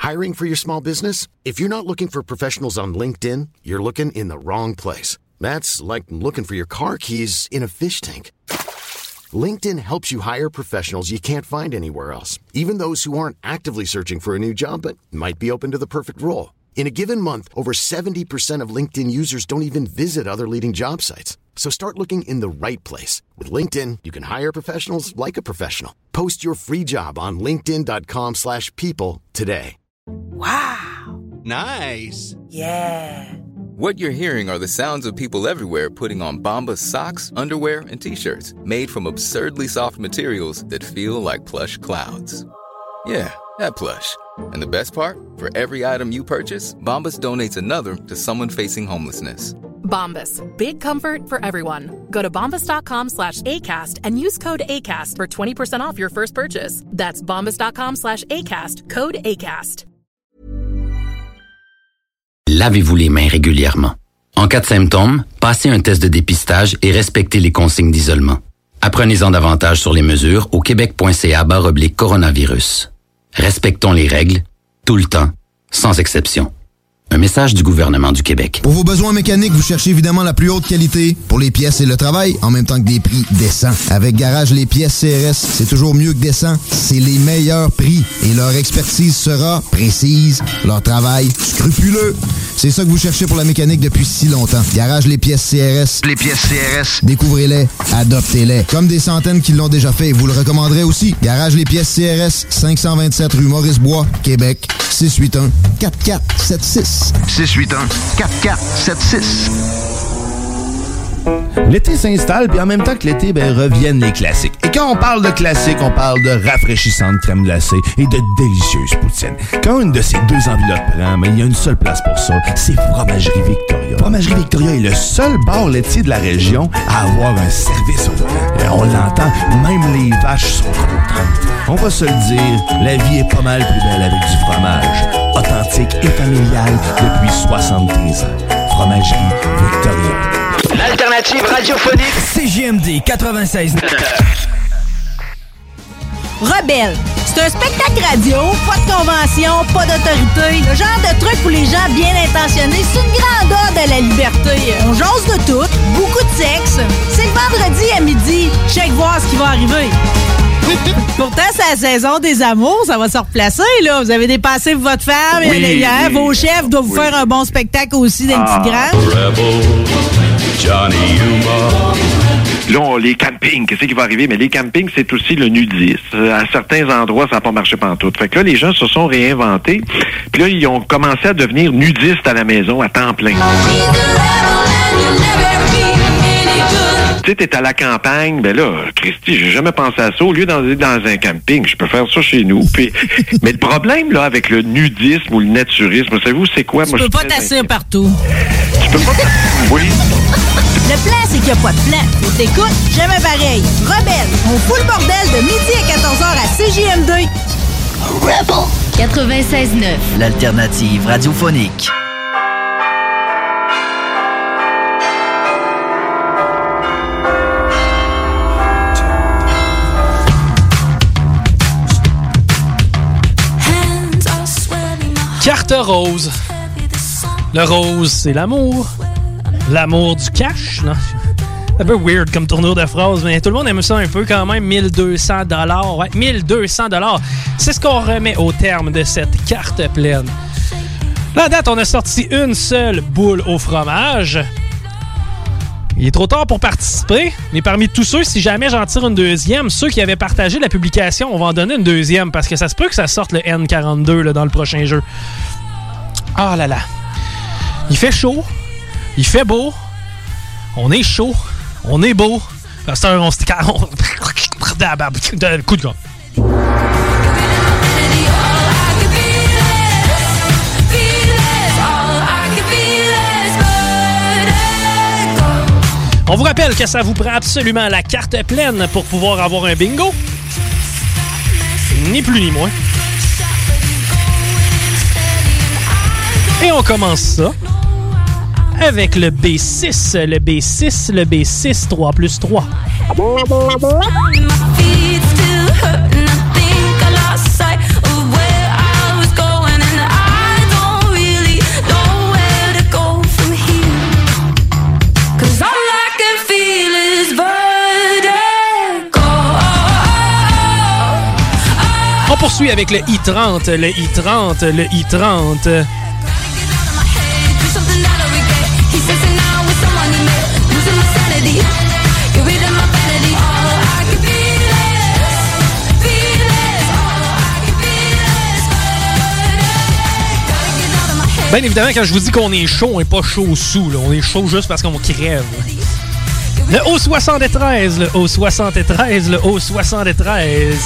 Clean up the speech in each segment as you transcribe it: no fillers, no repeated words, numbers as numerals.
Hiring for your small business? If you're not looking for professionals on LinkedIn, you're looking in the wrong place. That's like looking for your car keys in a fish tank. LinkedIn helps you hire professionals you can't find anywhere else, even those who aren't actively searching for a new job but might be open to the perfect role. In a given month, over 70% of LinkedIn users don't even visit other leading job sites. So start looking in the right place. With LinkedIn, you can hire professionals like a professional. Post your free job on linkedin.com/people today. Wow. Nice. Yeah. What you're hearing are the sounds of people everywhere putting on Bombas socks, underwear, and T-shirts made from absurdly soft materials that feel like plush clouds. Yeah, that plush. And the best part? For every item you purchase, Bombas donates another to someone facing homelessness. Bombas. Big comfort for everyone. Go to bombas.com/ACAST and use code ACAST for 20% off your first purchase. That's bombas.com/ACAST. Code ACAST. Lavez-vous les mains régulièrement. En cas de symptômes, passez un test de dépistage et respectez les consignes d'isolement. Apprenez-en davantage sur les mesures au québec.ca/coronavirus. Respectons les règles, tout le temps, sans exception. Un message du gouvernement du Québec. Pour vos besoins mécaniques, vous cherchez évidemment la plus haute qualité pour les pièces et le travail, en même temps que des prix décents. Avec Garage Les Pièces CRS, c'est toujours mieux que décent. C'est les meilleurs prix et leur expertise sera précise, leur travail scrupuleux. C'est ça que vous cherchez pour la mécanique depuis si longtemps. Garage Les Pièces CRS. Les pièces CRS. Découvrez-les, adoptez-les. Comme des centaines qui l'ont déjà fait, vous le recommanderez aussi. Garage Les Pièces CRS, 527 rue Maurice-Bois, Québec, 681-4476. 681-4476. L'été s'installe, puis en même temps que l'été, reviennent les classiques. Et quand on parle de classiques, on parle de rafraîchissante crème glacée et de délicieuse poutine. Quand une de ces deux enveloppes prend, il y a une seule place pour ça, c'est Fromagerie Victoria. Fromagerie Victoria est le seul bar laitier de la région à avoir un service au volant. Et on l'entend, même les vaches sont contentes. On va se le dire, la vie est pas mal plus belle avec du fromage. Authentique et familial depuis 73 ans. Fromagerie Victoria. L'alternative radiophonique CJMD 96. Rebelle, c'est un spectacle radio, pas de convention, pas d'autorité. Le genre de truc pour les gens bien intentionnés, c'est une grandeur de la liberté. On jase de tout, beaucoup de sexe. C'est le vendredi à midi. Check voir ce qui va arriver. Pourtant, c'est la saison des amours, ça va se replacer, là. Vous avez dépassé votre femme, hier, vos chefs doivent vous faire un bon spectacle aussi dans une petite grange. Johnny Humor. Là, les campings, qu'est-ce qui va arriver? Mais les campings, c'est aussi le nudisme. À certains endroits, ça n'a pas marché pantoute. Fait que là, les gens se sont réinventés. Puis là, ils ont commencé à devenir nudistes à la maison à temps plein. Tu sais, t'es à la campagne, ben là, Christy, j'ai jamais pensé à ça. Au lieu d'aller dans un camping, je peux faire ça chez nous. Puis, mais le problème, là, avec le nudisme ou le naturisme, savez-vous, c'est quoi? Tu peux pas t'asseoir partout. Tu peux pas oui. Le plan, c'est qu'il n'y a pas de plan. Faut t'écoute, jamais pareil. Rebelle, on fout le bordel de midi à 14h à CJM2. Rebel 96.9. L'alternative radiophonique. Carte rose. Le rose, c'est l'amour. L'amour du cash, non? C'est un peu weird comme tournure de phrase, mais tout le monde aime ça un peu quand même. 1200$. Ouais, 1200$. C'est ce qu'on remet au terme de cette carte pleine. Là, à date, on a sorti une seule boule au fromage. Il est trop tard pour participer, mais parmi tous ceux, si jamais j'en tire une deuxième, ceux qui avaient partagé la publication, on va en donner une deuxième, parce que ça se peut que ça sorte le N42 là, dans le prochain jeu. Ah là là. Il fait chaud, il fait beau, on est chaud, on est beau. C'est un... coup de gars. On vous rappelle que ça vous prend absolument la carte pleine pour pouvoir avoir un bingo. Ni plus ni moins. Et on commence ça avec le B6, le B6, le B6, 3+3. poursuit avec le I-30, le I-30, le I-30. Bien évidemment, quand je vous dis qu'on est chaud, on n'est pas chaud sous. Là. On est chaud juste parce qu'on crève. Le O73, le O73, le O73.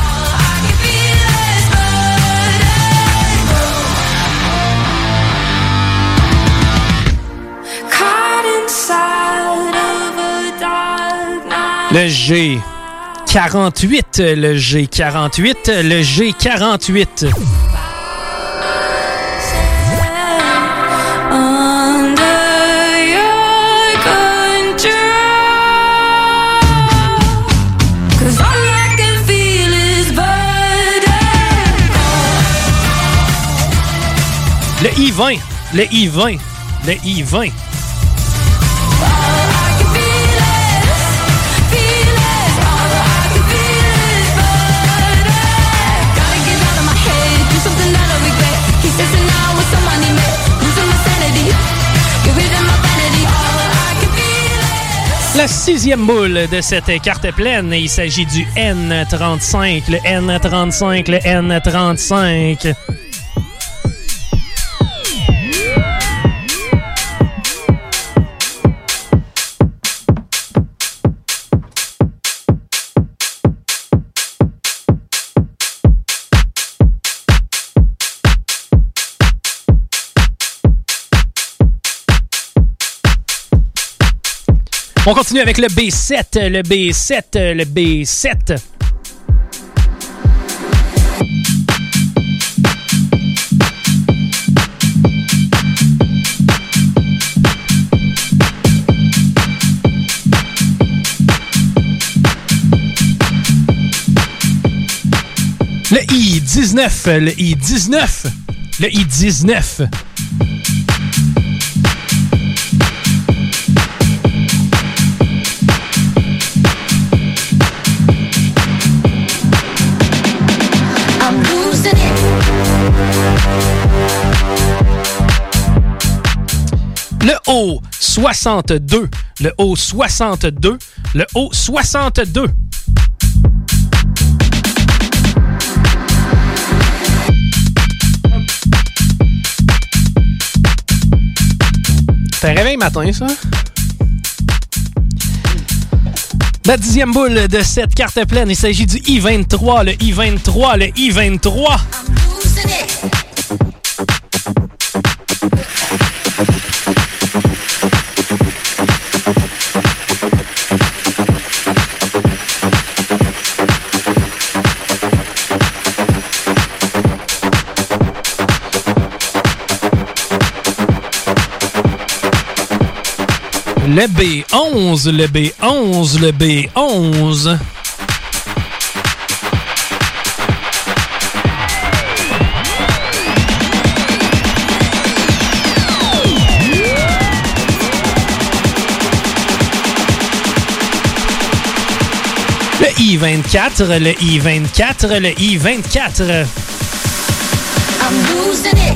Le G48, le G48, le G48. Le I-20, le I-20, le I-20. La sixième boule de cette carte pleine, il s'agit du N35, le N35, le N35. On continue avec le B7, le B7, le B7. Le I-19, le I-19, le I-19. Le O62, le O62, le O62. C'est un réveil matin, ça? La dixième boule de cette carte pleine, il s'agit du I-23, le I-23, le I-23. Le B11, le B11, le B11. Le I-24, le I-24, le I-24. I'm losing it.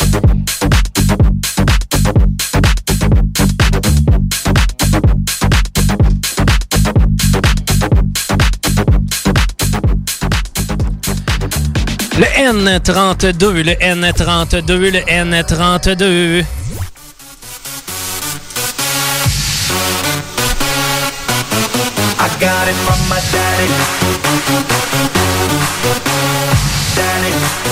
Le N32, le N32, le N32. I got it from my daddy. Daddy.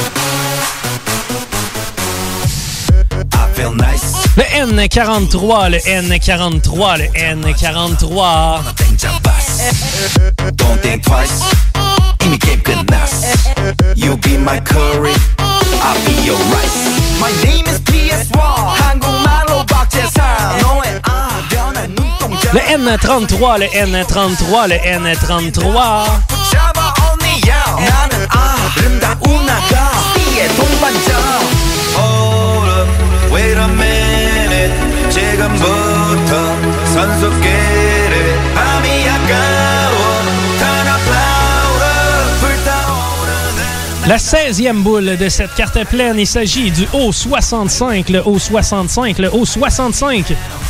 I feel nice. Le N43, le N43, le N43. Don't think twice. 이미 게임 끝났어. You be my curry, I'll be your rice. My name is PS1. 한국말로 박재상. 너의 변한 눈동자. Le N33, le N33, le N33. 잡아 언니야. 나는 아름다운 아가. 띠의 동반자. Hold up, wait a minute. 지금부터 선수끼리 밤이 아까워. La 16e boule de cette carte pleine, il s'agit du O65, le O65, le O65. Hey,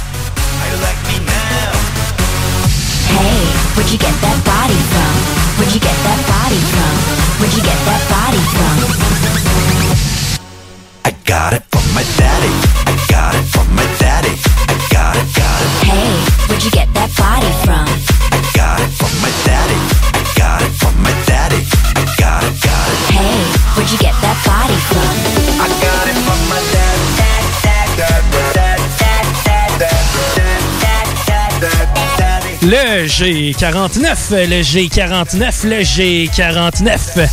where'd you get that body from? Where'd you get that body from? Where'd you get that body from? I got it from my daddy. I got it from my daddy. I got it, got it. Hey, where'd you get that body from? I got it from my daddy. I got it from my daddy. I got it, got it. Hey, where'd you get that body from? I got it from my daddy. Le G49, le G49, le G49.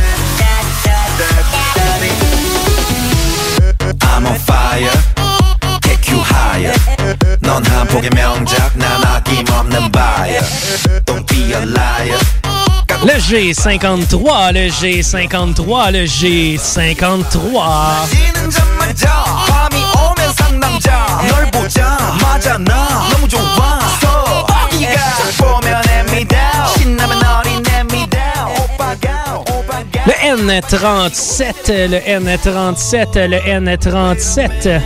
I'm on fire, take you higher. 넌 한폭의 명작, 난 아낌없는 buyer. Don't be a liar. Le G53, le G53, le G53. 낮에는 잠만 자, 밤이 오면 상남자. 널 보자마자 나 너무 좋았어. 어디가 보면 hand me down. 신나면 어린 hand me down. 오빠가 오빠가. Le N37, le N37, le N37.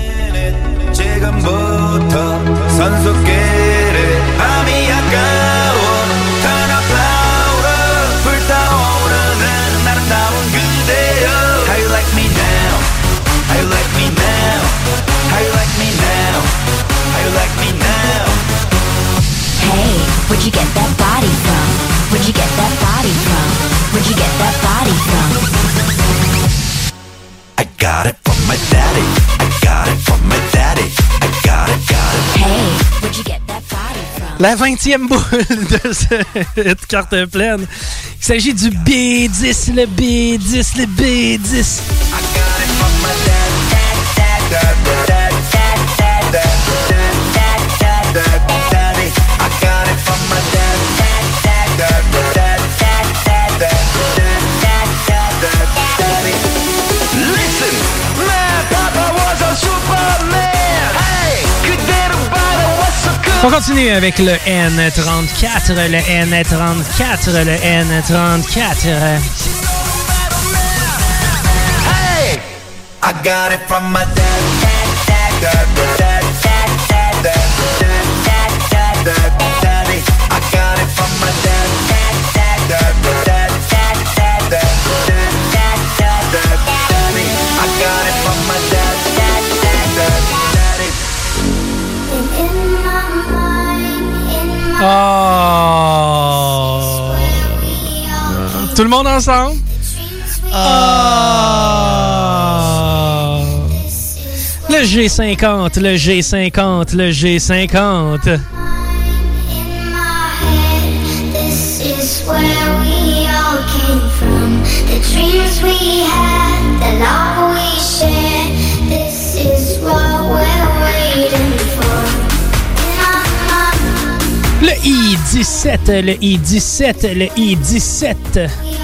지금부터 선수끼리 밤이 아까워. Turn up louder. 불타오르는 아름다운 그대여. How you like me now? How you like me now? How you like me now? How you like me now? Hey, where'd you get that body from? Where'd you get that body from? Where'd you get that body from? I got it from my daddy. I got it from my daddy. I got it, got it. Hey, where'd you get that body from? La 20e boule de cette carte pleine. Il s'agit du B10, le B10, le B10. On continue avec le N34, le N34, le N34. Hey, I got it from my dad. Oh. Tout le monde ensemble? Oh. Le G50, le G50, le G50. This is where we all came from. The dreams we had, the love we shared. This is what we're waiting for. Le I-17, le I-17, le I-17.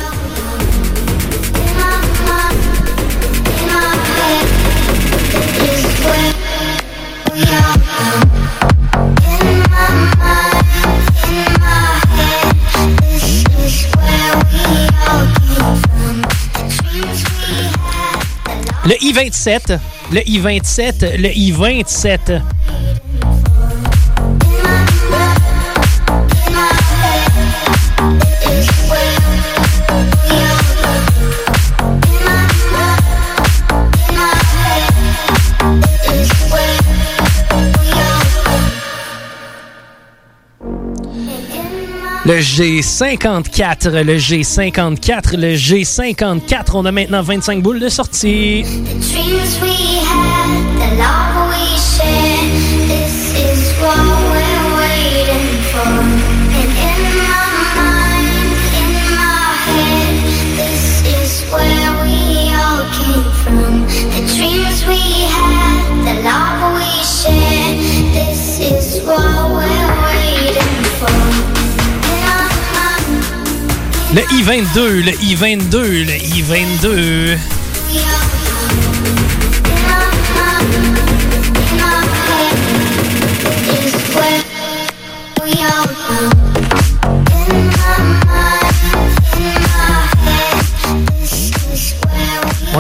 Le I-27, le I-27, le I-27. Le G54, le G54, le G54. On a maintenant 25 boules de sortie. Le I-22, le I-22, le I-22.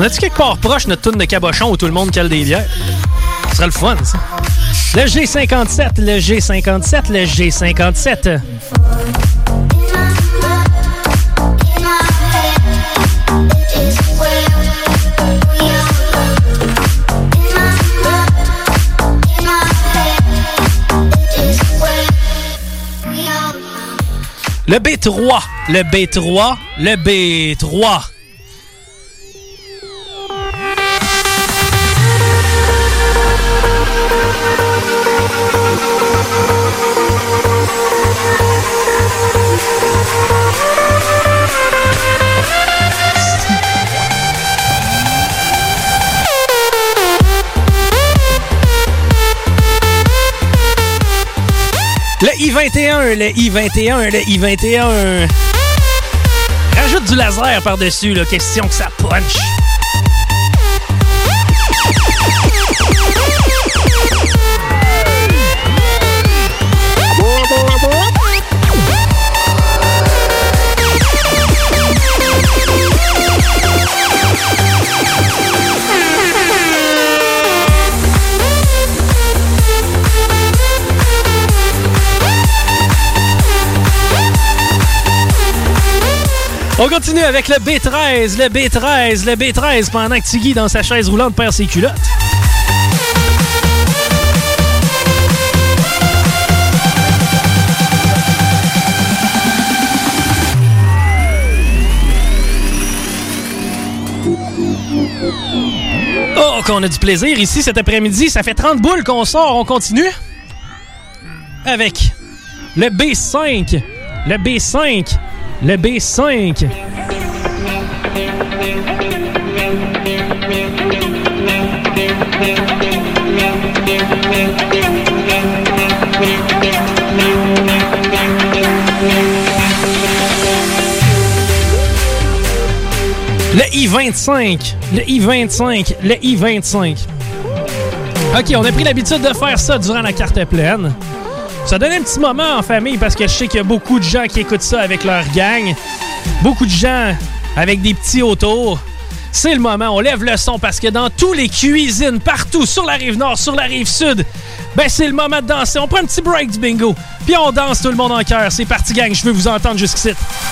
a-tu quelque part proche notre tourne de cabochon où tout le monde cale des bières? Ce serait le fun, ça. Le G57, le G57, le G57. Le B3, le B3, le B3. Le I-21, le I-21, le I-21. Rajoute du laser par-dessus, là, question que ça punch. On continue avec le B13, le B13, le B13 pendant que Tiggy, dans sa chaise roulante, perd ses culottes. Oh, qu'on a du plaisir ici cet après-midi. Ça fait 30 boules qu'on sort. On continue avec le B5, le B5. Le B5. Le I-25. Le I-25. Le I-25. OK, on a pris l'habitude de faire ça durant la carte pleine. Ça donne un petit moment en famille parce que je sais qu'il y a beaucoup de gens qui écoutent ça avec leur gang. Beaucoup de gens avec des petits autour. C'est le moment, on lève le son parce que dans tous les cuisines, partout, sur la rive nord, sur la rive sud, ben c'est le moment de danser. On prend un petit break du bingo, puis on danse tout le monde en chœur. C'est parti gang, je veux vous entendre jusqu'ici.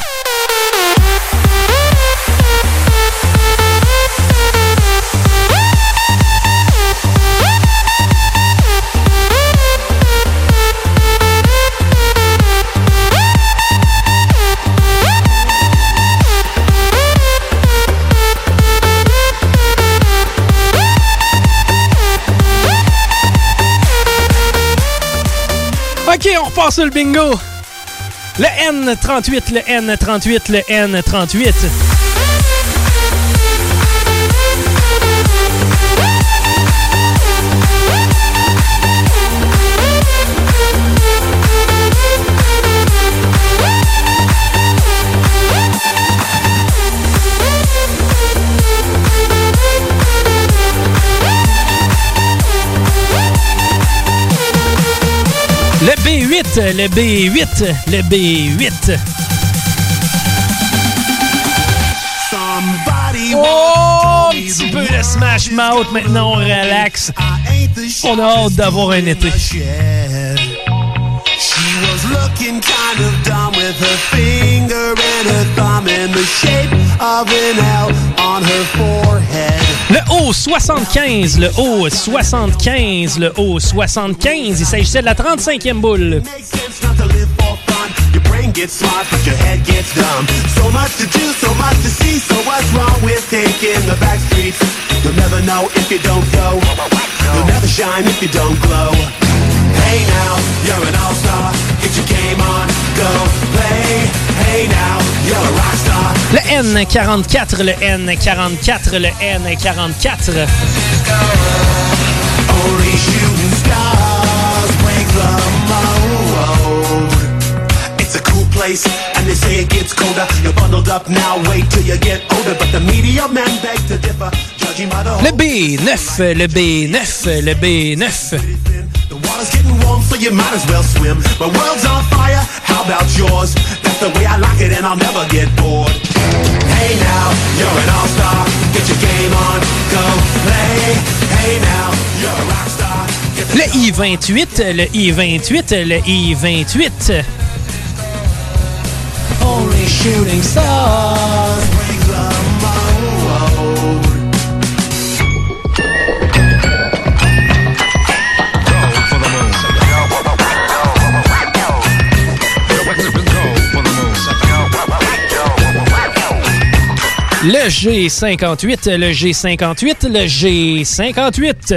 OK, on repart sur le bingo. Le N38, le N38, le N38. Le B8, le B8, le B8. Oh, un petit peu de Smash Mouth. Maintenant, on relaxe. On a hâte d'avoir un été. Looking kind of dumb with her finger and her thumb in the shape of an L on her forehead. Le O75, le O75, le O75. Il s'agissait de la 35e boule. Your brain gets smart, but your head gets dumb. So much to do, so much to see. So what's wrong with taking the back streets? You'll never know if you don't go. You'll never shine if you don't glow. Hey now, you're an all-star. Get your game on, go play. Hey now, you're a rock star. Le N44, le N44, le N44. Only shooting stars break the mold. It's a cool place, and they say it gets colder. You're bundled up now, wait till you get older. But the media men beg to differ, judging by the... Le B9, le B9, le B9. The water's getting warm, so you might as well swim. My world's on fire, how about yours? That's That's the way I like it and I'll never get bored. Hey now, you're an all-star. Get your game on, go play. Hey now, you're a rock star. Le I-28, le I-28, le I-28. Only shooting stars bring the mode. Le G58, le G58, le G58.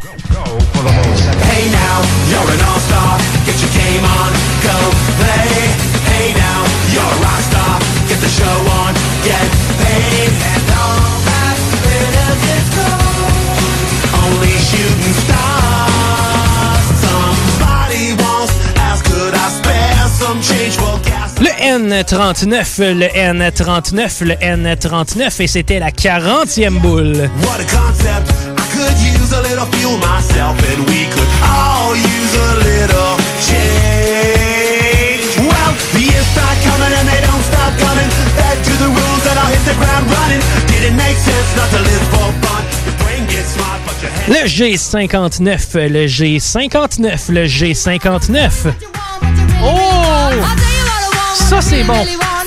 Hey now, you're an all-star. Get your game on, go play. Hey now, you're a rock star. Get the show on, get paid. And all that glitters is gold. Only shooting stars. Somebody once asked, could I spare some change for gas? Le N39, le N39, le N39, et c'était la 40e boule. What a concept. I could use a little fuel myself, and we could all use a little change. Well, the years start coming and they don't stop coming. Back to the rules that I'll hit the ground running. Didn't make sense not to live for fun. Your brain gets smart, but your head... Le G59, le G59, le G59. Oh! Ça, c'est bon.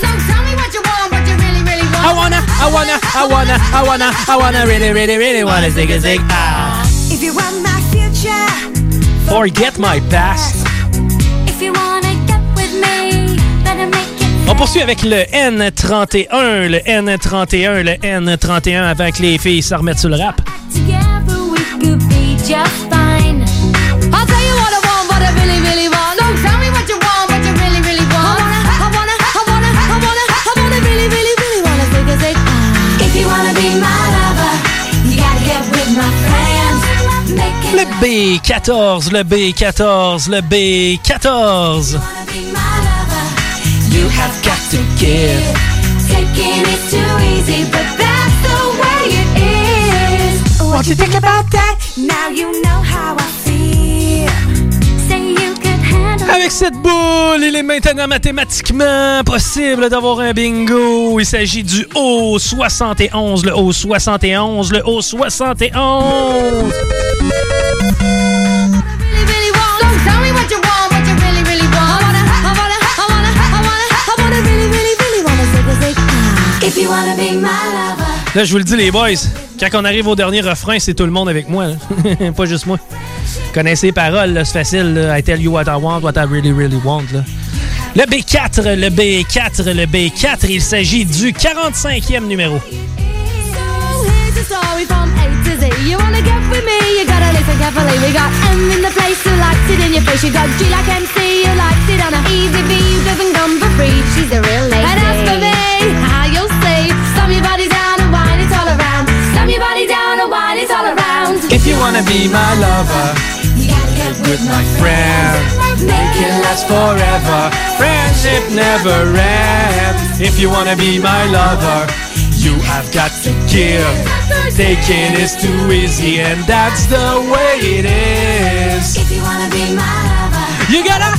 I wanna, really wanna zig a zig. Ah. If you want my future, Forget my past. if you wanna get with me, better make it. On poursuit avec le N31, le N31, le N31 avant que les filles se remettent sur le rap. Together we could be just fine. I'll tell you what I want, what I really, really want. Don't tell me what you want, what you really, really want. I wanna really, really, really wanna zig a zig. If you wanna be my lover, you gotta get with my friends. Make it Le B14, le B14, le B14. You have got to give. Taking it too easy, but that's the way it is. What you think about that? Now you know how I feel. Say you could handle. Avec cette boule, il est maintenant mathématiquement possible d'avoir un bingo. Il s'agit du O71, le O71, le O71. Really want. Don't tell me what you want, what you really, really want. I wanna really, really, really wanna zig a zig. If you wanna be my lover. Là, je vous le dis, les boys, quand on arrive au dernier refrain, c'est tout le monde avec moi. Là. Pas juste moi. Connaissez les paroles, là, c'est facile. Là. I tell you what I want, what I really, really want. Là. Le B4, le B4, le B4, il s'agit du 45e numéro. Here's the story from A to Z. You wanna get with me, you gotta listen carefully. We got M in the place who likes it in your face. You got G like MC who likes it on a easy V who doesn't come for free. She's a real lady. And as for me, how you'll see, slam your body down and whine it all around. Slam your body down and whine it all around. If you wanna be my lover, you gotta get with my friend, make it last forever. Friendship never ends. If you wanna be my lover, you have got to give. Taking is too easy, and that's the way it is. If you wanna be my lover, You gotta.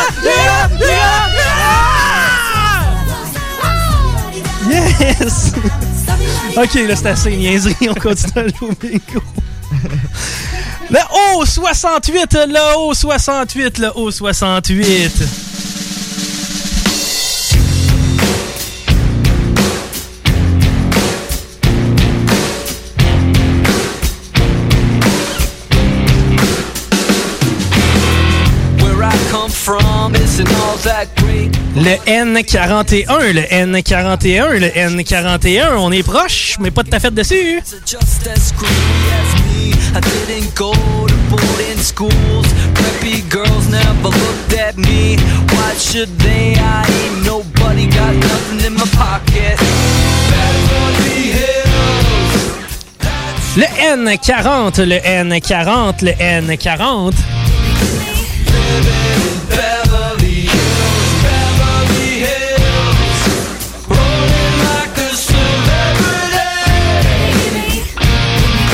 Yes! Ok, là, c'est assez niaiserie. On continue à jouer au bingo. Le O68, le O68, le O68. Le N41, le N41, le N41, on est proche, mais pas de ta fête dessus. I didn't go to boarding schools. Preppy girls never looked at me. Why should they? I ain't nobody, got nothing in my pocket. Le N40, le N40, le N40.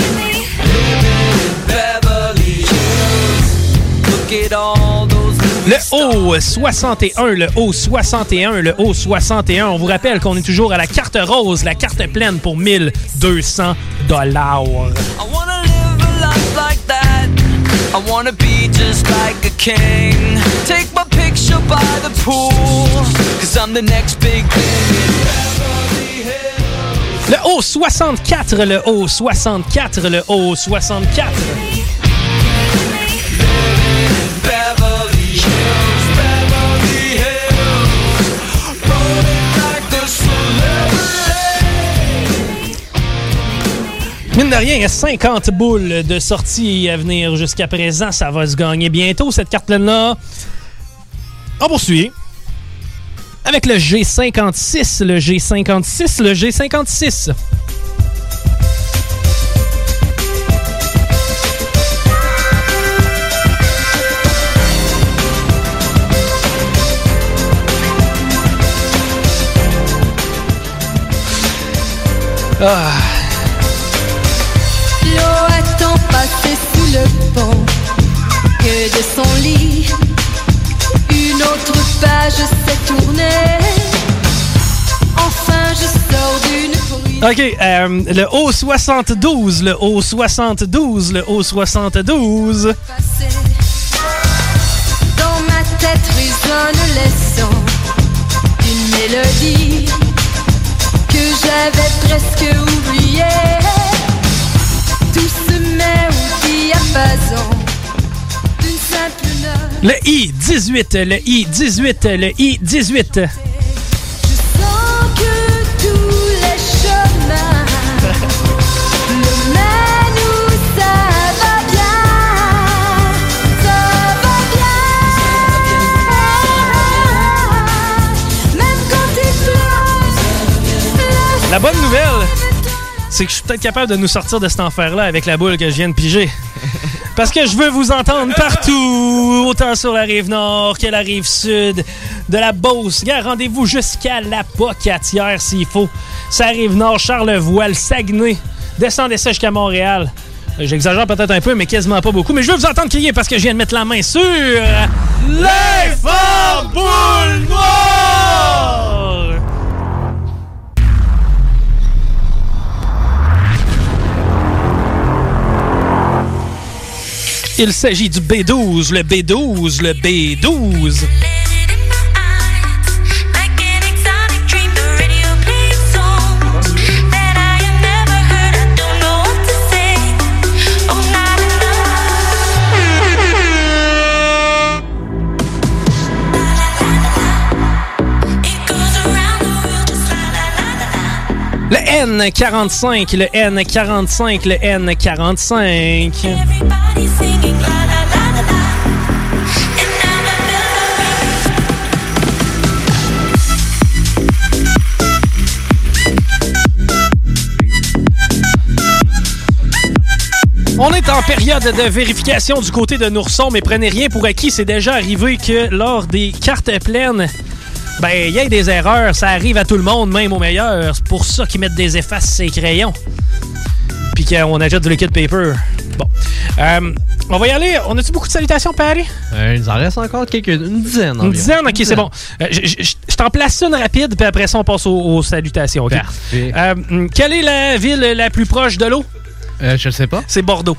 Le Le O61, le O61, le O61. On vous rappelle qu'on est toujours à la carte rose, la carte pleine pour 1200 $. I wanna live a life like that. I wanna be just like a king. Take my picture by the pool, 'cause I'm the next big thing in Beverly Hills. Le O64, le O64, le O64. Beverly Hills, Beverly Hills, rolling like the celebrity. Mine de rien, il y a 50 boules de sortie à venir jusqu'à présent. Ça va se gagner bientôt, cette carte pleine-là. On poursuit avec le G56, le G56, le G56. Ah. L'eau a tant passé sous le pont que de son lit, une autre page s'est tournée. Enfin, je sors d'une bruit. OK, le O72, le O72, le O72. Dans ma tête résonne les sons d'une mélodie que j'avais presque oubliée. Tout se met au diapason d'une simple note. Le I18, le I18, le I18. Sans que tous les chemins me mènent où ça va bien. Ça va bien. Même quand il pleut. La bonne nouvelle, c'est que je suis peut-être capable de nous sortir de cet enfer-là avec la boule que je viens de piger. Parce que je veux vous entendre partout, autant sur la rive nord que la rive sud de la Beauce. Gars, rendez-vous jusqu'à la Pocatière s'il faut. Ça rive nord, Charlevoix, le Saguenay. Descendez ça jusqu'à Montréal. J'exagère peut-être un peu, mais quasiment pas beaucoup. Mais je veux vous entendre crier parce que je viens de mettre la main sur... les femmes boules noires! Il s'agit du B12, le B12, le B12. Le N45, le N45, le N45. On est en période de vérification du côté de Nourson, mais prenez rien pour acquis. C'est déjà arrivé que lors des cartes pleines, ben, il y a des erreurs. Ça arrive à tout le monde, même aux meilleurs. C'est pour ça qu'ils mettent des effaces sur ces crayons. Puis qu'on ajoute du liquid paper. Bon. On va y aller. On a-tu beaucoup de salutations, Paris? Il nous en reste encore une dizaine. Environ. Une dizaine? OK, c'est bon. Je t'en place une rapide, puis après ça, on passe aux salutations. Okay? Parfait. Quelle est la ville la plus proche de l'eau? Je sais pas. C'est Bordeaux.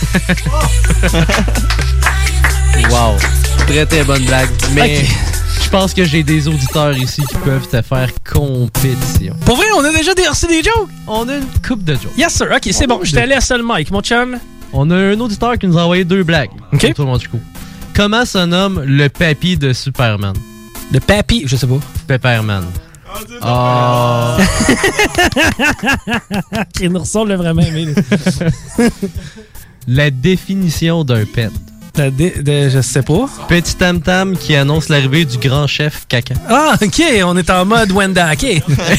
Wow. Très, très bonne blague. Mais okay. Je pense que j'ai des auditeurs ici qui peuvent te faire compétition. Pour vrai, on a déjà reçu des jokes? On a une coupe de jokes. Yes, sir. OK, c'est bon. Je te laisse le mic, mon chum. On a un auditeur qui nous a envoyé 2 blagues. OK. Toi, mon chico. Comment se nomme le papy de Superman? Le papy? Je sais pas. Pepperman. Oh. Il nous ressemble vraiment aimé. La définition d'un pet. Je sais pas. Petit tam-tam qui annonce l'arrivée du grand chef caca. Ah, OK. On est en mode Wenda. OK.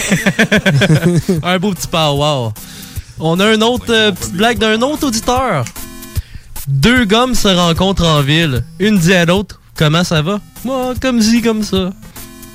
Un beau petit power. On a une autre petite blague d'un autre auditeur. 2 gommes se rencontrent en ville. Une dit à l'autre, comment ça va? Moi, comme ci, comme ça.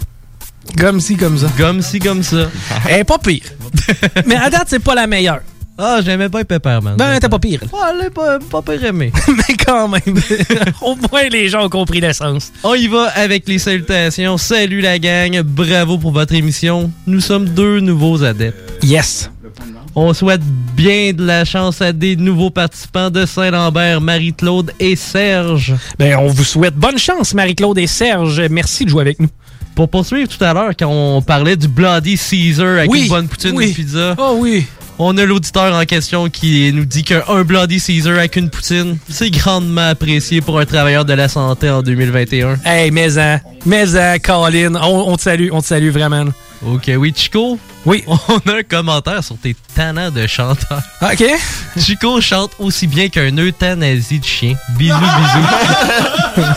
Comme ci, comme ça. Comme ci, comme ça. Elle est pas pire. Mais à date, c'est pas la meilleure. Ah, j'aimais pas les Pepperman. Ben, t'es pas pire. Ouais, elle est pas pire aimé. Mais quand même, au moins les gens ont compris l'essence. On y va avec les salutations. Salut la gang, bravo pour votre émission. Nous sommes 2 nouveaux adeptes. Yes. On souhaite bien de la chance à des nouveaux participants de Saint-Lambert, Marie-Claude et Serge. Ben, on vous souhaite bonne chance, Marie-Claude et Serge. Merci de jouer avec nous. Pour poursuivre tout à l'heure, quand on parlait du Bloody Caesar avec une bonne poutine de pizza. Oh oui. On a l'auditeur en question qui nous dit qu'un Bloody Caesar avec une poutine, c'est grandement apprécié pour un travailleur de la santé en 2021. Hey, mais Colin, on te salue vraiment. Ok, oui, Chico. Oui. On a un commentaire sur tes tannants de chanteur. Ok. Chico chante aussi bien qu'un euthanasie de chien. Bisous, bisous.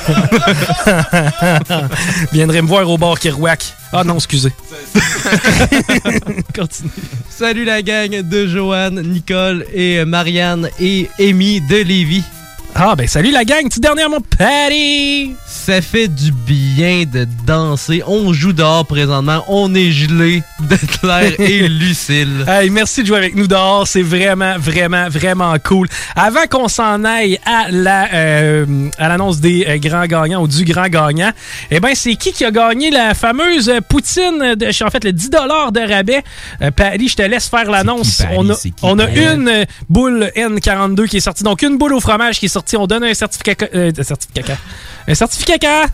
Viendrait me voir au bar Kerouac. Ah non, excusez. Continue. Salut la gang de Joanne, Nicole et Marianne et Amy de Lévis. Ah, ben salut la gang, petit dernier mon Patty! Ça fait du bien de danser. On joue dehors présentement. On est gelé d'être clair et lucide. Hey, merci de jouer avec nous dehors. C'est vraiment, vraiment, vraiment cool. Avant qu'on s'en aille à l'annonce des grands gagnants ou du grand gagnant, eh ben c'est qui a gagné la fameuse poutine, en fait le 10$ de rabais? Patty, je te laisse faire l'annonce. On a une boule N42 qui est sortie. Donc une boule au fromage qui est sortie. On donne un certificat. Un certificat.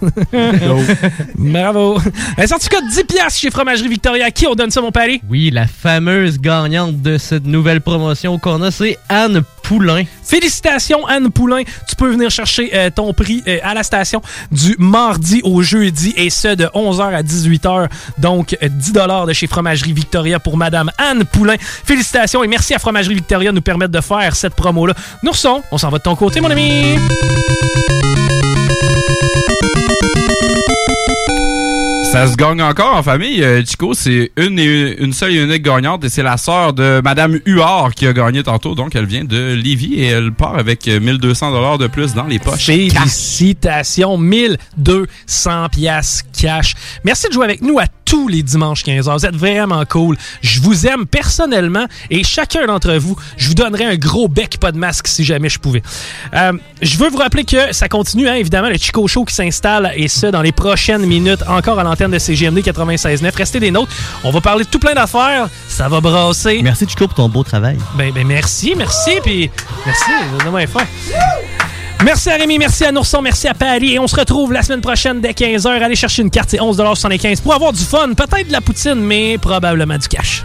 Bravo. Un certificat de 10$ chez Fromagerie Victoria. À qui on donne ça, mon pari? Oui, la fameuse gagnante de cette nouvelle promotion qu'on a, c'est Anne Poulain. Félicitations, Anne Poulain. Tu peux venir chercher ton prix à la station du mardi au jeudi et ce de 11h à 18h. Donc, 10$ de chez Fromagerie Victoria pour Madame Anne Poulain. Félicitations et merci à Fromagerie Victoria de nous permettre de faire cette promo-là. Nourson, on s'en va de ton côté, mon ami. Ça se gagne encore en famille. Chico, c'est une seule et unique gagnante et c'est la sœur de Madame Huard qui a gagné tantôt. Donc, elle vient de Lévis et elle part avec 1200$ de plus dans les poches. Félicitations, 1200$ cash. Merci de jouer avec nous à tous les dimanches 15h. Vous êtes vraiment cool. Je vous aime personnellement et chacun d'entre vous, je vous donnerais un gros bec, pas de masque si jamais je pouvais. Je veux vous rappeler que ça continue, hein, évidemment, le Chico Show qui s'installe et ça dans les prochaines minutes, encore à l'antenne de CGMD 96.9. Restez des nôtres. On va parler de tout plein d'affaires. Ça va brasser. Merci Chico pour ton beau travail. Ben merci. Puis merci, vraiment fort. Merci à Rémi, merci à Nourson, merci à Paris. Et on se retrouve la semaine prochaine dès 15h. Allez chercher une carte, c'est 11,75$ pour avoir du fun. Peut-être de la poutine, mais probablement du cash.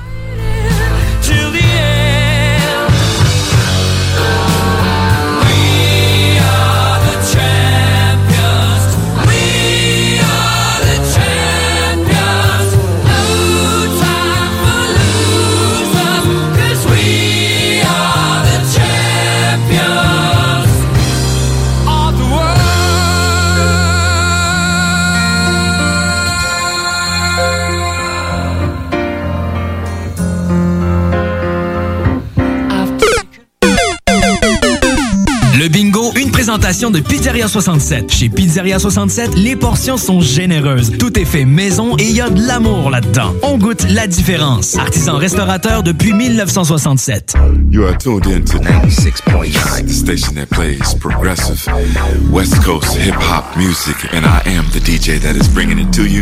Le bingo, une présentation de Pizzeria 67. Chez Pizzeria 67, les portions sont généreuses. Tout est fait maison et il y a de l'amour là-dedans. On goûte la différence. Artisan restaurateur depuis 1967. You are tuned in to 96.9, the station that plays progressive West Coast hip-hop music, and I am the DJ that is bringing it to you.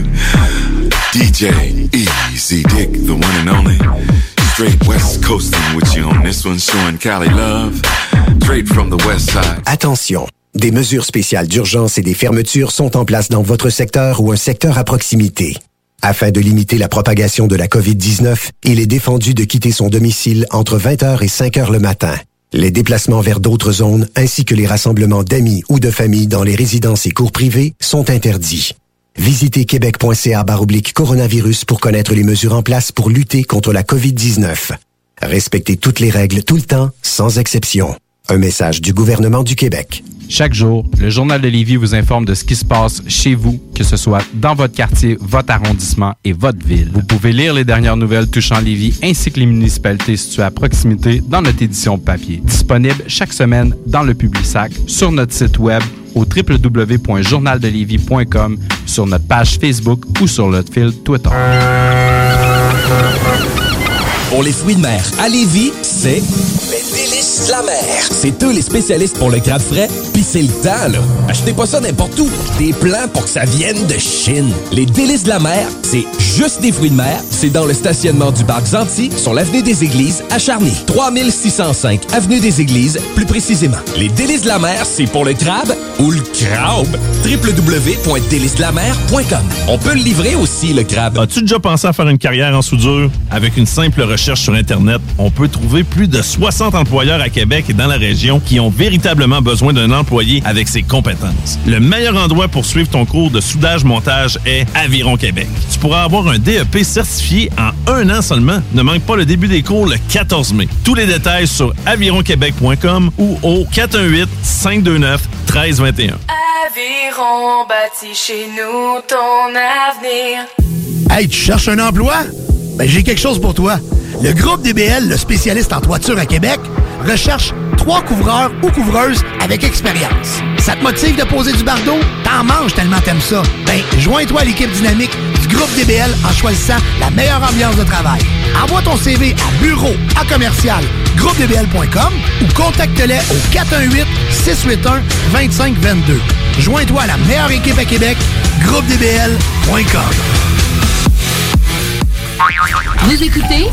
DJ Easy Dick, the one and only. Straight West Coasting with you on this one, showing Cali love. Straight from the West Side. Attention, des mesures spéciales d'urgence et des fermetures sont en place dans votre secteur ou un secteur à proximité. Afin de limiter la propagation de la COVID-19, il est défendu de quitter son domicile entre 20h et 5h le matin. Les déplacements vers d'autres zones ainsi que les rassemblements d'amis ou de familles dans les résidences et cours privés sont interdits. Visitez québec.ca/coronavirus pour connaître les mesures en place pour lutter contre la COVID-19. Respectez toutes les règles tout le temps, sans exception. Un message du gouvernement du Québec. Chaque jour, le Journal de Lévis vous informe de ce qui se passe chez vous, que ce soit dans votre quartier, votre arrondissement et votre ville. Vous pouvez lire les dernières nouvelles touchant Lévis ainsi que les municipalités situées à proximité dans notre édition papier. Disponible chaque semaine dans le Publisac, sur notre site web au www.journaldelevis.com, sur notre page Facebook ou sur notre fil Twitter. Pour les fruits de mer, à Lévis, c'est les Délices de la mer. C'est eux les spécialistes pour le crabe frais, pis c'est le temps, là. Achetez pas ça n'importe où. Des plans pour que ça vienne de Chine. Les Délices de la mer, c'est juste des fruits de mer. C'est dans le stationnement du Parc Zanti, sur l'avenue des Églises, à Charny. 3605 avenue des Églises, plus précisément. Les Délices de la mer, c'est pour le crabe ou le crabe. www.délicesdelamer.com. On peut le livrer aussi, le crabe. As-tu déjà pensé à faire une carrière en soudure? Avec une simple recherche sur Internet, on peut trouver plus de 60 employeurs à Québec et dans la région qui ont véritablement besoin d'un employé avec ses compétences. Le meilleur endroit pour suivre ton cours de soudage-montage est Aviron Québec. Tu pourras avoir un DEP certifié en 1 an seulement. Ne manque pas le début des cours le 14 mai. Tous les détails sur avironquebec.com ou au 418-529-1321. Aviron bâti chez nous ton avenir. Hey, tu cherches un emploi? Ben, j'ai quelque chose pour toi. Le groupe DBL, le spécialiste en toiture à Québec, recherche 3 couvreurs ou couvreuses avec expérience. Ça te motive de poser du bardeau? T'en manges tellement t'aimes ça. Ben, joins-toi à l'équipe dynamique du groupe DBL en choisissant la meilleure ambiance de travail. Envoie ton CV à bureau@commercial-groupedbl.com ou contacte-les au 418-681-2522. Joins-toi à la meilleure équipe à Québec, groupedbl.com. Vous écoutez?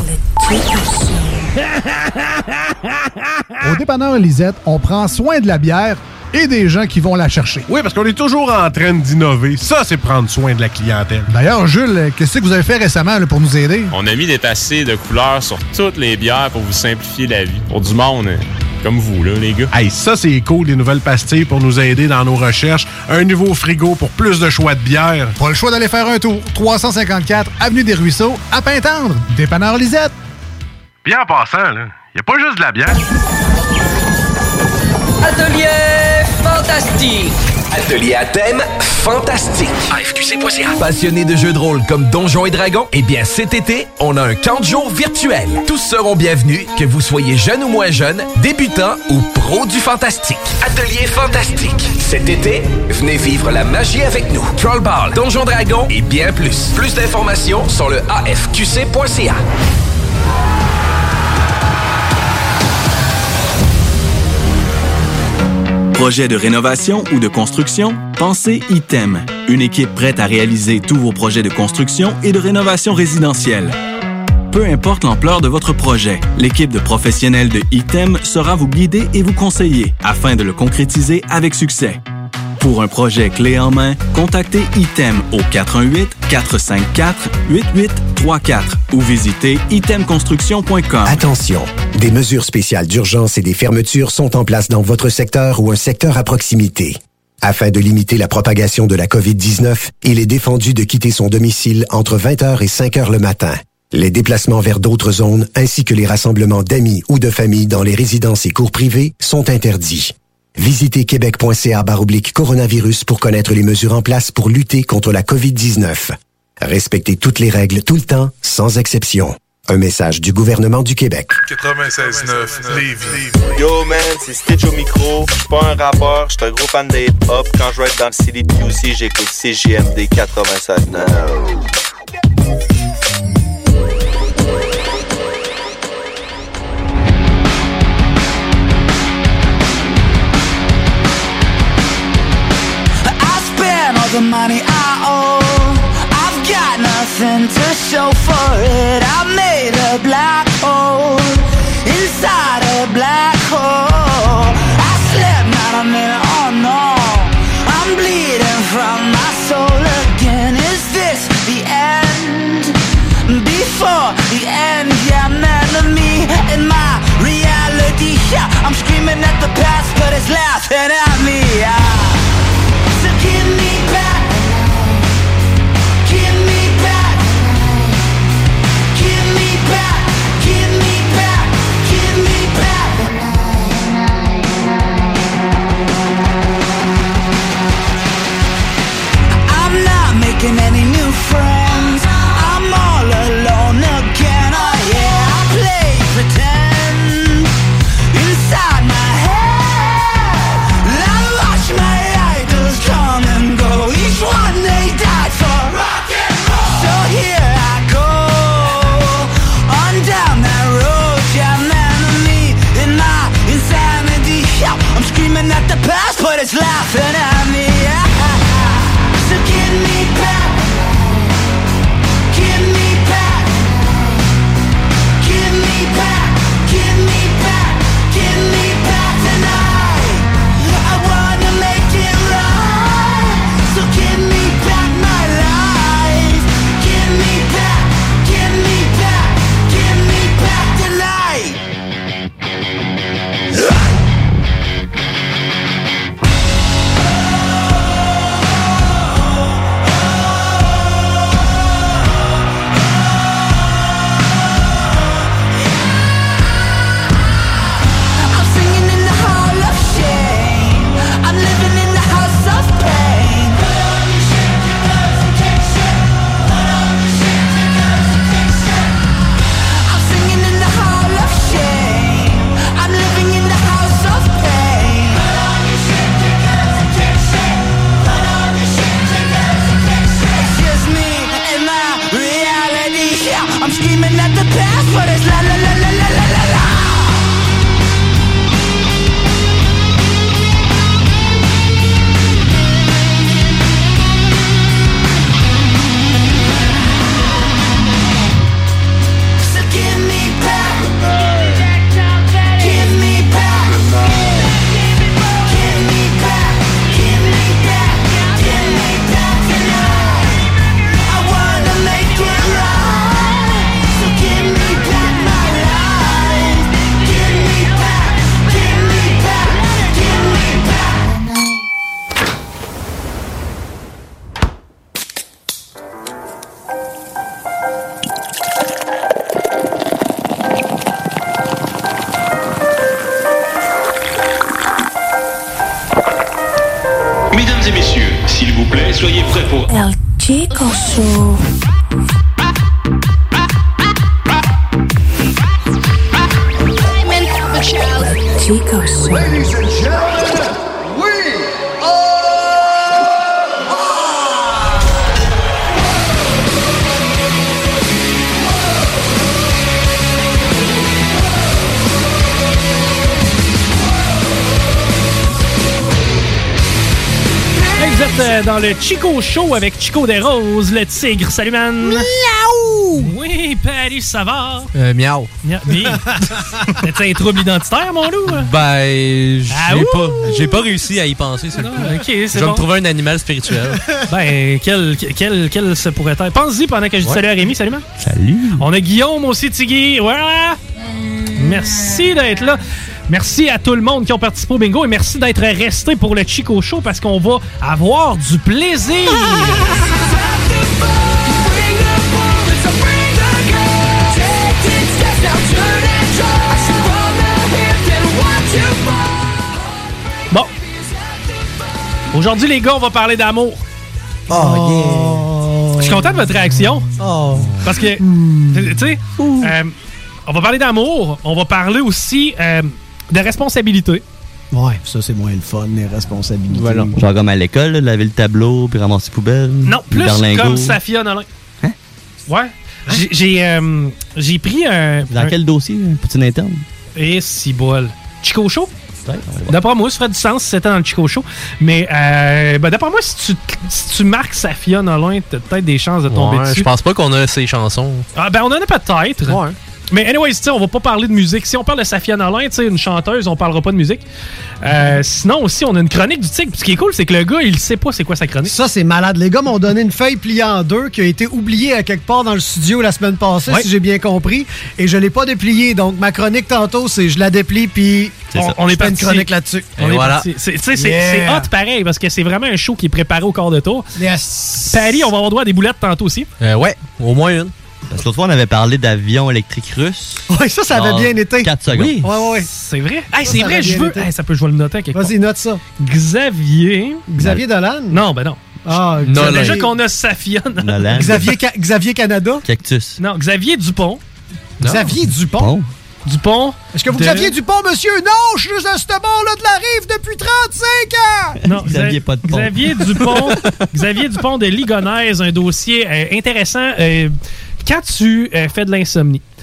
Au dépanneur Lisette, on prend soin de la bière et des gens qui vont la chercher. Oui, parce qu'on est toujours en train d'innover. Ça, c'est prendre soin de la clientèle. D'ailleurs, Jules, qu'est-ce que vous avez fait récemment là, pour nous aider? On a mis des passés de couleurs sur toutes les bières pour vous simplifier la vie. Pour du monde comme vous, là, les gars. Hey, ça, c'est cool, des nouvelles pastilles pour nous aider dans nos recherches. Un nouveau frigo pour plus de choix de bière. Pas le choix d'aller faire un tour. 354 Avenue des Ruisseaux, à Pintendre. Dépanneur Lisette. Bien en passant, là, y a pas juste de la bière. Atelier fantastique. Atelier à thème fantastique. AFQC.ca. Passionné de jeux de rôle comme Donjons et Dragons? Eh bien, cet été, on a un camp de jour virtuel. Tous seront bienvenus, que vous soyez jeune ou moins jeune, débutant ou pro du fantastique. Atelier fantastique. Cet été, venez vivre la magie avec nous. Trollball, Donjons Dragons et bien plus. Plus d'informations sur le AFQC.ca. Projet de rénovation ou de construction? Pensez ITEM. Une équipe prête à réaliser tous vos projets de construction et de rénovation résidentielle. Peu importe l'ampleur de votre projet, l'équipe de professionnels de ITEM sera vous guider et vous conseiller afin de le concrétiser avec succès. Pour un projet clé en main, contactez ITEM au 418-454-8834 ou visitez itemconstruction.com. Attention, des mesures spéciales d'urgence et des fermetures sont en place dans votre secteur ou un secteur à proximité. Afin de limiter la propagation de la COVID-19, il est défendu de quitter son domicile entre 20h et 5h le matin. Les déplacements vers d'autres zones ainsi que les rassemblements d'amis ou de familles dans les résidences et cours privés sont interdits. Visitez québec.ca/coronavirus pour connaître les mesures en place pour lutter contre la COVID-19. Respectez toutes les règles tout le temps, sans exception. Un message du gouvernement du Québec. 96.9 Lévis. Yo man, c'est Stitch au micro. Je suis pas un rappeur, je suis un gros fan de hip-hop. Quand je vais être dans le CDPUC, j'écoute CJMD 96.9. The money I owe, I've got nothing to show for it. I made a black hole inside a black hole. I slept not a minute, oh no, I'm bleeding from my soul again. Is this the end? Before the end, yeah, I'm enemy in my reality. Yeah, I'm screaming at the past, but it's laughing at me. Yeah. So give me back. Any new friends? I'm all alone again. Oh yeah, I play pretend inside my head. screaming at the past, but it's laughing at me. So give me back. Give me back. Give me back. Give me back. Give me back tonight. I wanna make it right. So give me back my life. Give me back. Give me back. Give me back tonight. I'm screaming at the past, but it's la la la la la la la la. So give me back. Give me back. Give me back. Give me back. Give me back tonight. I wanna make it right. Mesdames et messieurs, s'il vous plaît, soyez prêts pour El Chico Show. Chico Show. Ladies and gentlemen, we Vous êtes dans le Chico Show avec Chico des Roses, le tigre. Salut, man! Miaou! Oui, Paris, ça va? Miaou. T'as un trouble identitaire, mon loup? Ben, j'ai pas réussi à y penser. C'est non, cool. ok, c'est Je vais bon. me trouver un animal spirituel. Ben, quel ça pourrait être? Pense-y pendant que je dis salut à Rémi. Salut, man. Salut. On a Guillaume aussi, Tigui. Voilà! Merci d'être là. Merci à tout le monde qui ont participé au bingo et merci d'être resté pour le Chico Show parce qu'on va avoir du plaisir. Bon. Aujourd'hui, les gars, on va parler d'amour. Je suis content de votre réaction. Parce que, tu sais, on va parler d'amour. On va parler aussi de responsabilité. Ouais, ça, c'est moins le fun, les responsabilités. Voilà. Genre comme à l'école, là, laver le tableau, puis ramasser les poubelles. Non, plus berlingot. comme Safia Nolin. Hein? Ouais. J'ai pris un... Dans quel dossier? Un petit interne? Et si bol. Chico Show? D'après moi, ça ferait du sens si c'était dans le Chico Show. Mais d'après moi, si tu marques Safia Nolin, t'as peut-être des chances de tomber dessus. Je pense pas qu'on a ces chansons. Ah, ben, on en a peut-être. Ouais. Mais anyways, on va pas parler de musique. Si on parle de Safia Nolin, une chanteuse, on parlera pas de musique. Sinon aussi, on a une chronique du tigre. Ce qui est cool, c'est que le gars, il sait pas c'est quoi sa chronique. Ça, c'est malade. Les gars m'ont donné une feuille pliée en deux qui a été oubliée à quelque part dans le studio la semaine passée, si j'ai bien compris. Et je l'ai pas dépliée. Donc, ma chronique tantôt, c'est je la déplie, puis on est fait une parti. chronique là-dessus. On est parti. C'est hot pareil, parce que c'est vraiment un show qui est préparé au quart de tour. Yes. Paris, on va avoir droit à des boulettes tantôt aussi. Ouais, au moins une. Parce que l'autre fois, on avait parlé d'avions électriques russes. Oui, ça avait bien été. 4 secondes. Oui, ouais. C'est vrai. Hey, c'est ça vrai, avait je bien veux. été. Hey, ça peut, je vais le noter quelque part. Vas-y, note ça. Xavier Dolan? Non, ben non. Ah, déjà qu'on a Safia Nolan. Xavier Canada? Cactus. Non, Xavier Dupont. Xavier Dupont? Dupont. Est-ce que vous Xavier Dupont, monsieur? Non, je suis juste à ce bord-là de la rive depuis 35 ans! Non, Xavier pas de pont. Xavier Dupont de Ligonnès, un dossier intéressant. Quand tu fais de l'insomnie,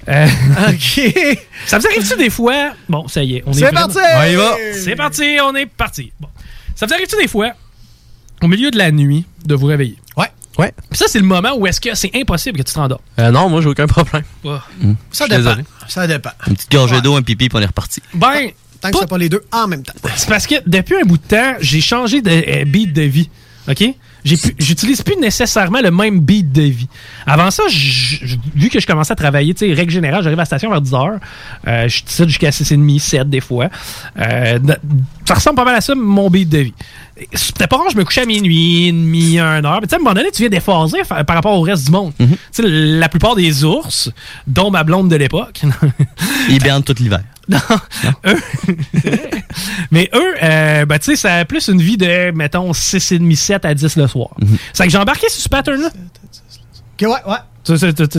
OK. Ça vous arrive-tu des fois... Bon, ça y est. On est C'est parti! On y va. C'est parti, on est parti. Bon. Ça vous arrive-tu des fois, au milieu de la nuit, de vous réveiller? Ouais. Puis ça, c'est le moment où est-ce que c'est impossible que tu te rendors. Non, moi, j'ai aucun problème. Ça dépend. Ça dépend. Une petite gorgée d'eau, un pipi, puis on est reparti. Ben, tant que c'est pas les deux en même temps. C'est parce que depuis un bout de temps, j'ai changé de beat de vie. OK? J'utilise plus nécessairement le même beat de vie. Avant ça, vu que je commençais à travailler, tu sais, règle générale, j'arrive à la station vers 10h. Je suis jusqu'à 6h30, 7 des fois. Ça ressemble pas mal à ça, mon beat de vie. C'était pas rare, je me couchais à minuit, 1h30. Mais tu sais, à un moment donné, tu viens d'éphaser par rapport au reste du monde. Tu sais, la plupart des ours, dont ma blonde de l'époque... Ils hibernent tout l'hiver. Non. Eux, mais eux, ben, tu sais, ça a plus une vie de, mettons, 6h30, 7 à 10 le soir. C'est que j'ai embarqué sur ce pattern-là. OK, ouais. Ouais,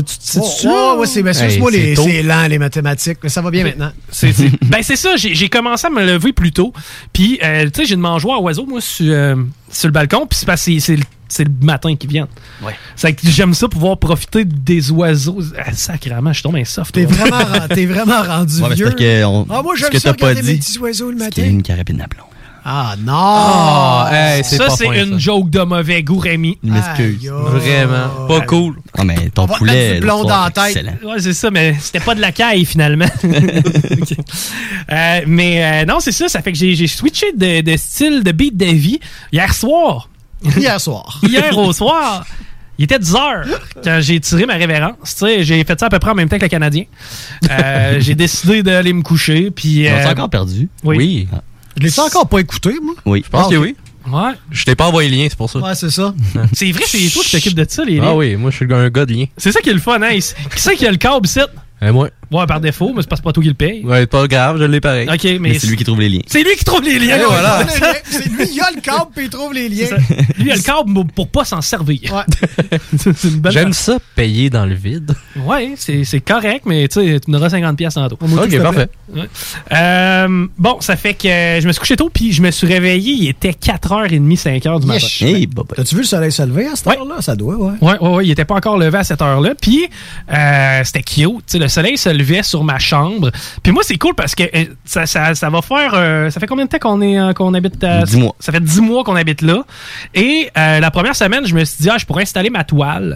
excuse-moi, c'est lent, les mathématiques, mais ça va bien maintenant. Ben, c'est ça, j'ai commencé à me lever plus tôt. Puis, tu sais, j'ai une mangeoire à oiseaux, moi, sur le balcon. Puis, c'est parce que c'est le matin qu'ils viennent. Ouais. C'est que j'aime ça, pouvoir profiter des oiseaux. Sacrément, je suis tombé soft. T'es vraiment rendu vieux. Parce que moi, j'aime ça regarder mes petits oiseaux le matin. C'est une carabine à plomb. Ah non! Ça, c'est une joke de mauvais goût, Rémi. Je m'excuse. Vraiment. Pas cool. Non, mais ton poulet. Du blond dans la tête. Ouais, c'est ça, mais c'était pas de la caille, finalement. Okay. Mais non, c'est ça. Ça fait que j'ai switché de style de beat de vie hier soir. Hier soir. Hier au soir. Il était 10h quand j'ai tiré ma révérence. T'sais, j'ai fait ça à peu près en même temps que le Canadien. J'ai décidé d'aller me coucher. Puis, on s'est encore perdu. Oui. Ah. Je l'ai encore pas écouté, moi. Oui. Je pense que oui. Ouais. Je t'ai pas envoyé le lien, c'est pour ça. Ouais, c'est ça. C'est vrai, c'est toi qui t'occupes de ça, les liens. Ah oui, moi, je suis un gars de lien. C'est ça qui est le fun, hein? Qui c'est qui a le câble, ici? Moi. Ouais, par défaut, mais c'est pas toi qui le paye. Ouais, pas grave, je l'ai pareil. OK, mais c'est lui qui trouve les liens. C'est lui qui trouve les liens. Et voilà. C'est lui, il a le câble puis il trouve les liens. Lui, il a le câble pour pas s'en servir. Ouais. C'est une belle J'aime ça, payer dans le vide. Ouais, c'est correct, mais tu sais, tu me donneras 50$ tantôt. OK, parfait. Ouais. Bon, ça fait que je me suis couché tôt, puis je me suis réveillé, il était 4h30, 5h du matin. Hey, t'as-tu vu le soleil se lever à cette heure-là? Ça doit, ouais. Ouais, il était pas encore levé à cette heure-là. Puis, c'était cute. Tu sais, le soleil se levait sur ma chambre. Puis moi, c'est cool parce que ça va faire... ça fait combien de temps qu'on habite à... 10 mois. Ça fait 10 mois qu'on habite là. Et la première semaine, je me suis dit, je pourrais installer ma toile.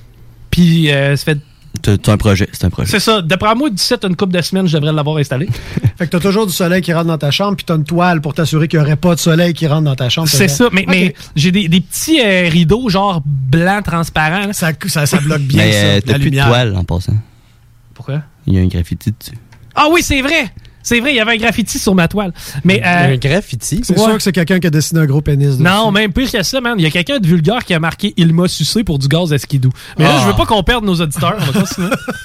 Puis, ça fait... C'est un projet. C'est ça. D'après moi, d'ici une couple de semaines, je devrais l'avoir installé. Fait que t'as toujours du soleil qui rentre dans ta chambre, puis t'as une toile pour t'assurer qu'il n'y aurait pas de soleil qui rentre dans ta chambre. C'est ça. Mais j'ai des petits rideaux, genre blancs, transparents. Là. Ça bloque bien, mais, ça. T'as plus de toile en passant. Pourquoi? Il y a un graffiti dessus. Ah oui, c'est vrai! C'est vrai, il y avait un graffiti sur ma toile. Mais, un graffiti? C'est sûr que c'est quelqu'un qui a dessiné un gros pénis dessus. Non, même pire que ça, man. Il y a quelqu'un de vulgaire qui a marqué « Il m'a sucé pour du gaz à skidoo ». Mais là, je veux pas qu'on perde nos auditeurs. On va continuer.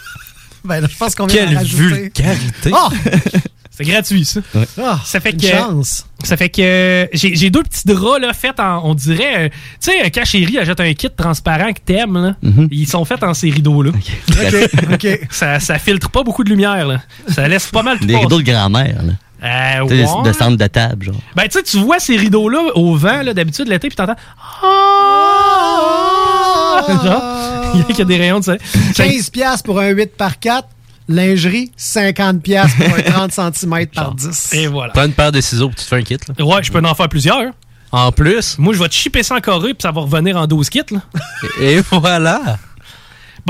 Ben là, je pense qu'on vient Quelle rajouter. vulgarité! Oh! C'est gratuit, ça. Ouais. Ça fait une que chance. Ça fait que j'ai deux petits draps là, faits en, on dirait, tu sais, quand Chérie achète un kit transparent que t'aimes, là, ils sont faits en ces rideaux-là. OK. Ça filtre pas beaucoup de lumière, là. Ça laisse pas mal de Des rideaux de grand-mère, là. Ouais. De centre de table, genre. Ben, tu sais, tu vois ces rideaux-là au vent, là, d'habitude, l'été, puis t'entends... Genre, il y a des rayons, tu sais. 15$ pour un 8x4. Lingerie, 50$ pour un 30 cm par 10. Et voilà. Prends une paire de ciseaux pour tu te fais un kit. Là. Ouais, je peux en faire plusieurs. En plus? Moi, je vais te chipper ça en carré, puis ça va revenir en 12 kits. Là. Et voilà. Bon.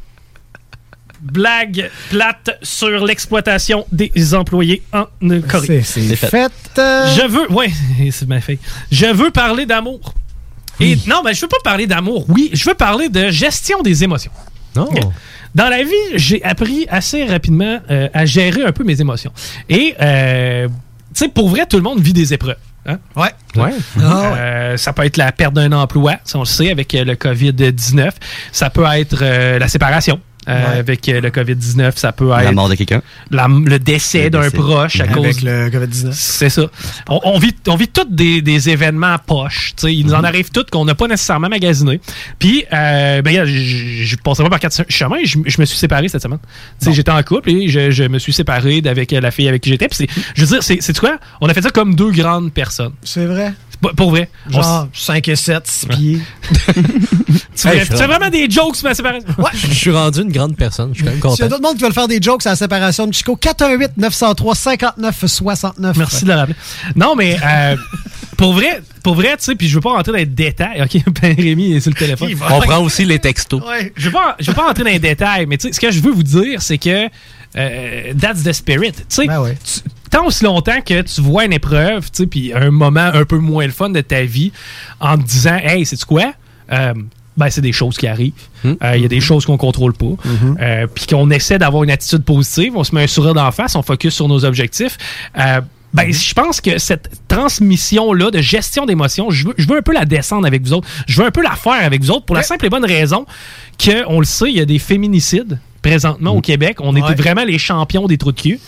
Blague plate sur l'exploitation des employés en Corée. C'est fait. Je veux... Ouais, c'est bien fait. Je veux parler d'amour. Et non, mais je veux pas parler d'amour. Oui, je veux parler de gestion des émotions. Non. Okay. Dans la vie, j'ai appris assez rapidement à gérer un peu mes émotions. Et, tu sais, pour vrai, tout le monde vit des épreuves. Hein? Ouais. Ça peut être la perte d'un emploi, si on le sait, avec le COVID-19. Ça peut être la séparation. Avec le COVID-19, ça peut être... La mort de quelqu'un. Le décès d'un proche à cause... Avec le COVID-19. C'est ça. On vit tous des événements poches. T'sais. Il nous en arrive tous qu'on n'a pas nécessairement magasiné. Puis, je passerai pas par quatre chemins. Je me suis séparé cette semaine. J'étais en couple et je me suis séparé avec la fille avec qui j'étais. Puis je veux dire, c'est quoi? On a fait ça comme deux grandes personnes. C'est vrai? Pour vrai. Genre 5 et 7, 6 pieds. Tu fais vraiment des jokes sur ma séparation? Ouais. Je suis rendu une une grande personne. Je suis quand même content. S'il y a d'autres monde qui veulent faire des jokes à la séparation de Chico, 418-903-5969. Merci de le rappeler. Non, mais pour vrai, tu sais, puis je veux pas rentrer dans les détails. OK, ben Rémi est sur le téléphone. On prend aussi les textos. Ouais. Je veux pas rentrer dans les détails, mais tu sais, ce que je veux vous dire, c'est que that's the spirit. Tu sais, tant aussi longtemps que tu vois une épreuve, tu sais, puis un moment un peu moins le fun de ta vie, en te disant, hey, sais-tu quoi? Ben, c'est des choses qui arrivent. Il y a des choses qu'on contrôle pas. Puis qu'on essaie d'avoir une attitude positive, on se met un sourire d'en face, on focus sur nos objectifs. Je pense que cette transmission-là de gestion d'émotions, je veux un peu la descendre avec vous autres. Je veux un peu la faire avec vous autres pour la simple et bonne raison qu'on le sait, il y a des féminicides présentement au Québec. On était vraiment les champions des trous de cul.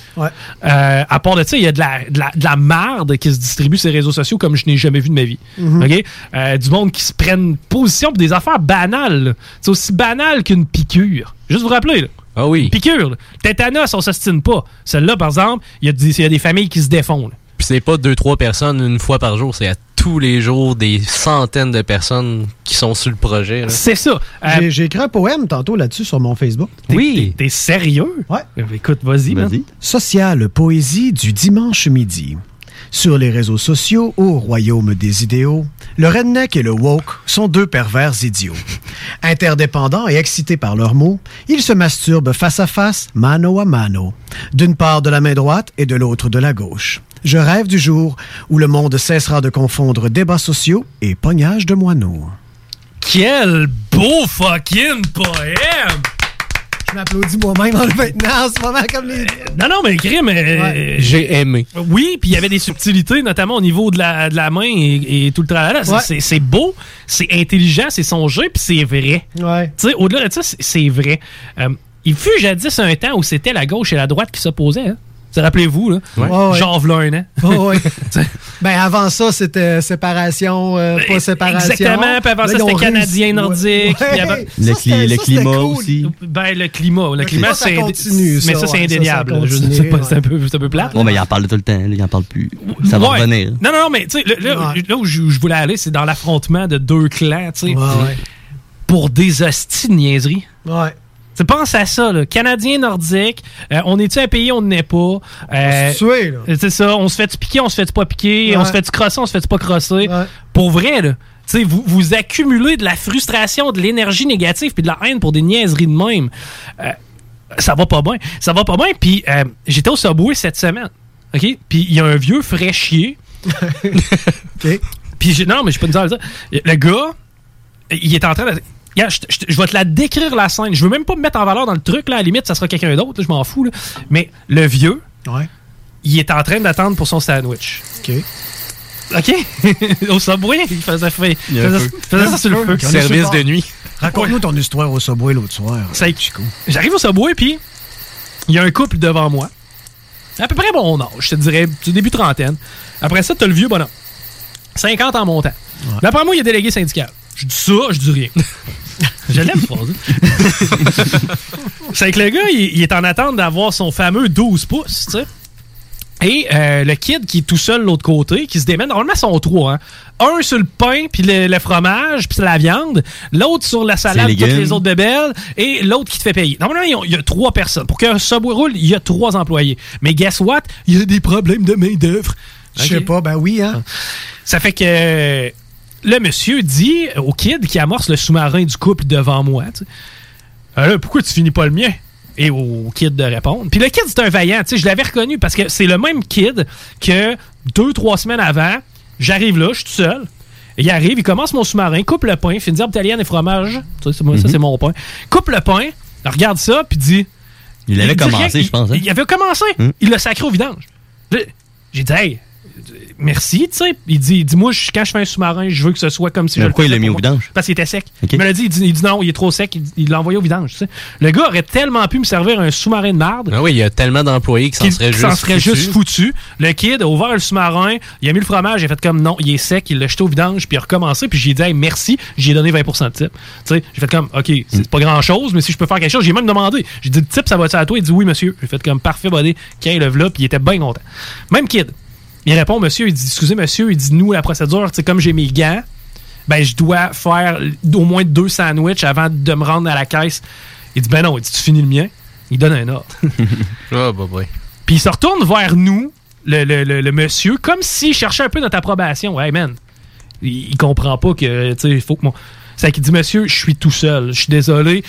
À part de ça, il y a de la marde qui se distribue sur les réseaux sociaux comme je n'ai jamais vu de ma vie. Okay? Du monde qui se prennent position pour des affaires banales. C'est aussi banal qu'une piqûre. Juste vous rappeler, là. Ah oui. Piqûre, là. Tétanos, on s'ostine pas. Celle-là, par exemple, il y a des familles qui se défont. Là. Puis c'est pas 2-3 personnes une fois par jour, c'est à tous les jours des centaines de personnes qui sont sur le projet. Là. C'est ça. J'ai écrit un poème tantôt là-dessus sur mon Facebook. T'es sérieux? Ouais. Écoute, vas-y. Sociale poésie du dimanche midi. Sur les réseaux sociaux, au royaume des idéaux, le redneck et le woke sont deux pervers idiots. Interdépendants et excités par leurs mots, ils se masturbent face à face, mano à mano, d'une part de la main droite et de l'autre de la gauche. Je rêve du jour où le monde cessera de confondre débats sociaux et pognage de moineaux. Quel beau fucking poème! Je m'applaudis moi-même en le maintenant en ce moment comme les... Non, mais crime... J'ai aimé. Oui, puis il y avait des subtilités, notamment au niveau de la main et tout le tralala. C'est beau, c'est intelligent, c'est songé, puis c'est vrai. Ouais. Tu sais, au-delà de ça, c'est vrai. Il fut jadis un temps où c'était la gauche et la droite qui s'opposaient, hein? Rappelez-vous, là. Genre v'là un an. Ben, avant ça, c'était séparation, pas séparation. Exactement. Puis avant ça, c'était Canadien nordique. Le climat aussi. Ben, le climat, c'est... continue, mais ça, c'est indéniable. C'est un peu plate. Ouais, mais il en parle tout le temps. Là, il en parle plus. Ça va revenir. Non, mais tu sais, là où je voulais aller, c'est dans l'affrontement de deux clans, tu sais. Pour des hosties de niaiseries. Ouais. Tu penses à ça, là. Canadien nordique, on est-tu un pays, on n'est pas. On se tue, là. C'est ça, on se fait-tu piquer, on se fait-tu pas piquer, on se fait-tu crosser, on se fait-tu pas crosser. Ouais. Pour vrai, là. Tu sais, vous accumulez de la frustration, de l'énergie négative puis de la haine pour des niaiseries de même. Ça va pas bien. Ça va pas bien. Puis j'étais au Subway cette semaine. OK? Puis il y a un vieux fraîchier. OK. Puis non, mais je peux te dire ça. Le gars, il est en train de... Je vais te la décrire, la scène. Je veux même pas me mettre en valeur dans le truc. Là. À la limite, ça sera quelqu'un d'autre. Là, je m'en fous. Là. Mais le vieux, il est en train d'attendre pour son sandwich. OK? Au Subway, il faisait ça sur le feu. Service de nuit. Raconte-nous ton histoire au Subway l'autre soir. J'arrive au Subway, puis il y a un couple devant moi. À peu près mon âge, je te dirais, du début trentaine. Après ça, t'as le vieux bonhomme. 50 en montant. D'après moi, il y a délégué syndical. Je dis ça, je dis rien. Je l'aime, phrase. C'est que le gars, il est en attente d'avoir son fameux 12 pouces, tu sais. Et le kid qui est tout seul de l'autre côté, qui se démène, normalement, ils sont trois. Hein. Un sur le pain, puis le fromage, puis la viande. L'autre sur la salade, toutes les autres bébelles. Et l'autre qui te fait payer. Normalement, il y a 3 personnes. Pour qu'un Subway roule, il y a 3 employés. Mais guess what? Il y a des problèmes de main-d'œuvre. Je sais pas, ben oui, hein. Ça fait que... Le monsieur dit au kid qui amorce le sous-marin du couple devant moi, pourquoi tu finis pas le mien? Et au kid de répondre. Puis le kid, c'est un vaillant. Je l'avais reconnu parce que c'est le même kid que 2-3 semaines avant, j'arrive là, je suis tout seul. Et il arrive, il commence mon sous-marin, coupe le pain, fait une diable italienne et fromage. Ça, c'est mon pain. Coupe le pain, regarde ça, puis dit... Il avait commencé, je pense. Hein? Il avait commencé. Il l'a sacré au vidange. J'ai dit, hey... Merci, tu sais. Il dit, moi, quand je fais un sous-marin, je veux que ce soit comme si je le faisais. Pourquoi il l'a mis au vidange? Parce qu'il était sec. Okay. Il me l'a dit, il dit non, il est trop sec, il l'a envoyé au vidange, tu sais. Le gars aurait tellement pu me servir un sous-marin de marde. Ah oui, il y a tellement d'employés qui s'en seraient juste foutus. Le kid a ouvert le sous-marin, il a mis le fromage, il a fait comme non, il est sec, il l'a jeté au vidange, puis il a recommencé, puis j'ai dit, hey, merci, j'ai donné 20% de type. Tu sais, j'ai fait comme, OK, c'est pas grand-chose, mais si je peux faire quelque chose, j'ai même demandé. J'ai dit, le type, ça va-tu à toi? Il dit, oui, monsieur. J'ai fait comme, parfait, buddy, qu'il lève là, puis il était bien content. Même kid. Il répond, monsieur, il dit, excusez, monsieur, il dit, nous, la procédure, tu sais, comme j'ai mes gants, ben, je dois faire au moins 2 sandwichs avant de me rendre à la caisse. Il dit, ben non, il dit, tu finis le mien. Il donne un ordre. Puis il se retourne vers nous, le monsieur, comme s'il cherchait un peu notre approbation. Hey man, il comprend pas que, tu sais, il faut que c'est qu'il dit, monsieur, je suis tout seul. Je suis désolé.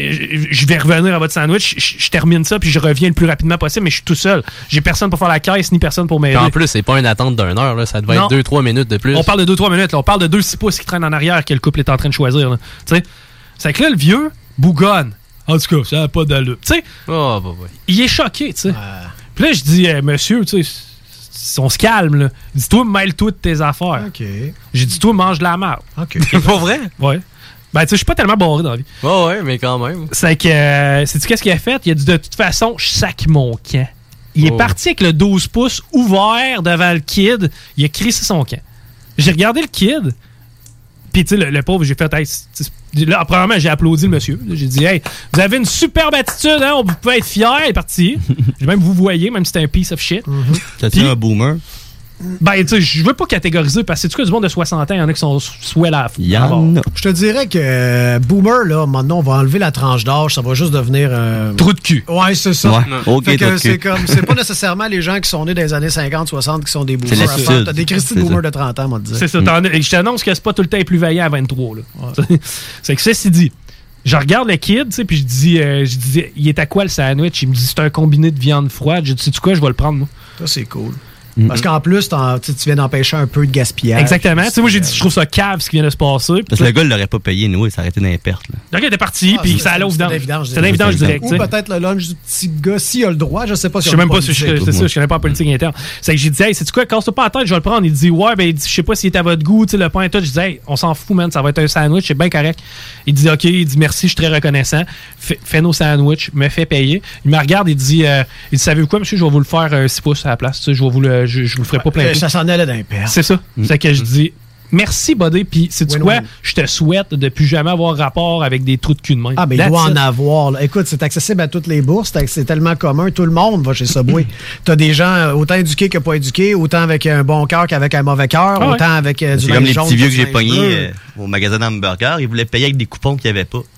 Je vais revenir à votre sandwich. Je termine ça, puis je reviens le plus rapidement possible, mais je suis tout seul. J'ai personne pour faire la caisse, ni personne pour m'aider. En plus, c'est pas une attente d'1 heure. Là. Ça devait être 2-3 minutes de plus. On parle de 2-3 minutes. Là. On parle de 2 6 pouces qui traînent en arrière que le couple est en train de choisir. Tu sais, c'est que là, le vieux bougonne. En tout cas, ça n'a pas d'allure. Tu sais, il est choqué, tu sais. Puis là, je dis, monsieur, tu sais, on se calme, là. Il dit, toi, mêle-toi de tes affaires. OK. J'ai dit, toi, mange de la merde. OK. C'est pas vrai? Ouais. Ben, tu sais, je suis pas tellement barré dans la vie. Ouais, mais quand même. C'est que, sais-tu qu'est-ce qu'il a fait? Il a dit, de toute façon, je sac mon camp. Il est parti avec le 12 pouces ouvert devant le kid. Il a crissé son camp. J'ai regardé le kid. Puis, tu sais, le pauvre, j'ai fait, hey, là, premièrement, j'ai applaudi le monsieur. J'ai dit, hey, vous avez une superbe attitude, hein, vous pouvez être fiers. Il est parti. Même vous voyez, même si c'est un piece of shit. T'as-tu un boomer? Ben, tu sais, je veux pas catégoriser parce que c'est-tu que du monde de 60 ans, il y en a qui sont swell à la Je te dirais que Boomer, là, maintenant, on va enlever la tranche d'âge, ça va juste devenir. Trou de cul. Ouais, c'est ça. Ouais. OK, fait que c'est comme, c'est pas nécessairement les gens qui sont nés dans les années 50, 60 qui sont des boomers. T'as des Christy de boomers de 30 ans, moi, te dire. C'est ça. Je t'annonce que c'est pas tout le temps plus vaillant à 23, là. Ouais. C'est que ceci dit. Je regarde le kid, tu sais, puis je dis, il est à quoi le sandwich? Il me dit, c'est un combiné de viande froide. J'ai dit, sais-tu quoi, je vais le prendre, moi. Ça, c'est cool. Parce qu'en plus, tu viens d'empêcher un peu de gaspillage. Exactement. Tu sais, moi, j'ai dit, je trouve ça cave ce qui vient de se passer. Parce que le gars, il l'aurait pas payé, nous, il s'arrêtait dans les pertes. Le gars était parti, puis ça allait au vidange. C'était l'évidence direct. Ou peut-être le lunch du petit gars, s'il a le droit, je sais pas si je sais même pas si je connais pas la politique interne. C'est que j'ai dit, hey, c'est-tu quoi, casse-toi pas la tête, je vais le prendre. Il dit, ouais, ben, je sais pas s'il est à votre goût, tu sais, le pain et tout. Je dis, hey, on s'en fout, man, ça va être un sandwich, c'est bien correct. Il dit, OK, il dit, merci, je suis très reconnaissant. Fais nos sandwichs, me fait payer. Il me regarde, il dit, savez-vous quoi, monsieur, je vais vous le faire 6 pouces à la place. Je vous le ferai pas plein. Ça s'en allait d'un père. C'est ça. C'est que je dis merci, buddy. Puis, sais-tu quoi? Je te souhaite de plus jamais avoir rapport avec des trous de cul de main. Ah, mais il doit en avoir. Là. Écoute, c'est accessible à toutes les bourses. C'est tellement commun. Tout le monde va chez Subway. T'as des gens autant éduqués que pas éduqués, autant avec un bon cœur qu'avec un mauvais cœur, autant avec du c'est comme les petits vieux que j'ai pognés au magasin d'hamburger. Ils voulaient payer avec des coupons qu'il n'y avait pas.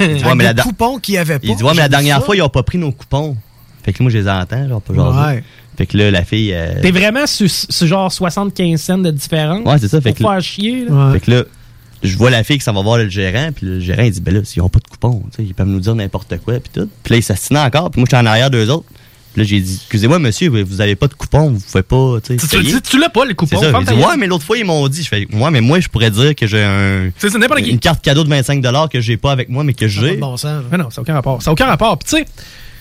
Des coupons qu'il n'y avait pas. Ils disent, ouais, mais la dernière fois, ils n'ont pas pris nos coupons. Fait que moi, je les entends. Genre, pas genre. Ouais. Fait que là, la fille. T'es vraiment sur genre 75 cents de différence? Ouais, c'est ça. Fait pour que faire chier. Là. Fait que là, je vois la fille qui s'en va voir le gérant, puis le gérant, il dit, ben là, s'ils n'ont pas de coupons, ils peuvent nous dire n'importe quoi, puis tout. Puis là, il s'assinait encore, puis moi, j'étais en arrière d'eux autres. Puis là, j'ai dit, excusez-moi, monsieur, vous avez pas de coupons, vous pouvez pas, tu l'as pas, les coupons? C'est ça. Il dit, ouais, mais l'autre fois, ils m'ont dit. Je fais, ouais, mais moi, je pourrais dire que j'ai une carte cadeau de 25$ que j'ai pas avec moi, mais que j'ai. Bon sens, mais non, ça n'a aucun rapport. Ça n'a aucun rapport. Puis tu sais,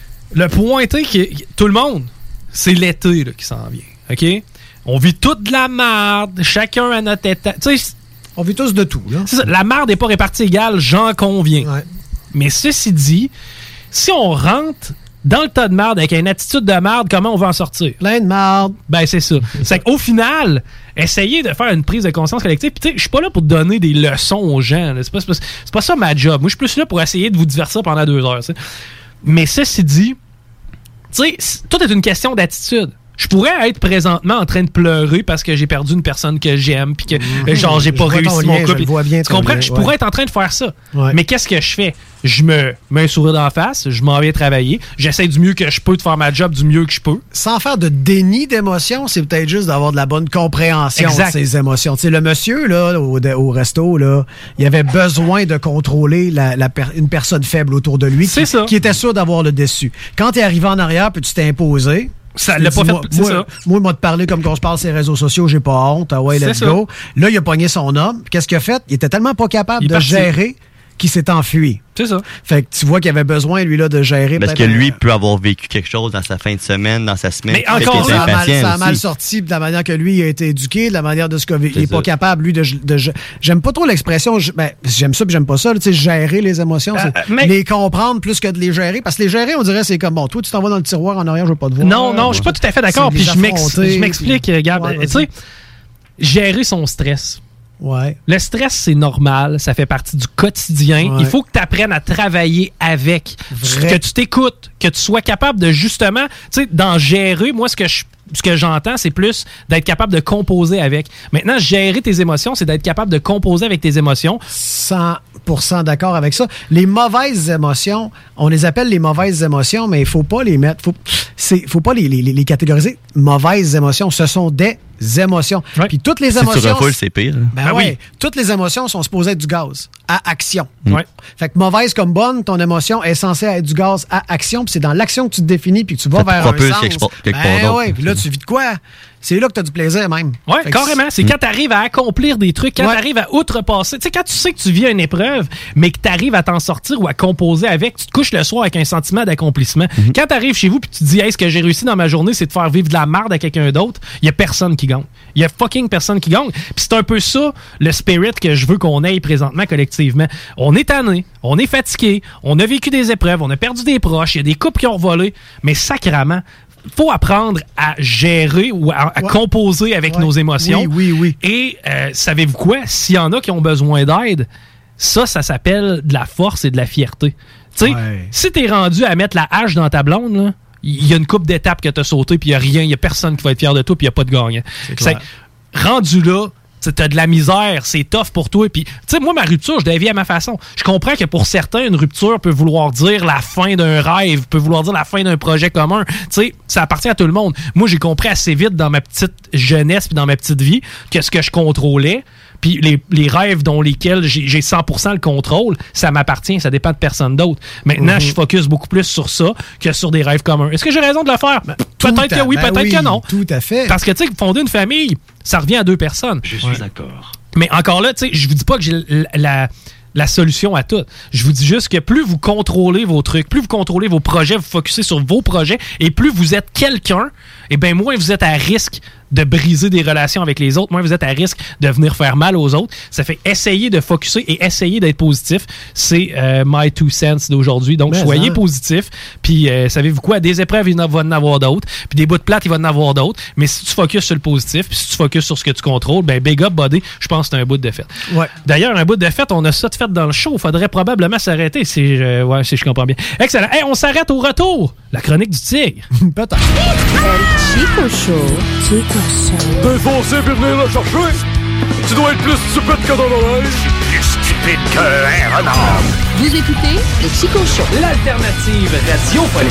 le pointé, tout le monde, c'est l'été là, qui s'en vient. OK? On vit toute de la merde, chacun à notre état. Tu sais, on vit tous de tout. Là. C'est ça, la merde n'est pas répartie égale, j'en conviens. Ouais. Mais ceci dit, si on rentre dans le tas de merde avec une attitude de merde, comment on va en sortir? Plein de merde. Ben, c'est ça. C'est qu'au final, essayez de faire une prise de conscience collective. Puis, tu sais, je suis pas là pour donner des leçons aux gens. C'est pas ça ma job. Moi, je suis plus là pour essayer de vous divertir pendant 2 heures. T'sais. Mais ceci dit, tu sais, tout est une question d'attitude. Je pourrais être présentement en train de pleurer parce que j'ai perdu une personne que j'aime puis que genre j'ai pas réussi mon couple. Tu comprends? Je pourrais être en train de faire ça. Ouais. Mais qu'est-ce que je fais? Je me mets un sourire d'en face, je m'en viens travailler, j'essaie du mieux que je peux de faire ma job du mieux que je peux. Sans faire de déni d'émotion, c'est peut-être juste d'avoir de la bonne compréhension de ses émotions. Tu sais, le monsieur là au resto là, il avait besoin de contrôler une personne faible autour de lui qui était sûr d'avoir le dessus. Quand tu es arrivé en arrière puis tu t'es imposé, ça l'a pas fait. Moi, m'a te parlé comme qu'on se parle sur les réseaux sociaux, j'ai pas honte. Ah ouais, let's go. Là, il a pogné son homme. Qu'est-ce qu'il a fait? Il était tellement pas capable de gérer qu'il s'est enfui. C'est ça. Fait que tu vois qu'il avait besoin, lui, là, de gérer. Parce que lui peut avoir vécu quelque chose dans sa fin de semaine, dans sa semaine. Mais encore ça a mal sorti de la manière que lui a été éduqué, de la manière de ce qu'il n'est pas capable, lui, de j'aime pas trop l'expression, j'aime ça puis j'aime pas ça, tu sais, gérer les émotions, les comprendre plus que de les gérer. Parce que les gérer, on dirait, c'est comme, bon, toi, tu t'en vas dans le tiroir en arrière, je veux pas te voir. Non, je suis pas tout à fait d'accord. Puis je m'explique, Gab. Tu sais, gérer son stress. Ouais. Le stress, c'est normal, ça fait partie du quotidien. Il faut que tu apprennes à travailler avec, que tu t'écoutes, que tu sois capable de justement, tu sais, d'en gérer. Moi, ce que ce que j'entends, c'est plus d'être capable de composer avec. Maintenant, gérer tes émotions, c'est d'être capable de composer avec tes émotions. 100% d'accord avec ça. Les mauvaises émotions, on les appelle les mauvaises émotions, mais il faut pas les mettre... Faut pas les catégoriser mauvaises émotions. Ce sont des émotions. Puis toutes les émotions... Si tu refoules, c'est pire. Ben oui. Toutes les émotions sont supposées être du gaz à action. Ouais. Fait que mauvaise comme bonne, ton émotion est censée être du gaz à action. Puis c'est dans l'action que tu te définis puis que tu vas vers un sens. Quelque part d'autre. Oui, puis là, tu vis de quoi? C'est là que tu as du plaisir même. Oui, carrément. C'est quand tu arrives à accomplir des trucs, quand tu arrives à outrepasser. Tu sais, quand tu sais que tu vis une épreuve, mais que tu arrives à t'en sortir ou à composer avec, tu te couches le soir avec un sentiment d'accomplissement. Quand tu arrives chez vous puis tu te dis, hey, ce que j'ai réussi dans ma journée, c'est de faire vivre de la merde à quelqu'un d'autre, il y a personne qui gagne. Il y a fucking personne qui gagne. Puis c'est un peu ça, le spirit que je veux qu'on ait présentement collectivement. On est tanné, on est fatigué, on a vécu des épreuves, on a perdu des proches, il y a des couples qui ont volé, mais sacrément, faut apprendre à gérer ou à composer avec nos émotions. Oui. Et savez-vous quoi? S'il y en a qui ont besoin d'aide, ça s'appelle de la force et de la fierté. Tu sais, si t'es rendu à mettre la hache dans ta blonde, là, il y a une couple d'étapes que t'as sauté, puis il y a personne qui va être fier de toi, puis il n'y a pas de gagnant. Rendu là, t'as de la misère, c'est tough pour toi. Puis, tu sais, moi, ma rupture, je la vis à ma façon. Je comprends que pour certains, une rupture peut vouloir dire la fin d'un rêve, peut vouloir dire la fin d'un projet commun. Tu sais, ça appartient à tout le monde. Moi, j'ai compris assez vite dans ma petite jeunesse puis dans ma petite vie que ce que je contrôlais, puis les rêves dont lesquels j'ai 100% le contrôle, ça m'appartient, ça dépend de personne d'autre. Maintenant, je focus beaucoup plus sur ça que sur des rêves communs. Est-ce que j'ai raison de le faire? Peut-être que oui, peut-être que non. Tout à fait. Parce que, tu sais, fonder une famille, ça revient à 2 personnes. Je suis d'accord. Mais encore là, tu sais, je vous dis pas que j'ai la solution à tout. Je vous dis juste que plus vous contrôlez vos trucs, plus vous contrôlez vos projets, vous focussez sur vos projets, et plus vous êtes quelqu'un, et bien moins vous êtes à risque de briser des relations avec les autres, moins vous êtes à risque de venir faire mal aux autres. Ça fait essayer de focusser et essayer d'être positif. C'est my 2 cents d'aujourd'hui. Donc, soyez positif. Puis, savez-vous quoi? Des épreuves, il va en avoir d'autres. Puis, des bouts de plate, il va en avoir d'autres. Mais si tu focuses sur le positif, puis si tu focuses sur ce que tu contrôles, ben big up, buddy, je pense que c'est un bout de fête. Ouais. D'ailleurs, un bout de fête, on a ça de fait dans le show. Il faudrait probablement s'arrêter. Si je comprends bien. Excellent. Hey, on s'arrête au retour. La chronique du tigre. Peut-être. Chico Show. T'es foncé puis venir le chercher. Tu dois être plus stupide que dans l'oreille. Plus stupide qu'un renard. Vous écoutez le Chico Show. L'alternative radiophonique.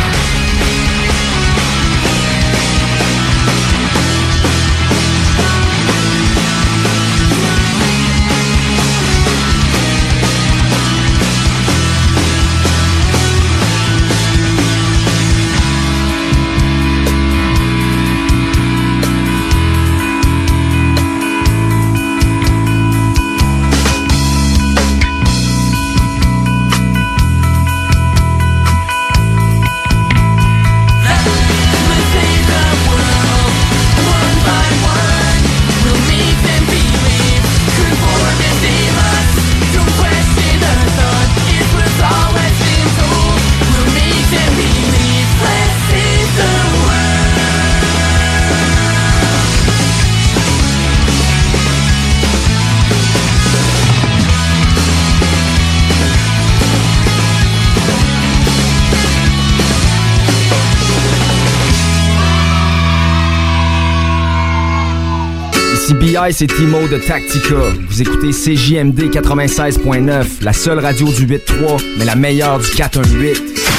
BI, c'est Timo de Tactica. Vous écoutez CJMD 96.9, la seule radio du 8.3, mais la meilleure du 418.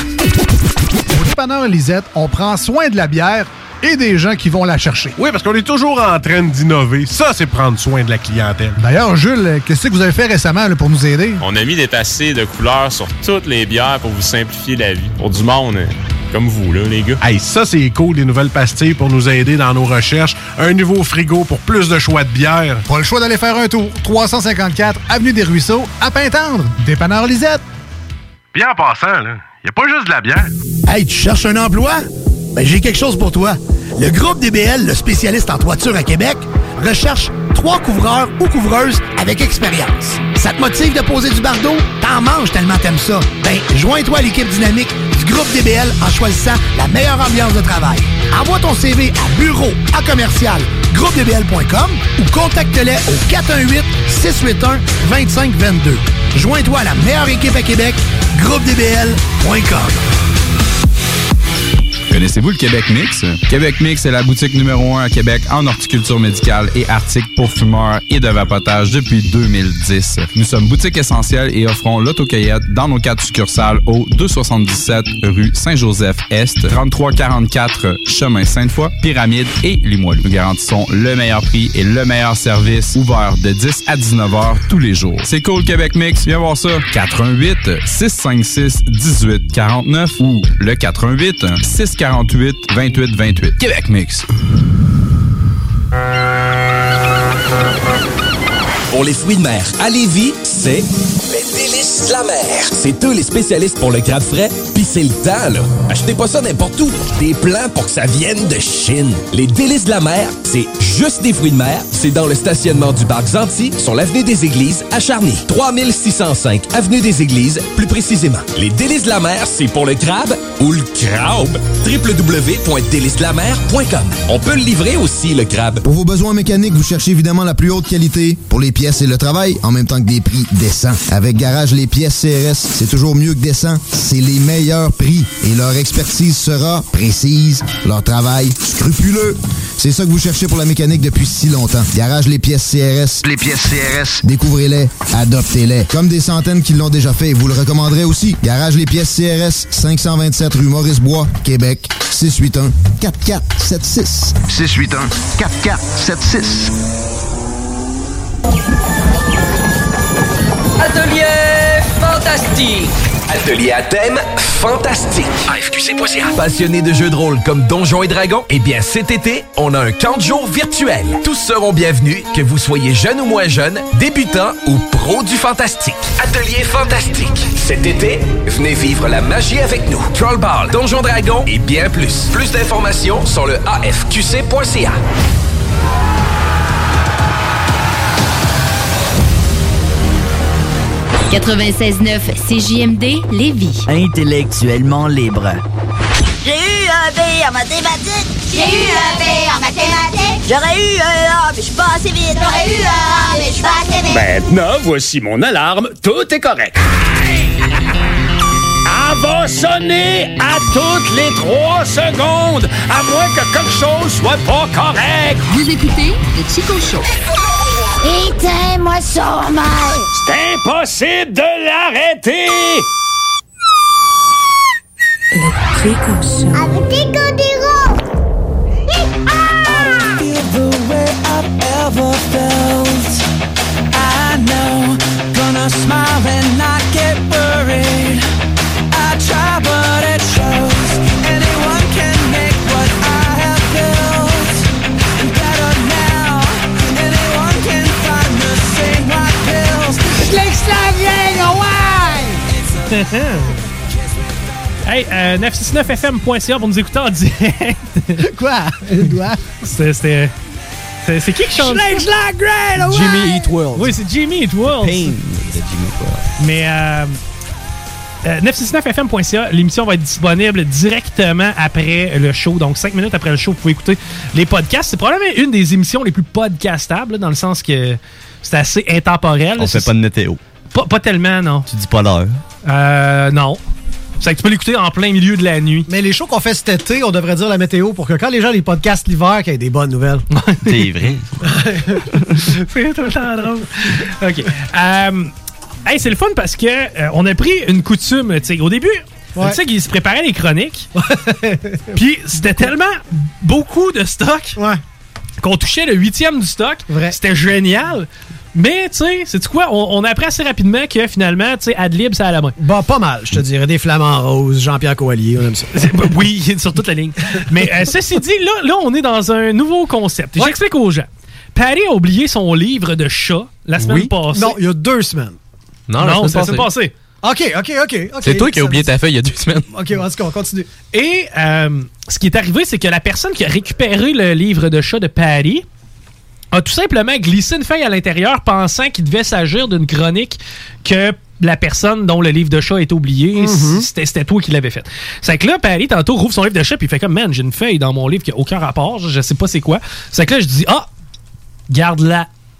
Au dépanneur Lisette, on prend soin de la bière et des gens qui vont la chercher. Oui, parce qu'on est toujours en train d'innover. Ça, c'est prendre soin de la clientèle. D'ailleurs, Jules, qu'est-ce que vous avez fait récemment là, pour nous aider? On a mis des passés de couleurs sur toutes les bières pour vous simplifier la vie. Pour du monde comme vous, là, les gars. Hey, ça, c'est cool, des nouvelles pastilles pour nous aider dans nos recherches. Un nouveau frigo pour plus de choix de bière. Pas le choix d'aller faire un tour. 354 Avenue des Ruisseaux, à Pintendre. Dépanneur Lisette. Puis en passant, là, y a pas juste de la bière. Hey, tu cherches un emploi? Ben, j'ai quelque chose pour toi. Le groupe DBL, le spécialiste en toiture à Québec, recherche 3 couvreurs ou couvreuses avec expérience. Ça te motive de poser du bardeau? T'en manges tellement t'aimes ça. Ben, joins-toi à l'équipe dynamique du groupe DBL en choisissant la meilleure ambiance de travail. Envoie ton CV à bureau@commercial-groupedbl.com ou contacte-les au 418-681-2522. Joins-toi à la meilleure équipe à Québec, groupedbl.com. Connaissez-vous le Québec Mix? Québec Mix est la boutique numéro 1 à Québec en horticulture médicale et arctique pour fumeurs et de vapotage depuis 2010. Nous sommes boutique essentielle et offrons l'autocueillette dans nos 4 succursales au 277 rue Saint-Joseph-Est, 3344 chemin Sainte-Foy, Pyramide et Limoilou. Nous garantissons le meilleur prix et le meilleur service, ouvert de 10 à 19 heures tous les jours. C'est cool Québec Mix, viens voir ça. 418 656 1849 ou le 418 648 2828. Québec Mix. Pour les fruits de mer à Lévis, c'est les délices de la mer. C'est eux les spécialistes pour le crabe frais, pis c'est le temps, là. Achetez pas ça n'importe où. Des plans pour que ça vienne de Chine. Les délices de la mer, c'est juste des fruits de mer. C'est dans le stationnement du parc Zanti, sur l'avenue des Églises, à Charny. 3605 avenue des Églises, plus précisément. Les délices de la mer, c'est pour le crabe ou le crabe. www.délicesdelamer.com. On peut le livrer aussi, le crabe. Pour vos besoins mécaniques, vous cherchez évidemment la plus haute qualité pour les pièces et le travail, en même temps que des prix décents. Avec Garage Les Pièces CRS, c'est toujours mieux que décent. C'est les meilleurs prix et leur expertise sera précise, leur travail scrupuleux. C'est ça que vous cherchez pour la mécanique depuis si longtemps. Garage Les Pièces CRS. Les pièces CRS. Découvrez-les, adoptez-les. Comme des centaines qui l'ont déjà fait et vous le recommanderez aussi. Garage Les Pièces CRS, 527 rue Maurice-Bois, Québec, 681-4476. 681-4476. Atelier fantastique. Atelier à thème fantastique. AFQC.ca. Passionné de jeux de rôle comme Donjons et Dragons? Eh bien, cet été, on a un camp de jour virtuel. Tous seront bienvenus, que vous soyez jeune ou moins jeune, débutant ou pro du fantastique. Atelier fantastique. Cet été, venez vivre la magie avec nous. Trollball, Donjons Dragons et bien plus. Plus d'informations sur le AFQC.ca. « 96.9 CJMD Lévis. Intellectuellement libre. J'ai eu un B en mathématiques. J'ai eu un B en mathématiques. J'aurais eu un A, mais je suis pas assez vite. J'aurais eu un A, mais je suis pas assez vite. Maintenant, voici mon alarme. Tout est correct. Elle va sonner à toutes les 3 secondes, à moins que quelque chose soit pas correct. Vous écoutez le Chico Show. Éteins-moi ça, mal. C'est impossible de l'arrêter. Le Chico Show. Avec Chico Diro. I know, gonna smile and not get worried. I try, but it shows. Anyone can make what I have built and better now. Anyone can find the same white pills. Hey, 969fm.ca pour nous écouter en direct. Quoi? C'est qui chante ça? Jimmy Eat World. Oui, c'est Jimmy Eat World. Pain de Jimmy Eat World. Mais 969fm.ca, l'émission va être disponible directement après le show. Donc, 5 minutes après le show, vous pouvez écouter les podcasts. C'est probablement une des émissions les plus podcastables, là, dans le sens que c'est assez intemporel. On fait pas de météo. Pas tellement, non. Tu dis pas l'heure. Non. C'est que tu peux l'écouter en plein milieu de la nuit. Mais les shows qu'on fait cet été, on devrait dire la météo pour que quand les gens les podcasts l'hiver, qu'il y ait des bonnes nouvelles. C'est vrai. C'est tout le temps drôle. OK. Hey, c'est le fun parce que on a pris une coutume. Au début, tu sais qu'ils se préparaient les chroniques. Puis c'était tellement beaucoup de stock qu'on touchait le 8e du stock. C'était génial. Mais, tu sais, c'est quoi? On a appris assez rapidement que finalement, tu sais, Adlib, ça a la main. Bah, pas mal, je te dirais. Des Flamands Roses, Jean-Pierre Coallier, on aime ça. Oui, sur toute la ligne. Mais ceci dit, là, on est dans un nouveau concept. J'explique aux gens. Patty a oublié son livre de chat la semaine passée. Non, il y a 2 semaines. Non, c'est la semaine passée. OK. C'est toi qui as oublié ta feuille il y a 2 semaines. OK, en tout cas, on continue. Et ce qui est arrivé, c'est que la personne qui a récupéré le livre de chat de Patty a tout simplement glissé une feuille à l'intérieur pensant qu'il devait s'agir d'une chronique que la personne dont le livre de chat est oublié, c'était toi qui l'avais fait. C'est que là, Patty, tantôt, rouvre son livre de chat puis il fait comme, man, j'ai une feuille dans mon livre qui n'a aucun rapport, je sais pas c'est quoi. C'est que là, je dis, garde-la.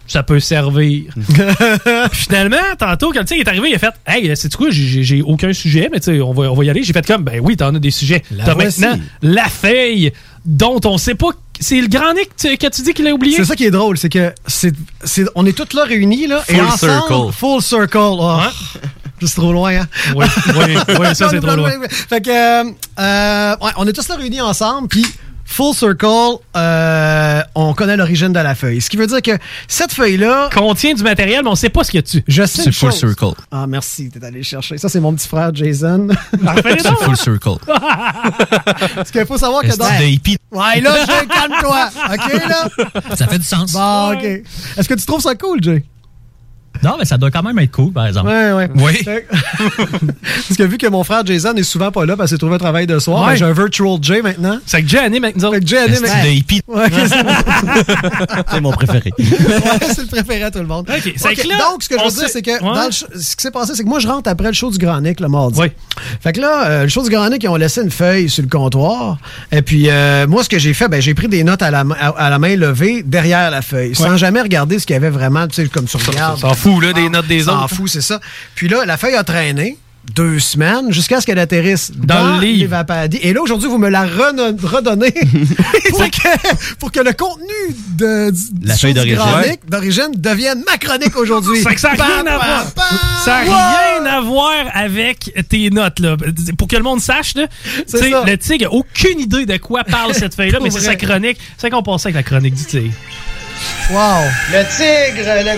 ça peut servir. Finalement, tantôt, quand il est arrivé, il a fait « Hey, sais-tu quoi, j'ai aucun sujet, mais tu sais, on va y aller. » J'ai fait comme « Ben oui, t'en as des sujets. T'as maintenant la feuille dont on sait pas... » C'est le grand Nick que tu dis qu'il a oublié? C'est ça qui est drôle, c'est que on est tous là réunis, là, et ensemble, full circle. Oh, c'est trop loin, hein? Oui, ça c'est trop loin. Fait que, on est tous là réunis ensemble, puis full circle, on connaît l'origine de la feuille. Ce qui veut dire que cette feuille-là... contient du matériel, mais on sait pas ce qu'il y a dessus. Je sais. C'est full circle. Ah, merci, t'es allé chercher. Ça, c'est mon petit frère, Jason. C'est full circle. Parce qu'il faut savoir que dans... Ouais, là, Jay, calme-toi. OK, là? Ça fait du sens. Bon, OK. Est-ce que tu trouves ça cool, Jay? Non, mais ça doit quand même être cool, par exemple. Ouais. Oui. Parce que vu que mon frère Jason est souvent pas là parce qu'il trouve un travail de soir, ben, j'ai un virtual Jay maintenant. C'est que Jay anime avec nous autres. C'est de hippie. Ouais, c'est mon préféré. Ouais, c'est le préféré à tout le monde. OK. Donc, ce que je veux dire, c'est que ce qui s'est passé, c'est que moi, je rentre après le show du Grand Nick le mardi. Oui. Fait que là, le show du Grand Nick, ils ont laissé une feuille sur le comptoir. Et puis, moi, ce que j'ai fait, ben, j'ai pris des notes à la main levée derrière la feuille, sans jamais regarder ce qu'il y avait vraiment, tu sais, comme sur le garde. S'en fout, là, des notes des autres. S'en fout, c'est ça. Puis là, la feuille a traîné 2 semaines jusqu'à ce qu'elle atterrisse dans le livre. l'Évapadi. Et là, aujourd'hui, vous me la redonnez pour que le contenu de la feuille d'origine devienne ma chronique aujourd'hui. Ça n'a rien à voir. Ça n'a rien à voir avec tes notes, là. Pour que le monde sache, là, le tigre n'a aucune idée de quoi parle cette feuille-là, mais c'est sa chronique. C'est qu'on passe avec la chronique du tigre. Wow! Le tigre!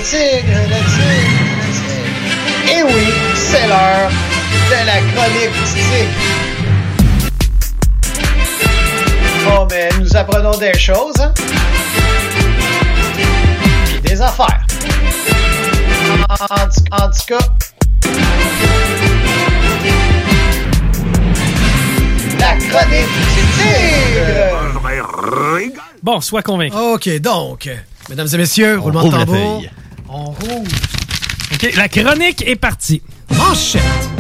Et oui, c'est l'heure de la chronique du tigre. Bon, mais nous apprenons des choses, hein? Puis des affaires. En tout cas, la chronique du tigre! Bon, sois convaincu. OK, donc, mesdames et messieurs, roulement de tambour. On roule. OK, la chronique est partie. Manchette.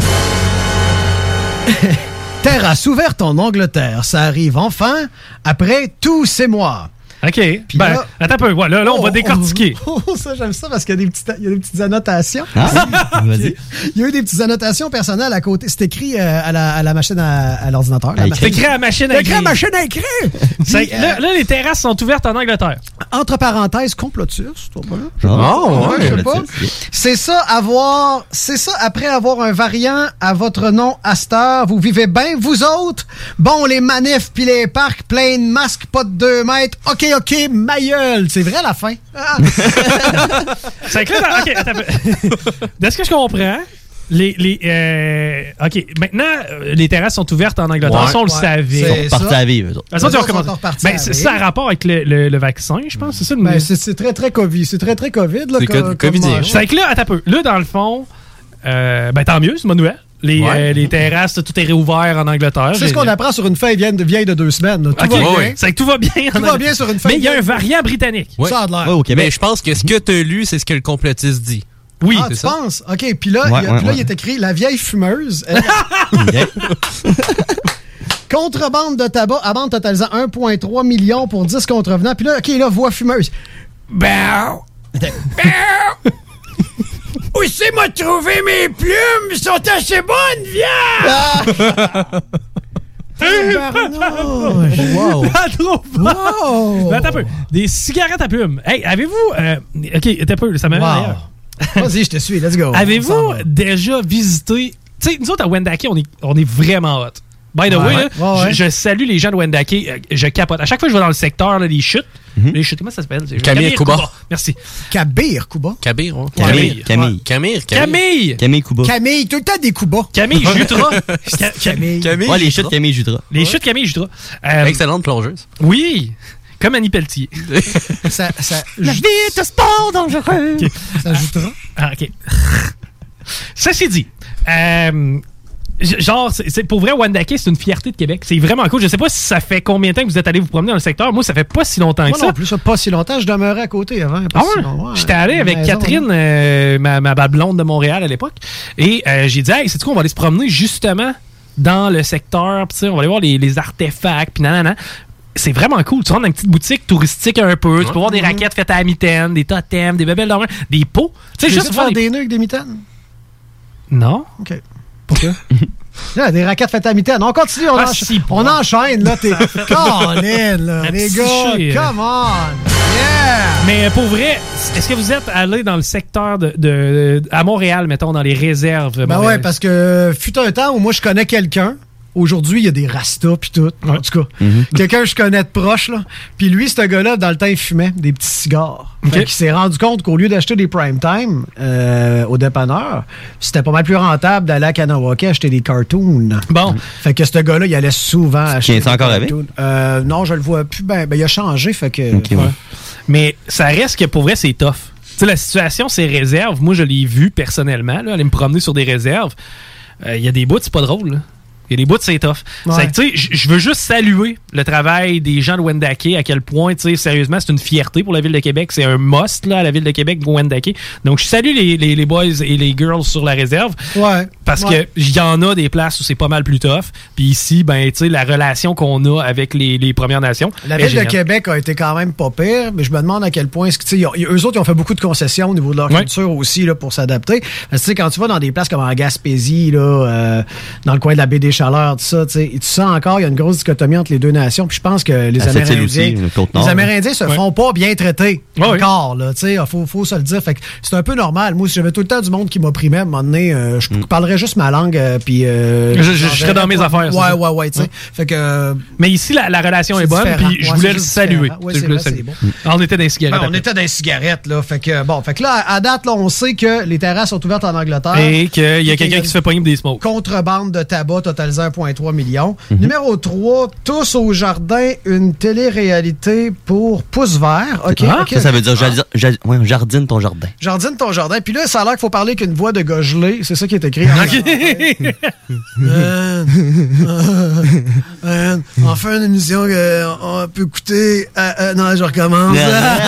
Terrasse ouverte en Angleterre. Ça arrive enfin après tous ces mois. OK. Puis ben, là, attends un peu. Ouais, là, on va décortiquer. Ça, j'aime ça parce qu'il y a des petites annotations. Ah, vas-y. Il y a eu des petites annotations personnelles à côté. C'est écrit à la machine à l'ordinateur. C'est écrit à la machine à écrire. C'est écrit à la machine à écrire. Là, les terrasses sont ouvertes en Angleterre. Entre parenthèses, complotus, toi pas là? Oh, ouais, je sais pas. C'est ça après avoir un variant à votre nom à cette heure. Vous vivez bien, vous autres? Bon, les manifs puis les parcs, plein de masques, pas de 2 mètres. OK, ma gueule. C'est vrai, la fin. Ah. C'est clair. OK, attends un peu. De ce que je comprends, OK, maintenant, les terrasses sont ouvertes en Angleterre. Ouais. Ça, on le savait. Ils sont repartis à vivre, eux autres. C'est un rapport avec le vaccin, je pense. C'est ça. C'est très, très COVID. C'est très, très COVID. Là, c'est covidien. C'est que là, attends un peu. Là, dans le fond, tant mieux, c'est une bonne nouvelle. Les terrasses, tout est réouvert en Angleterre. C'est ce qu'on apprend sur une feuille vieille de 2 semaines. Tout va bien. C'est que tout va bien. Tout va bien sur une feuille. Mais il y a un variant britannique. Ouais. Ça a de l'air. Ouais, au Québec. Mais je pense que ce que tu as lu, c'est ce que le complotiste dit. Oui, tu penses? OK, puis là, il est écrit « La vieille fumeuse ». Contrebande de tabac, amende totalisant 1,3 million pour 10 contrevenants. Puis là, OK, là, voix fumeuse. Où c'est m'a trouvé mes plumes? Ils sont assez bonnes, viens! Wow! Attends un peu. Des cigarettes à plumes. Hey, avez-vous... OK, attends un peu, ça m'amène ailleurs. Vas-y, je te suis, let's go. Avez-vous déjà visité... Tu sais, nous autres, à Wendake, on est vraiment hot. By the way, je salue les gens de Wendake. Je capote. À chaque fois que je vais dans le secteur, là, les chutes, comment ça s'appelle? Camille Kuba. Merci. Kabir Kuba. Camille. Camille Kuba. Camille, tout le temps des Kuba. Camille Jutra. Camille. Ouais, les chutes Camille Jutra. Les chutes Camille Jutra. Excellente plongeuse. Oui. Comme Annie Pelletier. La vie est un sport dangereux. Okay. Ça ajoutera. Ah, OK. Ceci dit, genre, c'est pour vrai, Wendake, c'est une fierté de Québec. C'est vraiment cool. Je sais pas si ça fait combien de temps que vous êtes allé vous promener dans le secteur. Moi, ça fait pas si longtemps que ça. Non plus, pas si longtemps. Je demeurais à côté avant. J'étais allé avec Catherine, ma blonde de Montréal à l'époque. Et j'ai dit, hey, c'est-tu quoi, on va aller se promener justement dans le secteur. Pis on va aller voir les artefacts. Puis nanana. c'est vraiment cool. Tu rentres dans une petite boutique touristique un peu. Tu peux voir des raquettes faites à la mitaine, des totems, des bébelles d'or, des pots. Tu sais, juste faire des nœuds avec des mitaines? Non. OK. Pourquoi? Là, des raquettes faites à mitaine. On continue, on enchaîne, là. T'es Colin, là. Les gars, come on! Yeah! Mais pour vrai, est-ce que vous êtes allé dans le secteur à Montréal, mettons, dans les réserves? Ben ouais, parce que fut un temps où moi, je connais quelqu'un. Aujourd'hui, il y a des rastas pis tout. En tout cas, quelqu'un que je connais de proche, là. Puis lui, ce gars-là, dans le temps, il fumait des petits cigares. Fait qu'il s'est rendu compte qu'au lieu d'acheter des prime time au dépanneur, c'était pas mal plus rentable d'aller à Kanawake acheter des cartoons. Bon. Fait que ce gars-là, il allait souvent acheter des encore cartoons. Non, je le vois plus. Ben, il a changé, fait que... Okay, ouais. Mais ça reste que pour vrai, c'est tough. Tu sais, la situation, c'est réserve. Moi, je l'ai vu personnellement, là, aller me promener sur des réserves. Il y a des bouts, c'est pas drôle, là. Il y a des bouts, c'est tough. Ouais. Tu sais, je veux juste saluer le travail des gens de Wendake, à quel point, tu sais, sérieusement, c'est une fierté pour la Ville de Québec. C'est un must, là, à la Ville de Québec, Wendake. Donc, je salue les boys et les girls sur la réserve. Ouais. Parce que il y en a des places où c'est pas mal plus tough. Puis ici, ben, tu sais, la relation qu'on a avec les Premières Nations. La Ville de Québec a été quand même pas pire, mais je me demande à quel point, tu sais, eux autres, ils ont fait beaucoup de concessions au niveau de leur culture aussi, là, pour s'adapter. Tu sais, quand tu vas dans des places comme en Gaspésie, là, dans le coin de la baie des Chaleurs, tout ça, tu sais, tu sens encore, il y a une grosse dichotomie entre les deux nations. Puis je pense que les Amérindiens se font pas bien traiter encore, là, tu sais, faut se le dire. Fait que c'est un peu normal. Moi, si j'avais tout le temps du monde qui m'opprimait, à un moment donné, je parlerais juste ma langue, puis je serais dans mes affaires. Ouais, tu sais. Fait que mais ici, la relation est bonne, puis je voulais le saluer. C'est bon. On était dans les cigarettes. On était dans les cigarettes, là. Fait que là, à date, là, on sait que les terrasses sont ouvertes en Angleterre. Et qu'il y a quelqu'un qui se fait pogner des smokes. Contrebande de tabac totalisant 1,3 million. Numéro 3, tous au jardin, une télé-réalité pour pouce vert. OK. Ça veut dire jardine ton jardin. Jardine ton jardin. Puis là, ça a l'air qu'il faut parler qu'une voix de gars gelé. C'est ça qui est écrit. Enfin, une émission qu'on peut écouter. Non, je recommence.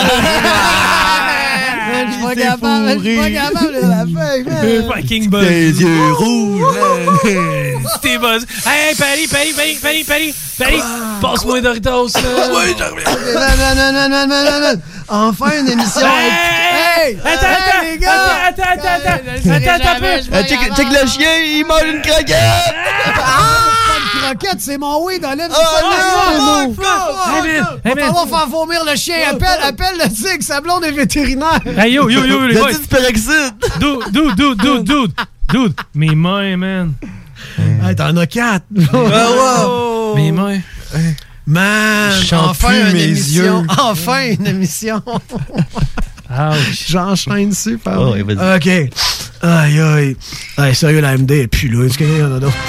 Je suis pas capable de la feuille. Fucking buzz. Tes yeux rouges. T'es buzz. Hey, Paris, passe-moi Doritos. Oui, j'en reviens. Non. Enfin, une émission. Hey! Attends, les gars! Attends. Check le chien, il mange une croquette! Pas de croquette, c'est mon weed, enlève ça. Va falloir faire vomir le chien. Appelle le tigre, sa blonde est vétérinaire. Hey, yo, les boys. T'as dit du peroxyde. Dude. Mes mains, man. Hey, t'en as 4. Mes mains. Man, enfin une émission. Ouch. J'enchaîne super. Oh, vas-y. OK. Aïe. Hey, sérieux, la MD est plus là. Est-ce qu'il y en a d'autres?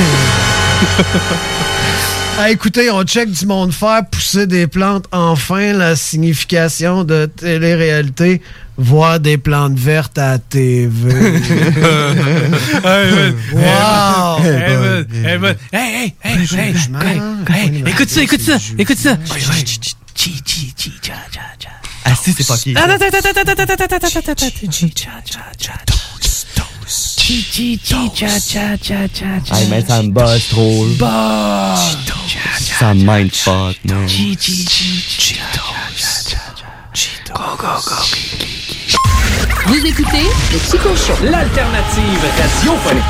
Écoutez, on check du monde faire pousser des plantes. Enfin, la signification de télé-réalité. Voir des plantes vertes à TV. Wow! Hey! Écoute ça! Ah si, c'est pas qui. Hey, mais ça me bosse trop. Ça me mindfuck, man. Vous écoutez le Chico Show, l'alternative radiophonique.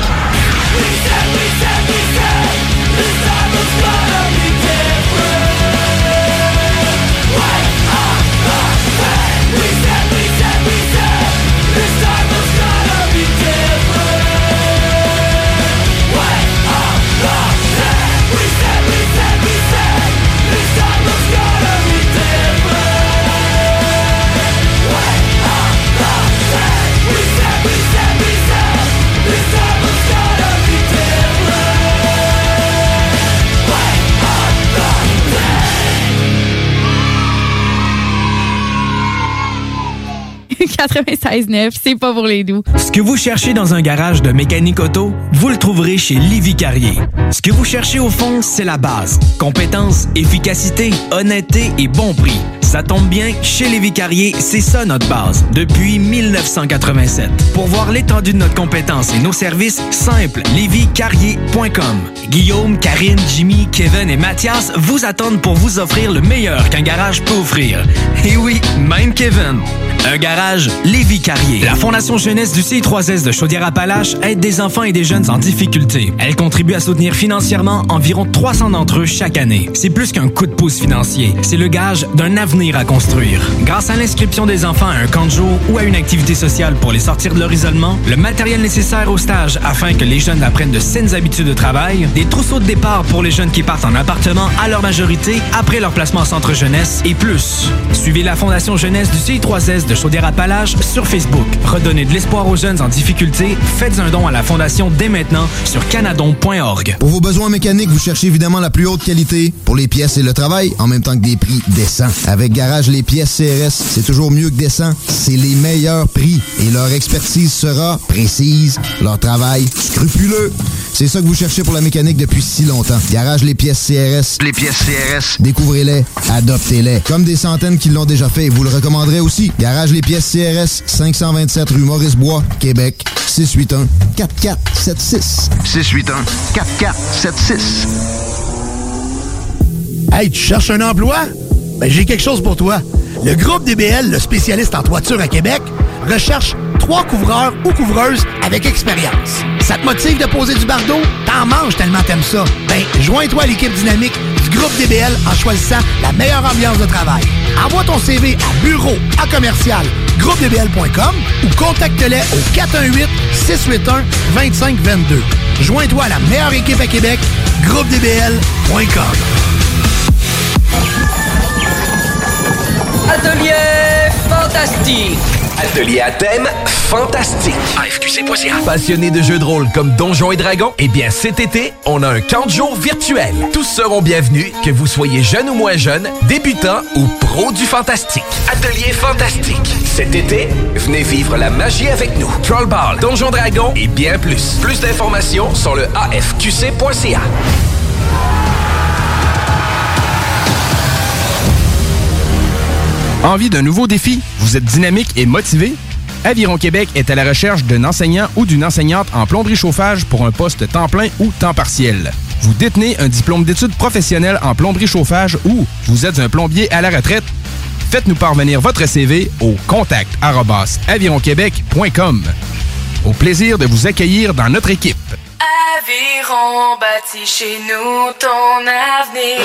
96.9, c'est pas pour les doux. Ce que vous cherchez dans un garage de mécanique auto, vous le trouverez chez Lévi Carrier. Ce que vous cherchez au fond, c'est la base. Compétence, efficacité, honnêteté et bon prix. Ça tombe bien, chez Lévi Carrier, c'est ça notre base, depuis 1987. Pour voir l'étendue de notre compétence et nos services, simple, lévicarrier.com. Guillaume, Karine, Jimmy, Kevin et Mathias vous attendent pour vous offrir le meilleur qu'un garage peut offrir. Et oui, même Kevin. Un garage Lévi Carrier. La Fondation Jeunesse du CI3S de Chaudière-Appalaches aide des enfants et des jeunes en difficulté. Elle contribue à soutenir financièrement environ 300 d'entre eux chaque année. C'est plus qu'un coup de pouce financier, c'est le gage d'un avenir à construire. Grâce à l'inscription des enfants à un camp de jour ou à une activité sociale pour les sortir de leur isolement, le matériel nécessaire au stage afin que les jeunes apprennent de saines habitudes de travail, des trousseaux de départ pour les jeunes qui partent en appartement à leur majorité après leur placement en centre jeunesse et plus. Suivez la Fondation Jeunesse du CI3S de Chaudière-Appalaches sur Facebook. Redonnez de l'espoir aux jeunes en difficulté. Faites un don à la Fondation dès maintenant sur canadon.org. Pour vos besoins mécaniques, vous cherchez évidemment la plus haute qualité pour les pièces et le travail, en même temps que des prix décents. Avec Garage Les Pièces CRS, c'est toujours mieux que décent. C'est les meilleurs prix et leur expertise sera précise, leur travail scrupuleux. C'est ça que vous cherchez pour la mécanique depuis si longtemps. Garage Les Pièces CRS. Les Pièces CRS. Découvrez-les, adoptez-les. Comme des centaines qui l'ont déjà fait, vous le recommanderez aussi. Garage Les Pièces CRS, 527 rue Maurice-Bois, Québec, 681-4476. 681-4476. Hey, tu cherches un emploi? Ben, j'ai quelque chose pour toi. Le groupe DBL, le spécialiste en toiture à Québec, recherche 3 couvreurs ou couvreuses avec expérience. Ça te motive de poser du bardeau? T'en manges tellement t'aimes ça. Ben, joins-toi à l'équipe dynamique du groupe DBL en choisissant la meilleure ambiance de travail. Envoie ton CV à bureau@commercial groupedbl.com ou contacte-les au 418-681-2522. Joins-toi à la meilleure équipe à Québec, groupedbl.com. Atelier fantastique. Atelier à thème fantastique. AFQC.ca. Passionné de jeux de rôle comme Donjons et Dragons? Eh bien, cet été, on a un camp de jour virtuel. Tous seront bienvenus, que vous soyez jeune ou moins jeune, débutant ou pro du fantastique. Atelier fantastique. Cet été, venez vivre la magie avec nous. Trollball, Donjons Dragons et bien plus. Plus d'informations sur le AFQC.ca. Envie d'un nouveau défi? Vous êtes dynamique et motivé? Aviron Québec est à la recherche d'un enseignant ou d'une enseignante en plomberie-chauffage pour un poste temps plein ou temps partiel. Vous détenez un diplôme d'études professionnelles en plomberie-chauffage ou vous êtes un plombier à la retraite? Faites-nous parvenir votre CV au contact@avironquebec.com. Au plaisir de vous accueillir dans notre équipe. Aviron bâtit chez nous ton avenir.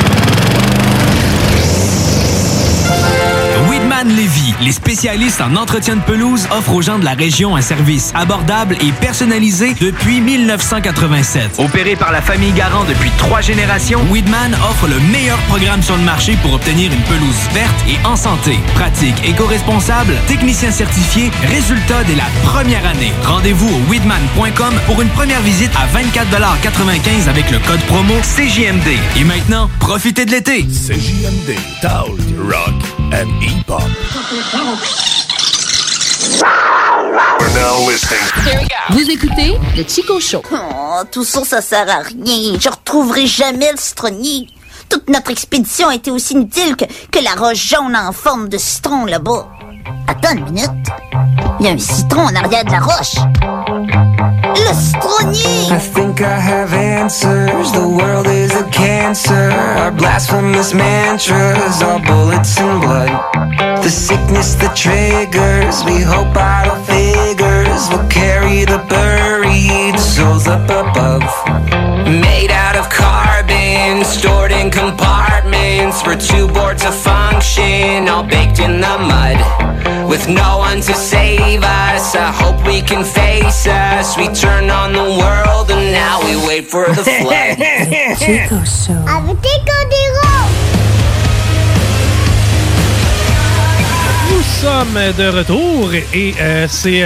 Weedman Lévis, les spécialistes en entretien de pelouse, offrent aux gens de la région un service abordable et personnalisé depuis 1987. Opéré par la famille Garand depuis 3 générations, Weedman offre le meilleur programme sur le marché pour obtenir une pelouse verte et en santé. Pratique, éco-responsable, technicien certifié, résultat dès la première année. Rendez-vous au weedman.com pour une première visite à 24,95 avec le code promo CJMD. Et maintenant, profitez de l'été. CJMD, Talk, Rock and Hip-Hop. Vous écoutez le Chico Show. Oh, tout ça, ça sert à rien. Je retrouverai jamais le citronnier. Toute notre expédition a été aussi inutile que la roche jaune en forme de citron là-bas. Attends une minute. Il y a un citron en arrière de la roche. Le citronnier! I think I have answers. The world is a cancer. Our blasphemous mantras are bullets and blood. The sickness that triggers. We hope idle figures will carry the buried souls up above. Made out of carbon, stored in compartments. We're too bored to function, all baked in the mud. With no one to save us, I hope we can face us. We turn on the world and now we wait for the flood. Chico Show. Avec Nous sommes de retour et c'est,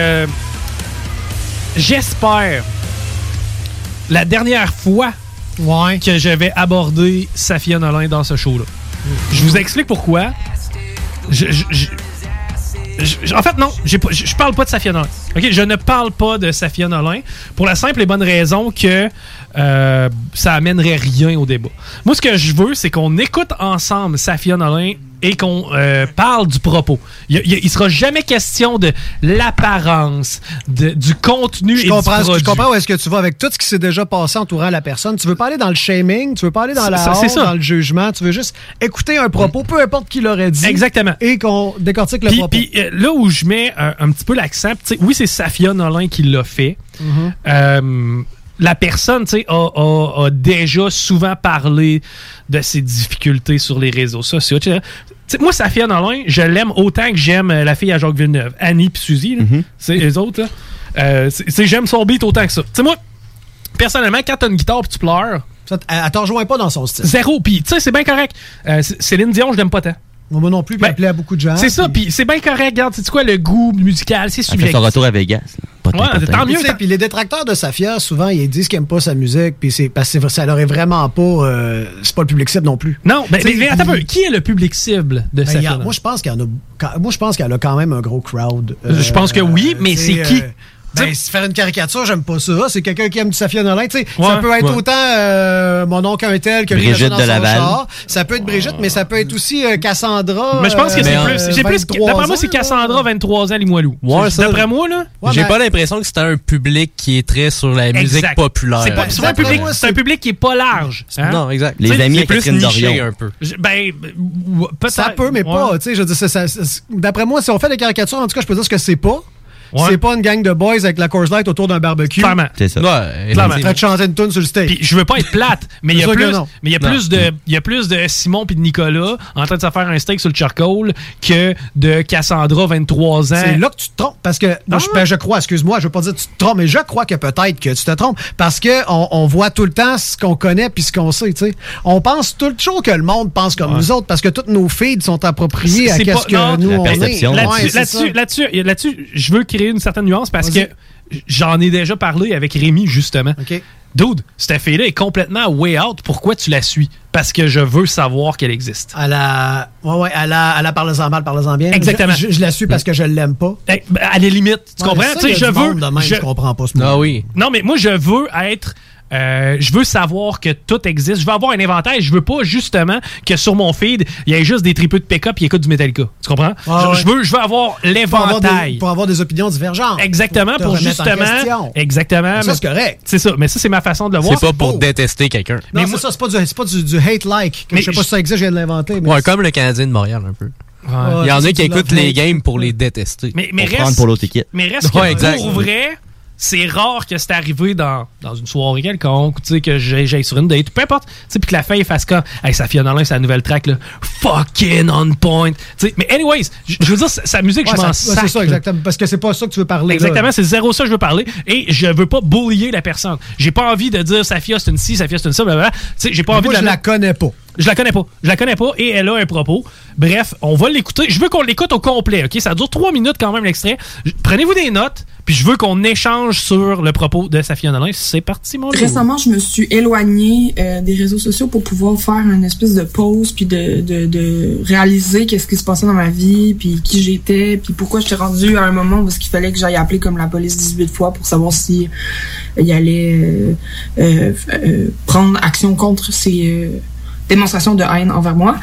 j'espère, la dernière fois que je vais aborder Safia Nolin dans ce show-là. Je vous explique pourquoi. En fait, non, je parle pas de Safia Nolin. Okay? Je ne parle pas de Safia Nolin pour la simple et bonne raison que ça amènerait rien au débat. Moi, ce que je veux, c'est qu'on écoute ensemble Safia Nolin et qu'on parle du propos. Il sera jamais question de l'apparence, du contenu et du produit. Je comprends où est-ce que tu vas avec tout ce qui s'est déjà passé entourant la personne. Tu veux pas aller dans le shaming, tu veux pas aller dans la honte, dans le jugement, tu veux juste écouter un propos, peu importe qui l'aurait dit. Exactement. Et qu'on décortique le propos. Puis là où je mets un petit peu l'accent, oui, c'est Safia Nolin qui l'a fait. La personne, tu sais, a déjà souvent parlé de ses difficultés sur les réseaux sociaux. T'sais, moi, Safia Nolin, je l'aime autant que j'aime la fille à Jacques Villeneuve, Annie puis Suzy. C'est les autres. J'aime son beat autant que ça. T'sais, moi, personnellement, quand t'as une guitare puis tu pleures... Elle t'en rejoint pas dans son style. Zéro. Puis, tu sais, c'est bien correct. Céline Dion, je l'aime pas tant. Moi non plus, puis elle plaît à beaucoup de gens. C'est ça, puis c'est bien correct. Regarde, tu sais quoi, le goût musical, c'est subjectif. Elle fait son retour à Vegas. Tant mieux. Puis les détracteurs de Safia, souvent, ils disent qu'ils n'aiment pas sa musique, puis c'est parce que ça leur est vraiment pas... c'est pas le public cible non plus. Non, mais attends un peu. Qui est le public cible de Safia? Moi, je pense qu'elle a quand même un gros crowd. Je pense que oui, mais c'est qui? Faire une caricature, j'aime pas ça. C'est quelqu'un qui aime du Safia Nolin. Ça peut être autant mon oncle un tel que Brigitte de Laval. Ça peut être Brigitte, mais ça peut être aussi Cassandra. Mais je pense que c'est plus. D'après moi, c'est Cassandra, 23 ans, Limoilou. D'après moi, là. J'ai pas l'impression que c'est un public qui est très sur la musique populaire. C'est un public qui est pas large. Non, exact. Les amis c'est plus niché un peu. Peut-être. Ça peut, mais pas. D'après moi, si on fait des caricatures, en tout cas, je peux dire ce que c'est pas. C'est pas une gang de boys avec la Coors Light autour d'un barbecue. Clairement. C'est ça. Clairement. En train de chanter une tune sur le stage. Puis je veux pas être plate, mais il y a plus de Simon puis de Nicolas en train de se faire un steak sur le charcoal que de Cassandra, 23 ans. C'est là que tu te trompes. Parce que, je crois, excuse-moi, je veux pas dire que tu te trompes, mais je crois que peut-être que tu te trompes. Parce que on voit tout le temps ce qu'on connaît puis ce qu'on sait, tu sais. On pense toujours que le monde pense comme nous autres parce que toutes nos feeds sont appropriées à ce que nous on est. Là-dessus, je veux créer une certaine nuance parce que j'en ai déjà parlé avec Rémi, justement. Okay. Dude, cette fille-là est complètement way out. Pourquoi tu la suis? Parce que je veux savoir qu'elle existe. À la parle-en mal, parle-en bien. Exactement. Je la suis parce que je l'aime pas. À des limites, tu comprends? Ça, je comprends pas ce moment. Ah oui. Non, mais moi, je veux être... je veux savoir que tout existe. Je veux avoir un inventaire. Je veux pas justement que sur mon feed, il y ait juste des tripeux de pick-up qui écoutent du Metallica. Tu comprends? Je veux avoir l'éventail. Pour avoir des opinions divergentes. Exactement. Pour justement. Exactement. Ça, c'est correct. C'est ça. Mais ça, c'est ma façon de le voir. C'est pas pour détester quelqu'un. Non, mais c'est pas du hate-like. Je sais pas si ça existe, je viens de l'inventer. Ouais, comme le Canadien de Montréal, un peu. Il y en a qui écoutent les games pour les détester. Mais reste pour l'autre équipe. Mais reste que pour vrai... C'est rare que c'est arrivé dans une soirée quelconque, tu sais, que j'aille sur une date, peu importe, tu sais, puis que la fille fasse comme, hey, Safia Nolin, c'est la nouvelle track, là, fucking on point, tu sais, mais anyways, je veux dire, sa musique, je m'en sac. C'est ça, exactement, parce que c'est pas ça que tu veux parler. Exactement, c'est zéro ça que je veux parler, et je veux pas bullier la personne. J'ai pas envie de dire Safia, c'est une ci, Safia, c'est une ça, blablabla, tu sais, j'ai pas envie de je la connais pas. Je la connais pas et elle a un propos. Bref, on va l'écouter. Je veux qu'on l'écoute au complet, OK? Ça dure 3 minutes quand même, l'extrait. Prenez-vous des notes, puis je veux qu'on échange sur le propos de Safia Nolin. C'est parti, mon Récemment, je me suis éloignée des réseaux sociaux pour pouvoir faire une espèce de pause, puis de réaliser qu'est-ce qui se passait dans ma vie, puis qui j'étais, puis pourquoi j'étais rendue à un moment où il fallait que j'aille appeler comme la police 18 fois pour savoir si il allait prendre action contre ces... démonstration de haine envers moi.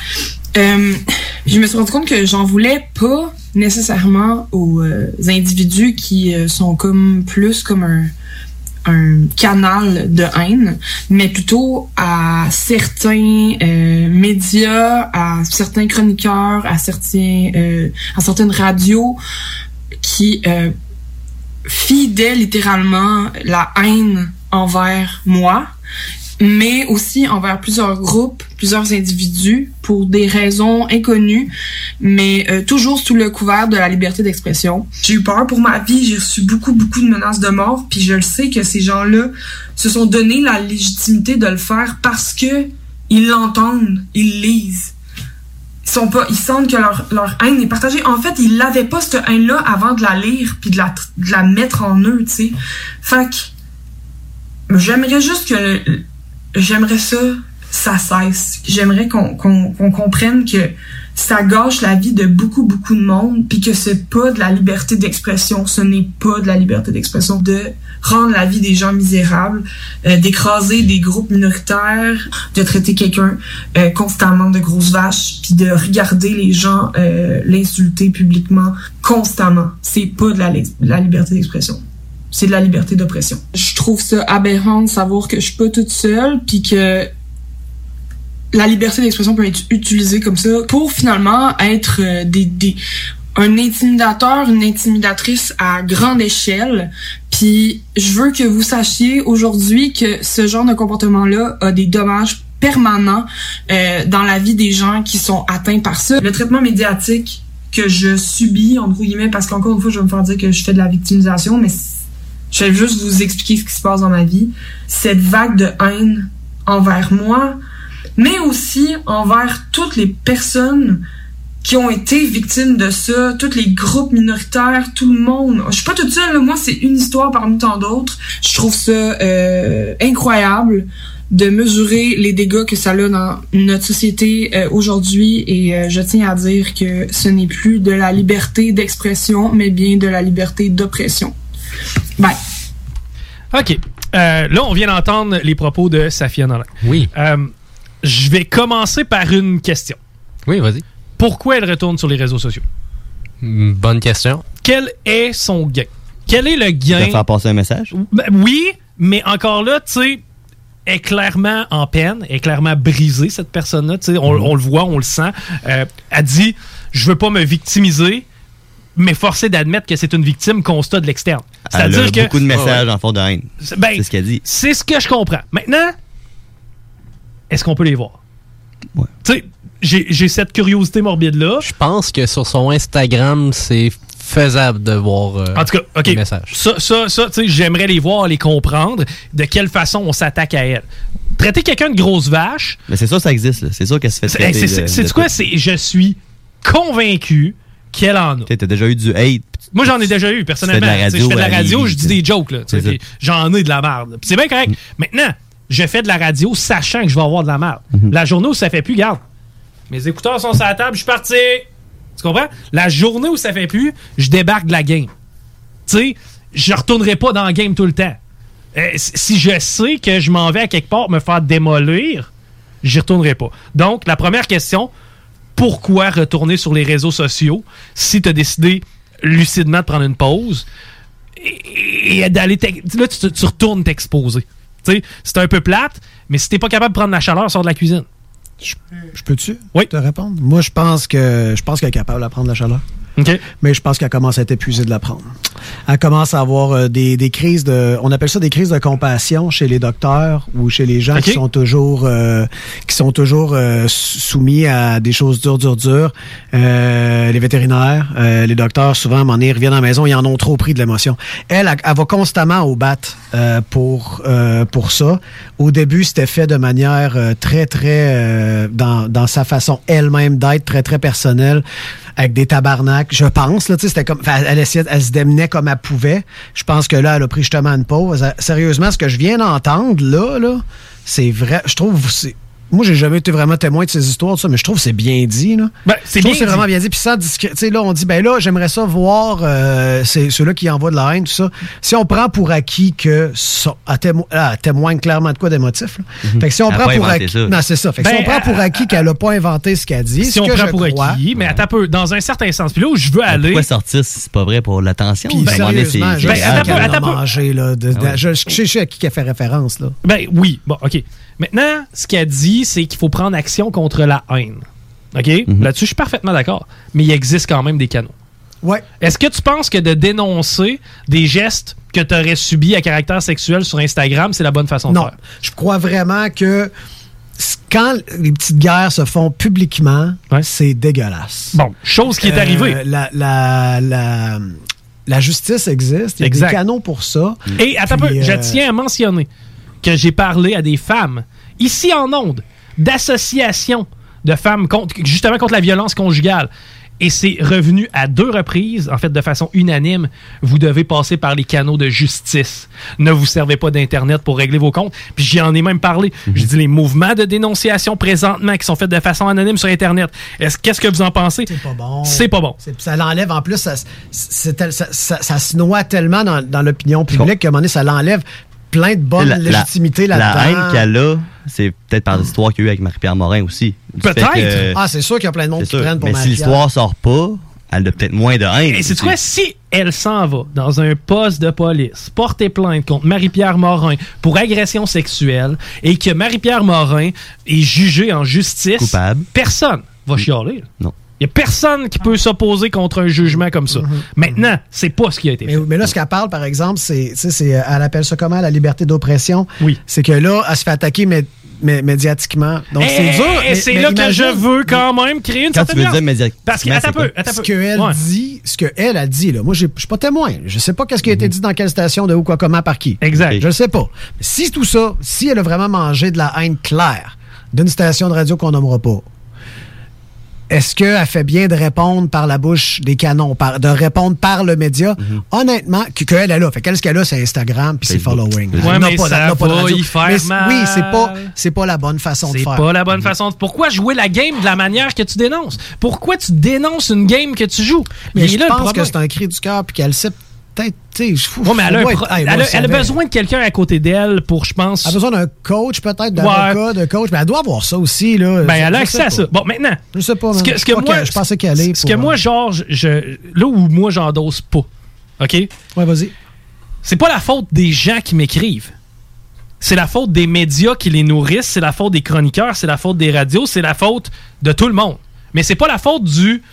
Je me suis rendu compte que j'en voulais pas nécessairement aux individus qui sont comme plus comme un canal de haine, mais plutôt à certains médias, à certains chroniqueurs, à certaines radios qui fidaient littéralement la haine envers moi, mais aussi envers plusieurs groupes, plusieurs individus, pour des raisons inconnues, mais toujours sous le couvert de la liberté d'expression. J'ai eu peur pour ma vie, j'ai reçu beaucoup de menaces de mort, puis je le sais que ces gens-là se sont donné la légitimité de le faire parce que ils l'entendent, ils lisent. Ils sentent que leur haine est partagée. En fait, ils l'avaient pas, cette haine-là, avant de la lire, puis de la mettre en eux, tu sais. Fait que j'aimerais juste que... J'aimerais ça cesse. J'aimerais qu'on comprenne que ça gâche la vie de beaucoup, beaucoup de monde, puis que c'est pas de la liberté d'expression. Ce n'est pas de la liberté d'expression de rendre la vie des gens misérables, d'écraser des groupes minoritaires, de traiter quelqu'un constamment de grosse vache, puis de regarder les gens l'insulter publiquement constamment. C'est pas de la liberté d'expression. C'est de la liberté d'oppression. Je trouve ça aberrant de savoir que je suis pas toute seule, puis que la liberté d'expression peut être utilisée comme ça pour finalement être un intimidateur, une intimidatrice à grande échelle. Puis je veux que vous sachiez aujourd'hui que ce genre de comportement-là a des dommages permanents dans la vie des gens qui sont atteints par ça. Le traitement médiatique que je subis, entre guillemets, parce qu'encore une fois, je vais me faire dire que je fais de la victimisation, mais je vais juste vous expliquer ce qui se passe dans ma vie. Cette vague de haine envers moi, mais aussi envers toutes les personnes qui ont été victimes de ça, tous les groupes minoritaires, tout le monde. Je suis pas toute seule, là. Moi, c'est une histoire parmi tant d'autres. Je trouve ça incroyable de mesurer les dégâts que ça a dans notre société aujourd'hui, et je tiens à dire que ce n'est plus de la liberté d'expression, mais bien de la liberté d'oppression. Bye. OK. Là, on vient d'entendre les propos de Safia Nolin. Oui. Je vais commencer par une question. Oui, vas-y. Pourquoi elle retourne sur les réseaux sociaux? Bonne question. Quel est son gain? Quel est le gain? De faire passer un message? Ben, oui, mais encore là, tu sais, est clairement en peine, est clairement brisée, cette personne-là. Tu sais, on le voit, on le sent. Elle dit, je veux pas me victimiser, mais forcé d'admettre que c'est une victime constat de l'externe. Elle a beaucoup de messages en forme de haine. Ben, c'est ce qu'elle dit. C'est ce que je comprends. Maintenant, est-ce qu'on peut les voir? Ouais. Tu sais, j'ai cette curiosité-morbide-là. Je pense que sur son Instagram, c'est faisable de voir en tout cas, OK. les messages. Ça, tu sais, j'aimerais les voir, les comprendre, de quelle façon on s'attaque à elle. Traiter quelqu'un de grosse vache... Mais c'est ça, ça existe. Là. C'est ça qu'elle se fait traiter. C'est quoi? Je suis convaincu qu'elle en a. T'as déjà eu du hate. Moi, j'en ai déjà eu, personnellement. Je fais de la radio, je dis des jokes. Là, j'en ai de la merde. C'est bien correct. Maintenant, je fais de la radio sachant que je vais avoir de la merde. La journée où ça fait plus, garde. Mes écouteurs sont sur la table, je suis parti. Tu comprends? La journée où ça fait plus, je débarque de la game. Tu sais, je retournerai pas dans la game tout le temps. Si je sais que je m'en vais à quelque part me faire démolir, j'y retournerai pas. Donc, la première question, pourquoi retourner sur les réseaux sociaux si tu as décidé lucidement de prendre une pause et d'aller... Là, tu retournes t'exposer. Tu sais, c'est un peu plate, mais si t'es pas capable de prendre la chaleur, sors de la cuisine. Je peux-tu oui. te répondre? Moi, je pense qu'elle est capable de prendre la chaleur. Okay. Mais je pense qu'elle commence à être épuisée de la prendre. Elle commence à avoir des crises de... On appelle ça des crises de compassion chez les docteurs ou chez les gens qui sont toujours soumis à des choses dures. Les vétérinaires, les docteurs, souvent, à un moment donné, ils reviennent à la maison, ils en ont trop pris de l'émotion. Elle va constamment au bat pour ça. Au début, c'était fait de manière très, très... dans sa façon elle-même d'être, très, très personnelle, avec des tabarnaks, je pense. Là, c'était comme, elle se démenait comme elle pouvait. Je pense que là, elle a pris justement une pause. Sérieusement, ce que je viens d'entendre, là, c'est vrai. Je trouve... Moi, j'ai jamais été vraiment témoin de ces histoires, ça, mais je trouve que c'est bien dit. Là. C'est vraiment bien dit. Puis ça, là, on dit, ben là, j'aimerais ça voir c'est ceux-là qui envoient de la haine, tout ça. Si on prend pour acquis que elle témoigne clairement de quoi d'émotif. Fait que si on prend pour acquis... Non, c'est ça. Fait que si on prend pour acquis qu'elle n'a pas inventé ce qu'elle dit, si on prend pour acquis, mais attends un peu, dans un certain sens. Puis là où je veux aller... Pourquoi sortir si c'est pas vrai pour l'attention? Puis sérieusement, je sais à qui elle fait référence. Là. Ben oui, bon, OK. Maintenant, ce qu'elle dit, c'est qu'il faut prendre action contre la haine. OK? Là-dessus, je suis parfaitement d'accord. Mais il existe quand même des canaux. Ouais. Est-ce que tu penses que de dénoncer des gestes que tu aurais subis à caractère sexuel sur Instagram, c'est la bonne façon de faire? Non. Je crois vraiment que quand les petites guerres se font publiquement, c'est dégueulasse. Bon, chose qui est arrivée. La justice existe. Il y a des canaux pour ça. Et attends un peu, je tiens à mentionner que j'ai parlé à des femmes, ici en ondes, d'associations de femmes justement contre la violence conjugale. Et c'est revenu à 2 reprises, en fait, de façon unanime. Vous devez passer par les canaux de justice. Ne vous servez pas d'Internet pour régler vos comptes. Puis j'en ai même parlé. Je dis les mouvements de dénonciation présentement qui sont faits de façon anonyme sur Internet. Qu'est-ce que vous en pensez? C'est pas bon. C'est pas bon. Ça l'enlève. En plus, ça se noie tellement dans l'opinion publique qu'à un moment donné, ça l'enlève plein de bonnes légitimités là-dedans. La haine qu'elle a, c'est peut-être par l'histoire qu'il y a eu avec Marie-Pierre Morin aussi. Peut-être. C'est sûr qu'il y a plein de monde qui prennent pour Marie-Pierre. Mais si l'histoire sort pas, elle a peut-être moins de haine. Et c'est quoi? Si elle s'en va dans un poste de police, porter plainte contre Marie-Pierre Morin pour agression sexuelle et que Marie-Pierre Morin est jugée en justice, coupable, personne va chialer. Non. Il n'y a personne qui peut s'opposer contre un jugement comme ça. Maintenant, c'est pas ce qui a été fait. Mais là, ce qu'elle parle, par exemple, elle appelle ça comment, la liberté d'oppression? Oui. C'est que là, elle se fait attaquer médiatiquement. Donc, c'est dur. Et c'est là que je veux quand même créer une certaine... Quand tu veux dire médiatiquement, parce que, attends un peu. Ce qu'elle a dit, là, moi, je suis pas témoin. Je sais pas qu'est-ce qui a été dit dans quelle station, de où, quoi, comment, par qui. Exact. Je le sais pas. Mais si tout ça, si elle a vraiment mangé de la haine claire d'une station de radio qu'on nommera pas, est-ce qu'elle fait bien de répondre par la bouche des canons, de répondre par le média? Honnêtement, qu'elle est là. Fait qu'elle, ce qu'elle a, c'est Instagram puis c'est following. Ouais, mais ça va y faire mal. Oui, c'est pas la bonne façon de faire. C'est pas la bonne façon. Pourquoi jouer la game de la manière que tu dénonces? Pourquoi tu dénonces une game que tu joues? Mais je pense que c'est un cri du cœur puis qu'elle sait peut-être, tu sais, mais elle a besoin de quelqu'un à côté d'elle pour, je pense... Elle a besoin d'un coach, peut-être, d'avocat, de coach. Mais elle doit avoir ça aussi, là. Ben, elle a accès à ça. Bon, maintenant... Je sais pas, je pensais qu'elle est... Ce que moi, Georges, là où moi, j'endosse pas, OK? Ouais, vas-y. C'est pas la faute des gens qui m'écrivent. C'est la faute des médias qui les nourrissent, c'est la faute des chroniqueurs, c'est la faute des radios, c'est la faute de tout le monde. Mais c'est pas la faute du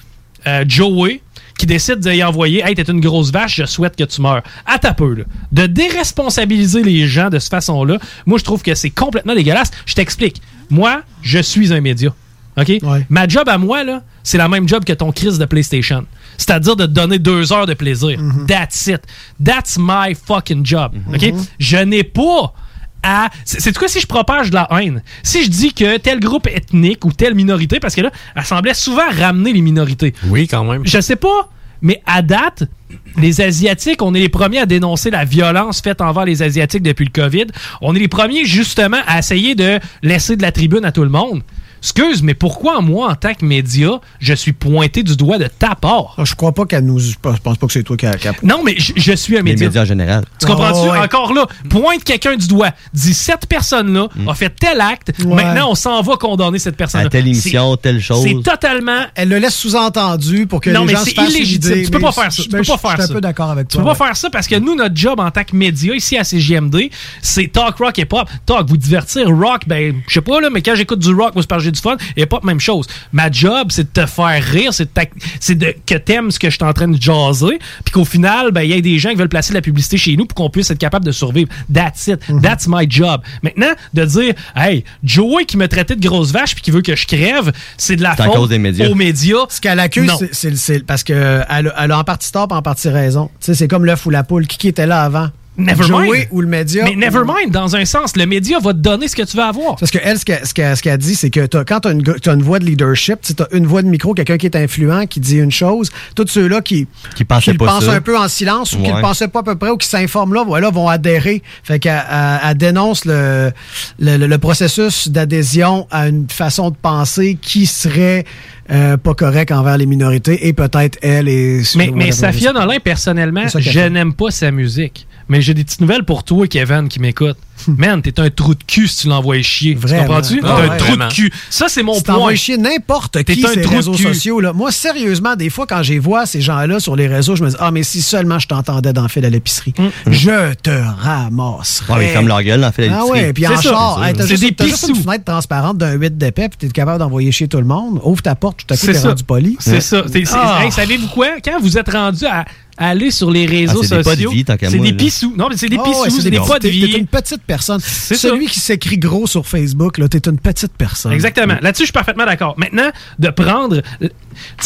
Joey qui décide d'y envoyer « Hey, t'es une grosse vache, je souhaite que tu meurs. » À ta peu, là. De déresponsabiliser les gens de cette façon-là, moi, je trouve que c'est complètement dégueulasse. Je t'explique. Moi, je suis un média. OK? Ouais. Ma job à moi, là, c'est la même job que ton Chris de PlayStation. C'est-à-dire de te donner 2 heures de plaisir. That's it. That's my fucking job. OK? Je n'ai pas c'est quoi si je propage de la haine? Si je dis que tel groupe ethnique ou telle minorité, parce que là, elle semblait souvent ramener les minorités. Oui, quand même. Je sais pas, mais à date, les Asiatiques, on est les premiers à dénoncer la violence faite envers les Asiatiques depuis le COVID. On est les premiers, justement, à essayer de laisser de la tribune à tout le monde. Excuse, mais pourquoi moi, en tant que média, je suis pointé du doigt de ta part? Je crois pas qu'elle nous... Je pense pas que c'est toi qui a... Non, mais je suis un média. Les médias en général. Tu comprends-tu? Encore là, pointe quelqu'un du doigt. Dis, cette personne-là a fait tel acte. Maintenant, on s'en va condamner cette personne-là. À telle émission, telle chose. C'est totalement... Elle le laisse sous-entendu pour que les gens se fassent Non, mais c'est illégitime. Tu peux pas faire ça. Je suis un peu d'accord avec toi. Tu peux pas faire ça parce que nous, notre job en tant que média, ici à CJMD, c'est talk rock et pop. Talk, vous divertir. Rock, ben, je sais pas, là, mais quand j'écoute du rock, moi, c'est parce que j'ai du fun. Et pop, même chose. Ma job, c'est de te faire rire, que t'aimes ce que je suis en train de jaser, puis qu'au final, ben, il y a des gens qui veulent placer de la publicité chez nous pour qu'on puisse être capable de survivre. That's it. That's my job. Maintenant, de dire, hey, Joey qui me traitait de grosse vache puis qui veut que je crève, c'est de la faute aux médias. Ce qu'elle accuse, c'est parce qu'elle a en partie tort, en partie raison. Tu sais, c'est comme l'œuf ou la poule. Qui était là avant? Nevermind. Ou le média. Mais nevermind, dans un sens. Le média va te donner ce que tu veux avoir. Parce qu'elle, ce qu'elle dit, c'est que quand t'as une voix de leadership, t'as une voix de micro, quelqu'un qui est influent, qui dit une chose, tous ceux-là qui le pensent un peu en silence ou qui le pensaient pas à peu près ou qui s'informent là, voilà, vont adhérer. Fait qu'elle dénonce le processus d'adhésion à une façon de penser qui serait pas correct envers les minorités et peut-être elle et... Mais Safia Nolin, personnellement, je n'aime pas sa musique. Mais j'ai des petites nouvelles pour toi, Kevin, qui m'écoute. Man, t'es un trou de cul si tu l'envoies chier. Vraiment. Tu comprends-tu? T'es un trou de cul. Ça, c'est mon point. T'envoies chier n'importe qui sur les réseaux sociaux. Là. Moi, sérieusement, des fois, quand je vois ces gens-là sur les réseaux, je me dis, mais si seulement je t'entendais dans le fil à l'épicerie, je te ramasserais. Ouais, ils ferment leur gueule dans le fil à l'épicerie. Ah ouais, puis en char, t'as juste une pissous. fenêtre transparente d'un 8 d'épais, puis t'es capable d'envoyer chier tout le monde. Ouvre ta porte, tout à coup, t'es rendu poli. C'est ça. Savez-vous quoi? Quand vous êtes rendu à aller sur les réseaux sociaux, c'est des pas de vie, tant qu'à moi. C'est des pissous. Non, mais c'est des pissous, c'est des pas de vie. T'es une petite personne. Celui qui s'écrit gros sur Facebook, là, t'es une petite personne. Exactement. Là-dessus, je suis parfaitement d'accord. Maintenant, de prendre... Tu sais,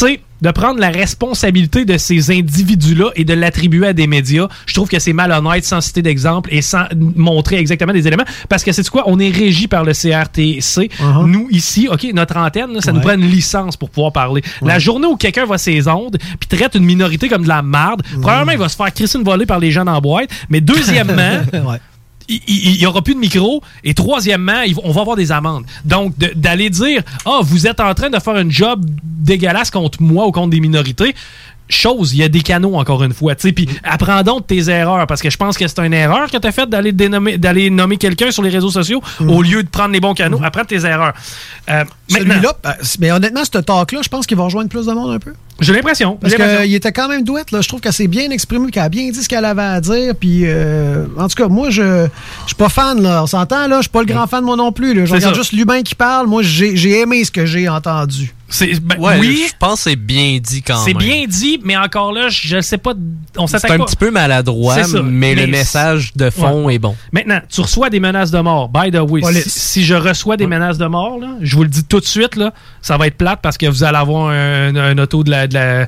de prendre la responsabilité de ces individus-là et de l'attribuer à des médias, je trouve que c'est malhonnête sans citer d'exemple et sans montrer exactement des éléments. Parce que c'est quoi? On est régi par le CRTC. Nous, ici, OK, notre antenne, là, ça nous prend une licence pour pouvoir parler. La journée où quelqu'un va ses ondes puis traite une minorité comme de la marde, premièrement, il va se faire crisser une volée par les gens dans la boîte. Mais deuxièmement... il n'y aura plus de micro. Et troisièmement, on va avoir des amendes. Donc, d'aller dire « Ah, vous êtes en train de faire un job dégueulasse contre moi ou contre des minorités », il y a des canaux, encore une fois. Puis apprends donc de tes erreurs, parce que je pense que c'est une erreur que tu as faite d'aller nommer quelqu'un sur les réseaux sociaux au lieu de prendre les bons canaux. Apprends de tes erreurs. Celui-là, mais honnêtement, ce talk-là, je pense qu'il va rejoindre plus de monde un peu. J'ai l'impression. Parce qu'il était quand même douette, là. Je trouve qu'elle s'est bien exprimée, qu'elle a bien dit ce qu'elle avait à dire. Puis, en tout cas, moi, je suis pas fan, là. On s'entend, là. Je suis pas le grand fan, moi non plus. Là. Je regarde juste l'humain qui parle. Moi, j'ai aimé ce que j'ai entendu. Oui, je pense que c'est bien dit quand même. C'est bien dit, mais encore là, je ne sais pas. On s'attaque pas. C'est un petit peu maladroit, mais le message de fond est bon. Maintenant, tu reçois des menaces de mort. By the way, si je reçois des menaces de mort, là, je vous le dis tout de suite, là, ça va être plate parce que vous allez avoir un auto de la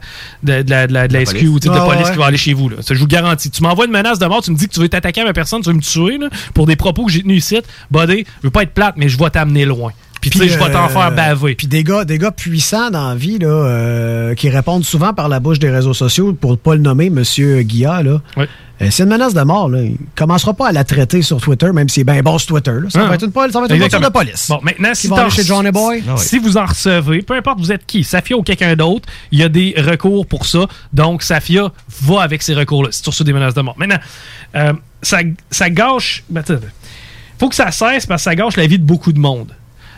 SQ ou de police qui va aller chez vous. Là. Ça, je vous garantis. Tu m'envoies une menace de mort, tu me dis que tu veux t'attaquer à ma personne, tu veux me tuer là, pour des propos que j'ai tenus ici. Buddy, je veux pas être plate, mais je vais t'amener loin. Puis je vais t'en faire baver. Puis des gars puissants dans la vie, là, qui répondent souvent par la bouche des réseaux sociaux, pour pas le nommer, M. Guilla, là. Oui. C'est une menace de mort. Là. Il commencera pas à la traiter sur Twitter, même s'il est bien bon sur Twitter. Là. Ça va être une voiture de police. Bon, maintenant, si chez Johnny Boy. Si vous en recevez, peu importe vous êtes qui, Safia ou quelqu'un d'autre, il y a des recours pour ça. Donc, Safia va avec ces recours-là si tu reçois des menaces de mort. Maintenant, ça gâche... faut que ça cesse parce que ça gâche la vie de beaucoup de monde.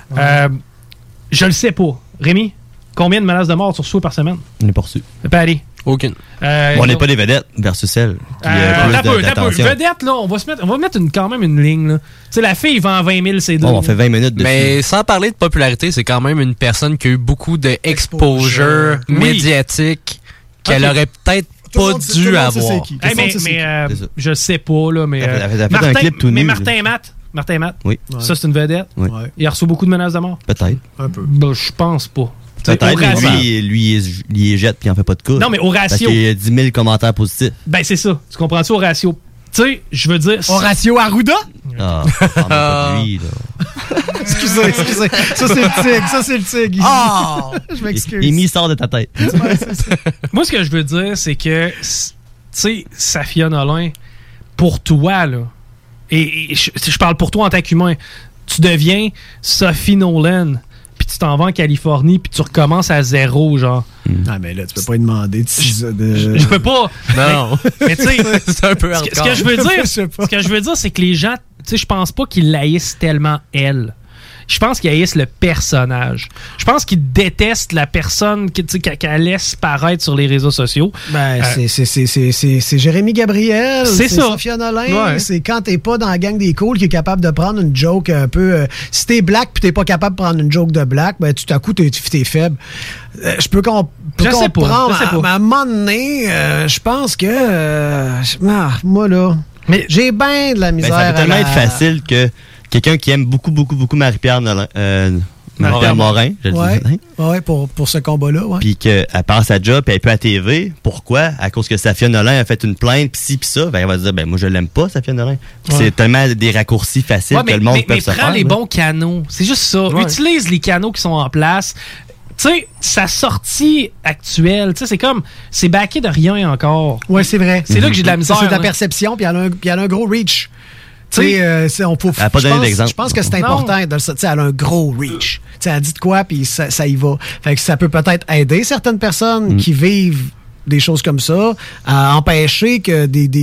Je le sais pas. Rémi, combien de menaces de mort tu reçois par semaine? On n'est pas reçu. Paris. Aucune. On n'est pas des vedettes versus celles qui Vedette, là, on va mettre quand même une ligne. Tu sais, la fille vend 20 000 c'est on fait 20 minutes dessus. Mais sans parler de popularité, c'est quand même une personne qui a eu beaucoup d'exposure médiatique qu'elle aurait peut-être pas dû avoir. Je sais pas, là, mais... Elle a fait un clip tout nu. Mais Martin Matt, oui. Ça, c'est une vedette. Oui. Il a reçu beaucoup de menaces de mort. Peut-être. Un peu. Je pense pas. Peut-être, mais lui, il jette puis il en fait pas de coup. Non, mais au ratio. Parce qu'il y a 10 000 commentaires positifs. Ben, c'est ça. Tu comprends-tu au ratio? Tu sais, je veux dire... Horacio Arruda? Ah, pas de lui, là. Excusez. Ça, c'est le tigre. Je m'excuse. Amy sort de ta tête. Moi, ce que je veux dire, c'est que, tu sais, Safia Nolin, pour toi, là, et je parle pour toi en tant qu'humain, tu deviens Sophie Nolan, puis tu t'en vas en Californie, puis tu recommences à zéro, genre. Ah, mais là, tu peux pas lui demander Je peux pas. Non. Mais tu sais, c'est un peu hardcore. Ce que je veux dire, c'est que les gens, tu sais, je pense pas qu'ils l'haïssent tellement elle. Je pense qu'ils haïssent le personnage. Je pense qu'ils détestent la personne qu'elle laisse paraître sur les réseaux sociaux. Ben, c'est Jérémy Gabriel, c'est ça. Sophia Nolin. Ouais. C'est quand t'es pas dans la gang des cools qui est capable de prendre une joke un peu... si t'es black puis t'es pas capable de prendre une joke de black, ben tout à coup, t'es faible. Je peux comprendre. Mais à un moment donné, je pense que... moi, là... Mais j'ai bien de la misère. Ça peut tellement être facile que... Quelqu'un qui aime beaucoup Marie-Pierre Morin, je le dis. Oui, pour ce combat-là. Ouais. Puis qu'elle passe à job, puis elle peut à TV. Pourquoi? À cause que Safia Nolin a fait une plainte, puis ci, puis ça. Ben, elle va se dire, ben, moi, je l'aime pas, Safia Nolin. C'est tellement des raccourcis faciles que le monde peut se faire. Mais prends les bons canaux. C'est juste ça. Ouais. Utilise les canaux qui sont en place. Tu sais, sa sortie actuelle, tu sais, c'est comme, c'est backé de rien encore. Oui, c'est vrai. C'est là que j'ai de la misère. C'est de la perception, puis elle a un gros reach. Tu sais, elle n'a pas donné d'exemple. Je pense que c'est important. Elle a un gros reach. T'sais, elle dit de quoi, puis ça y va. Fait que ça peut peut-être aider certaines personnes qui vivent des choses comme ça à empêcher que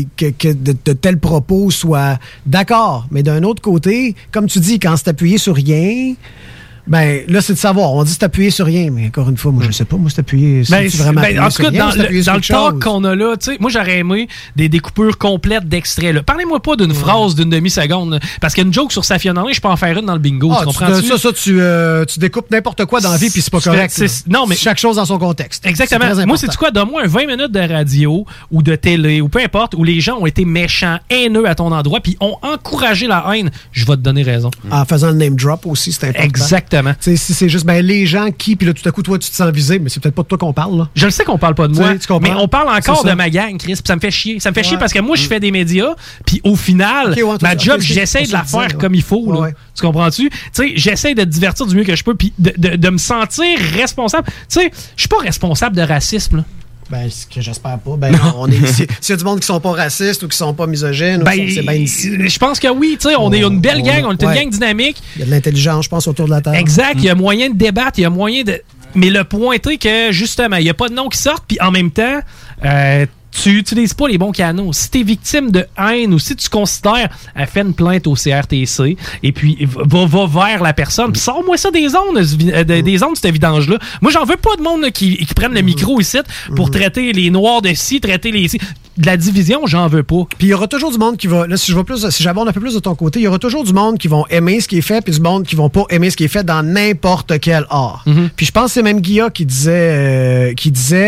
de tels propos soient d'accord. Mais d'un autre côté, comme tu dis, quand c'est appuyé sur rien... Ben, là, c'est de savoir. On dit c'est appuyé sur rien, mais encore une fois, moi, je sais pas. Moi, c'est appuyé sur vraiment en tout cas, dans le talk qu'on a là, tu sais, moi, j'aurais aimé des découpures complètes d'extraits, là. Parlez-moi pas d'une phrase d'une demi-seconde, là, parce qu'il y a une joke sur Safia Nolin, je peux en faire une dans le bingo. Tu comprends-tu? Tu découpes n'importe quoi dans la vie, puis c'est pas correct. Non, mais chaque chose dans son contexte. Exactement. Moi, c'est quoi? Donne-moi un 20 minutes de radio ou de télé ou peu importe, où les gens ont été méchants, haineux à ton endroit, puis ont encouragé la haine. Je vais te donner raison. En faisant le name drop aussi, c'est important. Exactement. Exactement. Si c'est juste les gens qui, puis là, tout à coup, toi, tu te sens visé, mais c'est peut-être pas de toi qu'on parle. Là. Je le sais qu'on parle pas de moi, mais on parle encore de ma gang, Chris, puis ça me fait chier. Ça me fait chier parce que moi, je fais des médias, puis au final, ma job, j'essaie de la faire comme il faut. Là. Tu comprends-tu? Tu sais, j'essaie de te divertir du mieux que je peux, puis de me sentir responsable. Tu sais, je suis pas responsable de racisme, là. Ce que j'espère pas. On est ici. S'il y a du monde qui sont pas racistes ou qui sont pas misogynes, c'est bien ici. Je pense que oui. On est une belle gang, on est une gang dynamique. Il y a de l'intelligence, je pense, autour de la table. Exact. Il y a moyen de débattre, il y a moyen de. Mais le point est que, justement, il n'y a pas de noms qui sortent, puis en même temps, tu n'utilises pas les bons canaux. Si tu es victime de haine ou si tu considères, fais une plainte au CRTC et puis va vers la personne. Puis sors-moi ça des ondes, des ondes, ce vidange-là. Moi, j'en veux pas de monde là, qui prennent le micro ici pour traiter les Noirs de ci, traiter les ci. De la division, j'en veux pas. Puis il y aura toujours du monde qui va... Là, si j'aborde un peu plus de ton côté, il y aura toujours du monde qui vont aimer ce qui est fait puis du monde qui vont pas aimer ce qui est fait dans n'importe quel art. Puis je pense que c'est même Guilla qui disait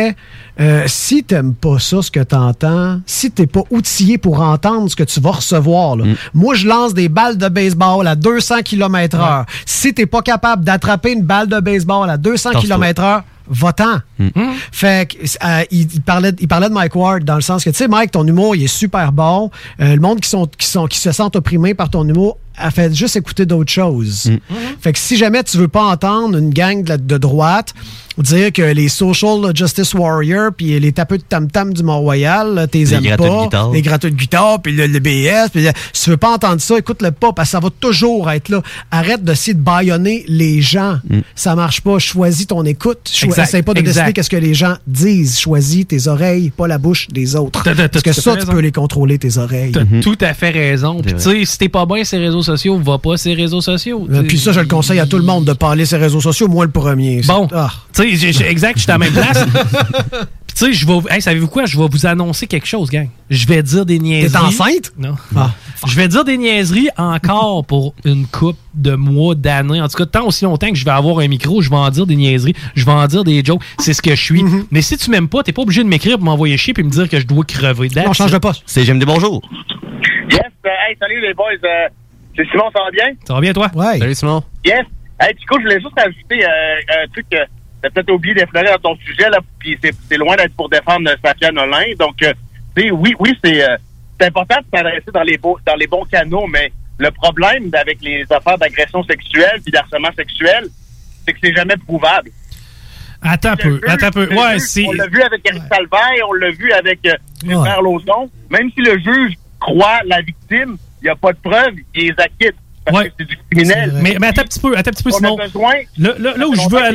si t'aimes pas ça, ce que t'entends, si t'es pas outillé pour entendre ce que tu vas recevoir, là, moi, je lance des balles de baseball à 200 km/h. Si t'es pas capable d'attraper une balle de baseball à 200 km/h, va-t'en. Fait que, il parlait de Mike Ward dans le sens que, tu sais, Mike, ton humour, il est super bon. Le monde qui se sentent opprimés par ton humour a fait juste écouter d'autres choses. Fait que si jamais tu veux pas entendre une gang de droite dire que les social justice warriors puis les tapeux de tam-tam du Mont-Royal, t'es aimes pas, les gratteux de guitare puis le BS, puis si tu veux pas entendre ça, écoute-le pas parce que ça va toujours être là. Arrête d'essayer de bâillonner les gens. Ça marche pas. Choisis ton écoute. Essaye pas de décider qu'est-ce que les gens disent. Choisis tes oreilles, pas la bouche des autres. Parce que ça, tu peux les contrôler, tes oreilles. T'as tout à fait raison. Puis tu sais, si t'es pas bien ces réseaux sociaux, va pas ces réseaux sociaux. Puis ça, je le conseille à tout le monde de parler ces réseaux sociaux, moi le premier. Bon, tu sais, exact, je suis à la même place. Puis tu sais, savez-vous quoi? Je vais vous annoncer quelque chose, gang. Je vais dire des niaiseries. T'es enceinte? Non. Je vais dire des niaiseries encore pour une couple de mois, d'années. En tout cas, tant aussi longtemps que je vais avoir un micro, je vais en dire des niaiseries, je vais en dire des jokes. C'est ce que je suis. Mais si tu m'aimes pas, t'es pas obligé de m'écrire pour m'envoyer chier puis me dire que je dois crever. On change de poste. C'est GMD, bonjour. Yes, salut les boys. C'est Simon, ça va bien? Ça va bien, toi? Ouais. Salut, Simon. Yes. Chico, je voulais juste ajouter un truc que t'as peut-être oublié d'effleurer dans ton sujet, là, puis c'est loin d'être pour défendre Safia Nolin. Donc, tu sais, oui, c'est important de s'adresser dans les bons canaux, mais le problème avec les affaires d'agression sexuelle puis d'harcèlement sexuel, c'est que c'est jamais prouvable. Attends un peu. Ouais, on l'a vu avec Eric Salvaille, on l'a vu avec les frères Lauzon. Même si le juge croit la victime, il n'y a pas de preuve, il les acquitte. Parce que c'est du criminel. Mais attends un petit peu, Simon. Là où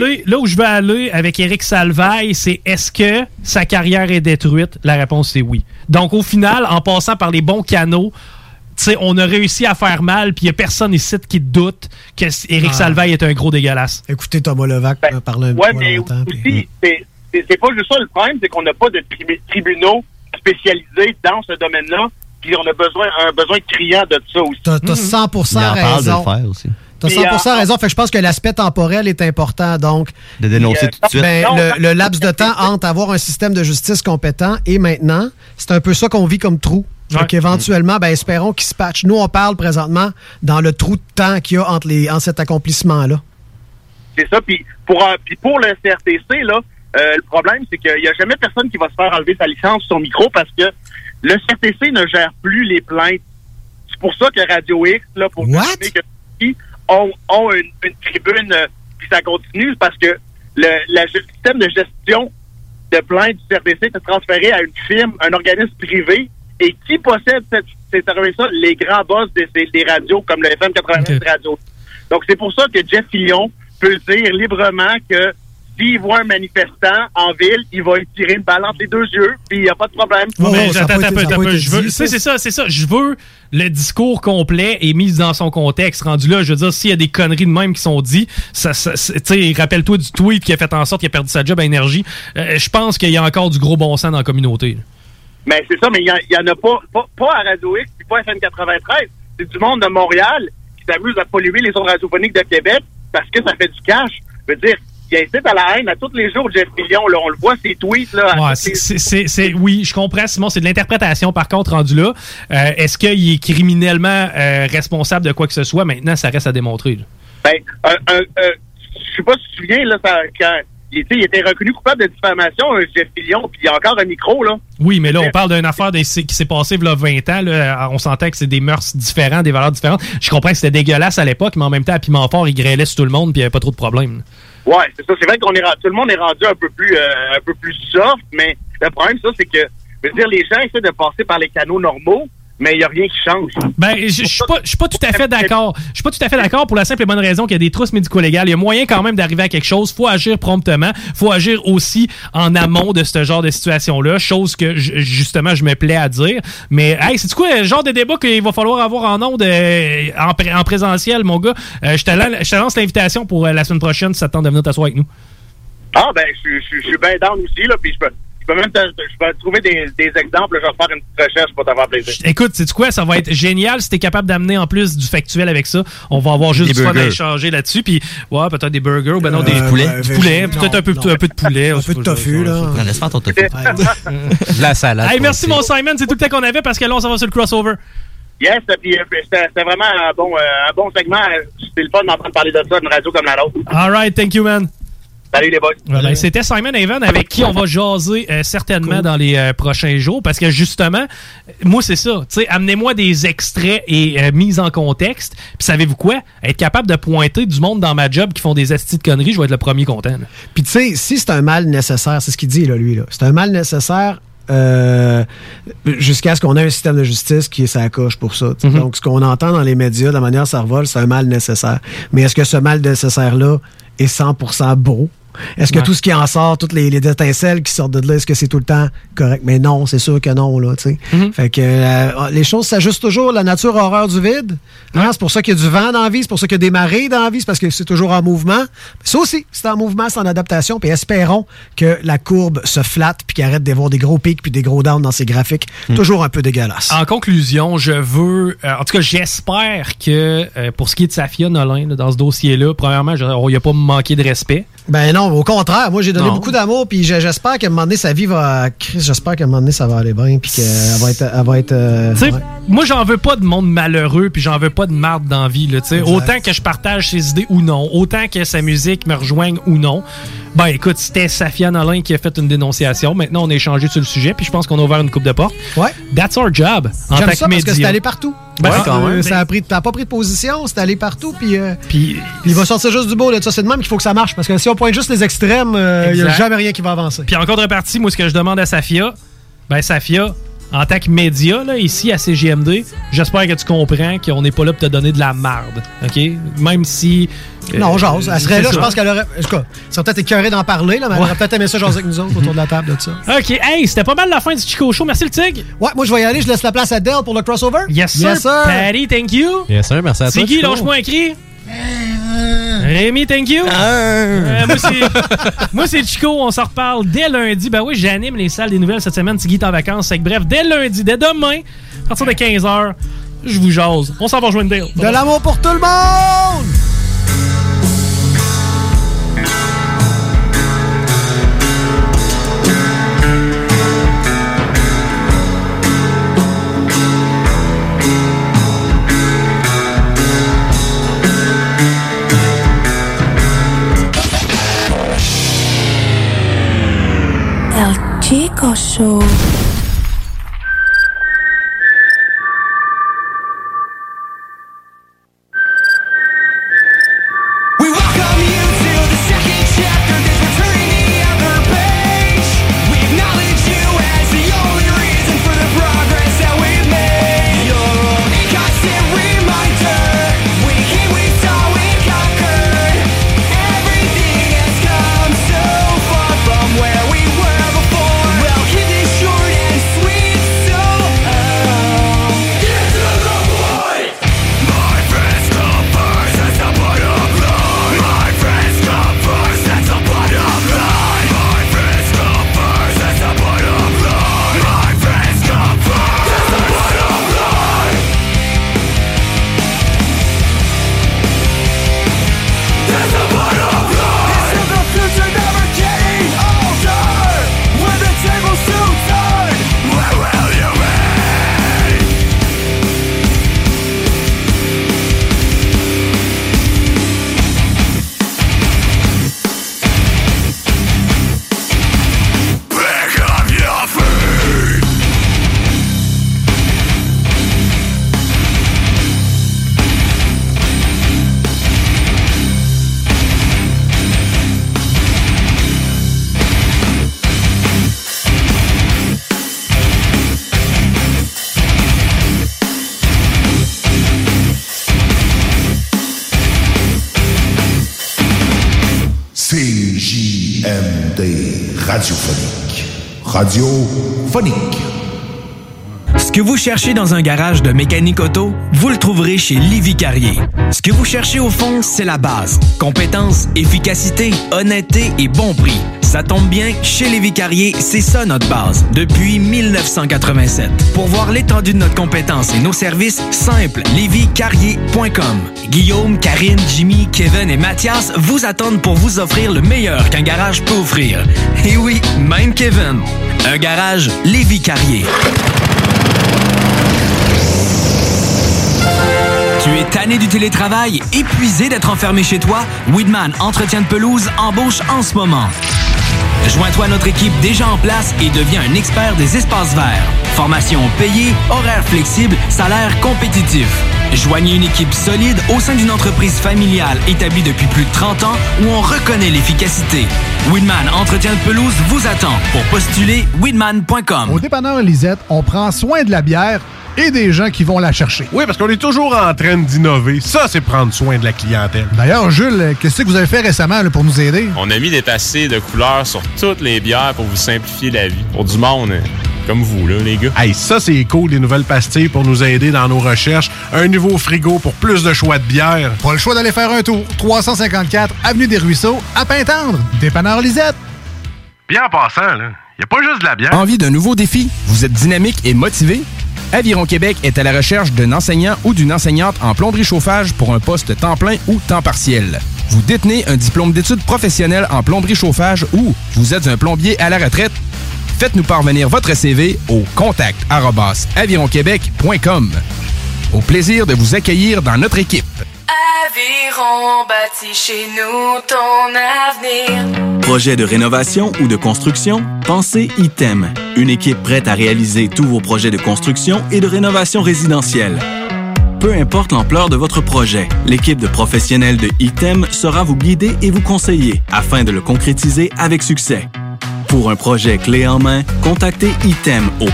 je veux aller avec Eric Salvaille, c'est est-ce que sa carrière est détruite? La réponse, c'est oui. Donc, au final, en passant par les bons canaux, on a réussi à faire mal, puis il n'y a personne ici qui doute que Éric Salvaille est un gros dégueulasse. Écoutez, Thomas Levac parle un peu mais longtemps. Aussi, c'est pas juste ça le problème, c'est qu'on n'a pas de tribunaux spécialisés dans ce domaine-là, puis on a un besoin criant de ça aussi. T'as 100% raison. De le faire aussi. T'as 100% raison. Fait que je pense que l'aspect temporel est important. Donc, de dénoncer tout de suite. Le laps de temps entre avoir un système de justice compétent et maintenant, c'est un peu ça qu'on vit comme trou. Donc, éventuellement, espérons qu'il se patche. Nous, on parle présentement dans le trou de temps qu'il y a entre cet accomplissement-là. C'est ça. Puis pour le CRTC, là, le problème, c'est qu'il n'y a jamais personne qui va se faire enlever sa licence sur son micro parce que le CRTC ne gère plus les plaintes. C'est pour ça que Radio X, là, pour ont une tribune, puis ça continue, parce que le système de gestion de plaintes du CRTC est transféré à une firme, un organisme privé, et qui possède ces services-là? Les grands boss des radios, comme le FM 96 Radio. Donc, c'est pour ça que Jeff Fillion peut dire librement que s'il voit un manifestant en ville, il va lui tirer une balle entre les deux yeux, puis il n'y a pas de problème. C'est ça. Je veux le discours complet et mis dans son contexte. Rendu là, je veux dire, s'il y a des conneries de même qui sont dites, rappelle-toi du tweet qui a fait en sorte qu'il a perdu sa job à Énergie. Je pense qu'il y a encore du gros bon sens dans la communauté. Mais c'est ça, mais il y en a pas à Radio X, puis pas à FM 93. C'est du monde de Montréal qui s'amuse à polluer les ondes radiophoniques de Québec parce que ça fait du cash. Je veux dire, il incite à la haine à tous les jours, Jeff Fillion, là, on le voit, ses tweets. Là, oui, je comprends, Simon, c'est de l'interprétation, par contre, rendu là. Est-ce qu'il est criminellement responsable de quoi que ce soit? Maintenant, ça reste à démontrer. Là. Ben, je sais pas si tu te souviens, là, quand il était reconnu coupable de diffamation, Jeff Fillion, puis il y a encore un micro, là. Oui, mais là, on parle d'une affaire qui s'est passée il y a 20 ans. Là, on sentait que c'est des mœurs différentes, des valeurs différentes. Je comprends que c'était dégueulasse à l'époque, mais en même temps, à Piment Fort, il grêlait sur tout le monde, puis il n'y avait pas trop de problèmes. Ouais, c'est ça. C'est vrai tout le monde est rendu un peu plus soft, mais le problème, ça, c'est que, je veux dire, les gens essaient de passer par les canaux normaux, mais il n'y a rien qui change. Ben, je suis pas tout à fait d'accord. Je suis pas tout à fait d'accord pour la simple et bonne raison qu'il y a des trousses médico-légales. Il y a moyen quand même d'arriver à quelque chose. Faut agir promptement. Faut agir aussi en amont de ce genre de situation-là. Chose que, justement, je me plais à dire. Mais, hey, c'est quoi le genre de débat qu'il va falloir avoir en ondes, en présentiel, mon gars? Je te lance l'invitation pour la semaine prochaine si ça te tente de venir t'asseoir avec nous. Ah, ben, je suis bien down aussi, là, puis je peux même trouver des exemples, je vais faire une petite recherche pour t'avoir plaisir. Écoute, sais-tu quoi? Ça va être génial si t'es capable d'amener en plus du factuel avec ça. On va avoir juste du fun à échanger là-dessus. Puis, ouais, peut-être des burgers ou ben non, des poulets. Du poulet, peut-être un peu de poulet. Un peu de tofu, là. Laisse faire ton tofu. La salade. Hey, merci, mon Simon. C'est tout le temps qu'on avait parce que là, on s'en va sur le crossover. Yes, puis c'était vraiment un bon segment. C'était le fun d'entendre parler de ça d'une radio comme la nôtre. All right, thank you, man. Salut les boys. Voilà, c'était Simon Haven avec qui on va jaser certainement dans les prochains jours parce que justement, moi c'est ça, tu sais, amenez-moi des extraits et mise en contexte. Puis savez-vous quoi? Être capable de pointer du monde dans ma job qui font des astis de conneries, je vais être le premier content. Puis tu sais, si c'est un mal nécessaire, c'est ce qu'il dit là, lui là. C'est un mal nécessaire. Jusqu'à ce qu'on ait un système de justice qui est sa coche pour ça. Donc, ce qu'on entend dans les médias, de la manière ça revole, c'est un mal nécessaire. Mais est-ce que ce mal nécessaire-là est 100% beau? Est-ce que tout ce qui en sort, toutes les étincelles qui sortent de là, est-ce que c'est tout le temps correct? Mais non, c'est sûr que non, là, tu sais. Fait que les choses s'ajustent toujours. La nature a horreur du vide. Hein? C'est pour ça qu'il y a du vent dans la vie, c'est pour ça qu'il y a des marées dans la vie, c'est parce que c'est toujours en mouvement. Ça aussi, c'est en mouvement, c'est en adaptation, puis espérons que la courbe se flatte puis qu'il arrête d'avoir des gros pics puis des gros downs dans ses graphiques. Toujours un peu dégueulasse. En conclusion, je veux... en tout cas, j'espère que pour ce qui est de Safia Nolin, là, dans ce dossier-là, premièrement, il n'y a pas manqué de respect. Ben non, au contraire. Moi, j'ai donné beaucoup d'amour, puis j'espère qu'à un moment donné, sa vie va... J'espère qu'à un moment donné, ça va aller bien, puis qu'elle va être... Tu sais, moi, j'en veux pas de monde malheureux, puis j'en veux pas de marde dans la vie, là, tu sais. Autant que je partage ses idées ou non, autant que sa musique me rejoigne ou non. Ben écoute, c'était Safia Nolin qui a fait une dénonciation. Maintenant, on a échangé sur le sujet, puis je pense qu'on a ouvert une coupe de porte. Ouais. That's our job, en tant que média. Parce que c'est allé partout. Ben, quand même. Ça t'as pas pris de position, c'est allé partout, puis il va sortir juste du beau de ça. C'est de même qu'il faut que ça marche, parce que si on pointe juste les extrêmes, il n'y a jamais rien qui va avancer. Puis en contrepartie, moi, ce que je demande à Safia, ben Safia, en tant que média, là, ici à CJMD, j'espère que tu comprends qu'on n'est pas là pour te donner de la marde, OK? Même si... non, jase. Elle serait là, je pense qu'elle aurait... En tout cas, ça serait peut-être écœuré d'en parler, là, mais elle aurait peut-être aimé ça jaser avec nous autres autour de la table de ça. OK, hey, c'était pas mal la fin du Chico Show. Merci le Tigre. Ouais, moi je vais y aller, je laisse la place à Dell pour le crossover. Yes, sir. Patty, thank you. Yes, sir, merci à toi. Tiggy, lâche-moi un cri. Rémi, thank you. Moi, c'est Chico. On s'en reparle dès lundi. Ben oui, j'anime les salles des nouvelles cette semaine. Tiggy est en vacances. C'est que bref, dès lundi, dès demain, à partir de 15h, je vous jase. On s'en va rejoindre Dale. De l'amour pour tout le monde! Chico Show. CJMD radiophonique. Radiophonique. Ce que vous cherchez dans un garage de mécanique auto, vous le trouverez chez Lévi Carrier. Ce que vous cherchez au fond, c'est la base. Compétence, efficacité, honnêteté et bon prix. Ça tombe bien, chez Lévi Carrier, c'est ça notre base, depuis 1987. Pour voir l'étendue de notre compétence et nos services, simple, levicarrier.com. Guillaume, Karine, Jimmy, Kevin et Mathias vous attendent pour vous offrir le meilleur qu'un garage peut offrir. Et oui, même Kevin. Un garage Lévi Carrier. Tu es tanné du télétravail, épuisé d'être enfermé chez toi? Weedman Entretien de pelouse embauche en ce moment. Joins-toi à notre équipe déjà en place et deviens un expert des espaces verts. Formation payée, horaires flexibles, salaire compétitif. Joignez une équipe solide au sein d'une entreprise familiale établie depuis plus de 30 ans où on reconnaît l'efficacité. Weedman Entretien de pelouse vous attend. Pour postuler, weedman.com. Au dépanneur Lisette, on prend soin de la bière et des gens qui vont la chercher. Oui, parce qu'on est toujours en train d'innover. Ça, c'est prendre soin de la clientèle. D'ailleurs, Jules, qu'est-ce que vous avez fait récemment là, pour nous aider? On a mis des passés de couleurs sur toutes les bières pour vous simplifier la vie. Pour du monde comme vous, là, les gars. Hey, ça, c'est cool, les nouvelles pastilles pour nous aider dans nos recherches. Un nouveau frigo pour plus de choix de bière. Pas le choix d'aller faire un tour. 354 Avenue des Ruisseaux, à Pintendre. Dépanneur Lisette. Bien en passant, là, y a pas juste de la bière. Envie d'un nouveau défi? Vous êtes dynamique et motivé? Aviron Québec est à la recherche d'un enseignant ou d'une enseignante en plomberie chauffage pour un poste temps plein ou temps partiel. Vous détenez un diplôme d'études professionnelles en plomberie chauffage ou vous êtes un plombier à la retraite? Faites-nous parvenir votre CV au contact@avironquebec.com. Au plaisir de vous accueillir dans notre équipe. Aviron bâtit chez nous ton avenir. Projet de rénovation ou de construction? Pensez ITEM. Une équipe prête à réaliser tous vos projets de construction et de rénovation résidentielle. Peu importe l'ampleur de votre projet, l'équipe de professionnels de ITEM sera vous guider et vous conseiller afin de le concrétiser avec succès. Pour un projet clé en main, contactez ITEM au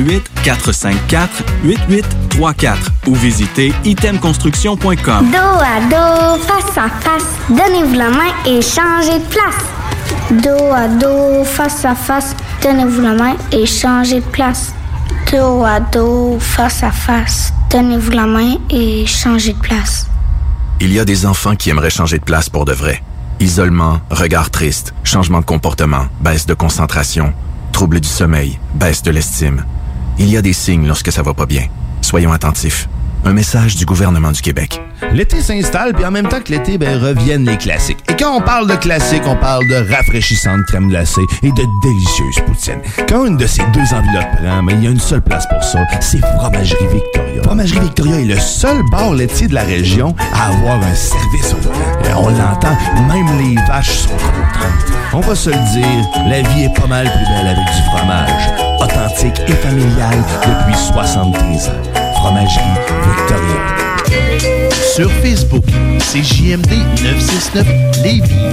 418-454-8834 ou visitez itemconstruction.com. Dos à dos, face à face, donnez-vous la main et changez de place. Dos à dos, face à face, donnez-vous la main et changez de place. Dos à dos, face à face, donnez-vous la main et changez de place. Il y a des enfants qui aimeraient changer de place pour de vrai. Isolement, regard triste, changement de comportement, baisse de concentration, trouble du sommeil, baisse de l'estime. Il y a des signes lorsque ça va pas bien. Soyons attentifs. Un message du gouvernement du Québec. L'été s'installe, puis en même temps que l'été, reviennent les classiques. Et quand on parle de classiques, on parle de rafraîchissante crème glacée et de délicieuses poutines. Quand une de ces deux enveloppes prend, il y a une seule place pour ça, c'est Fromagerie Victoria. Fromagerie Victoria est le seul bar laitier de la région à avoir un service au volant. Et on l'entend, même les vaches sont contentes. On va se le dire, la vie est pas mal plus belle avec du fromage. Authentique et familial depuis 73 ans. Fromagerie Victoria. Sur Facebook, c'est JMD 969 Lévis.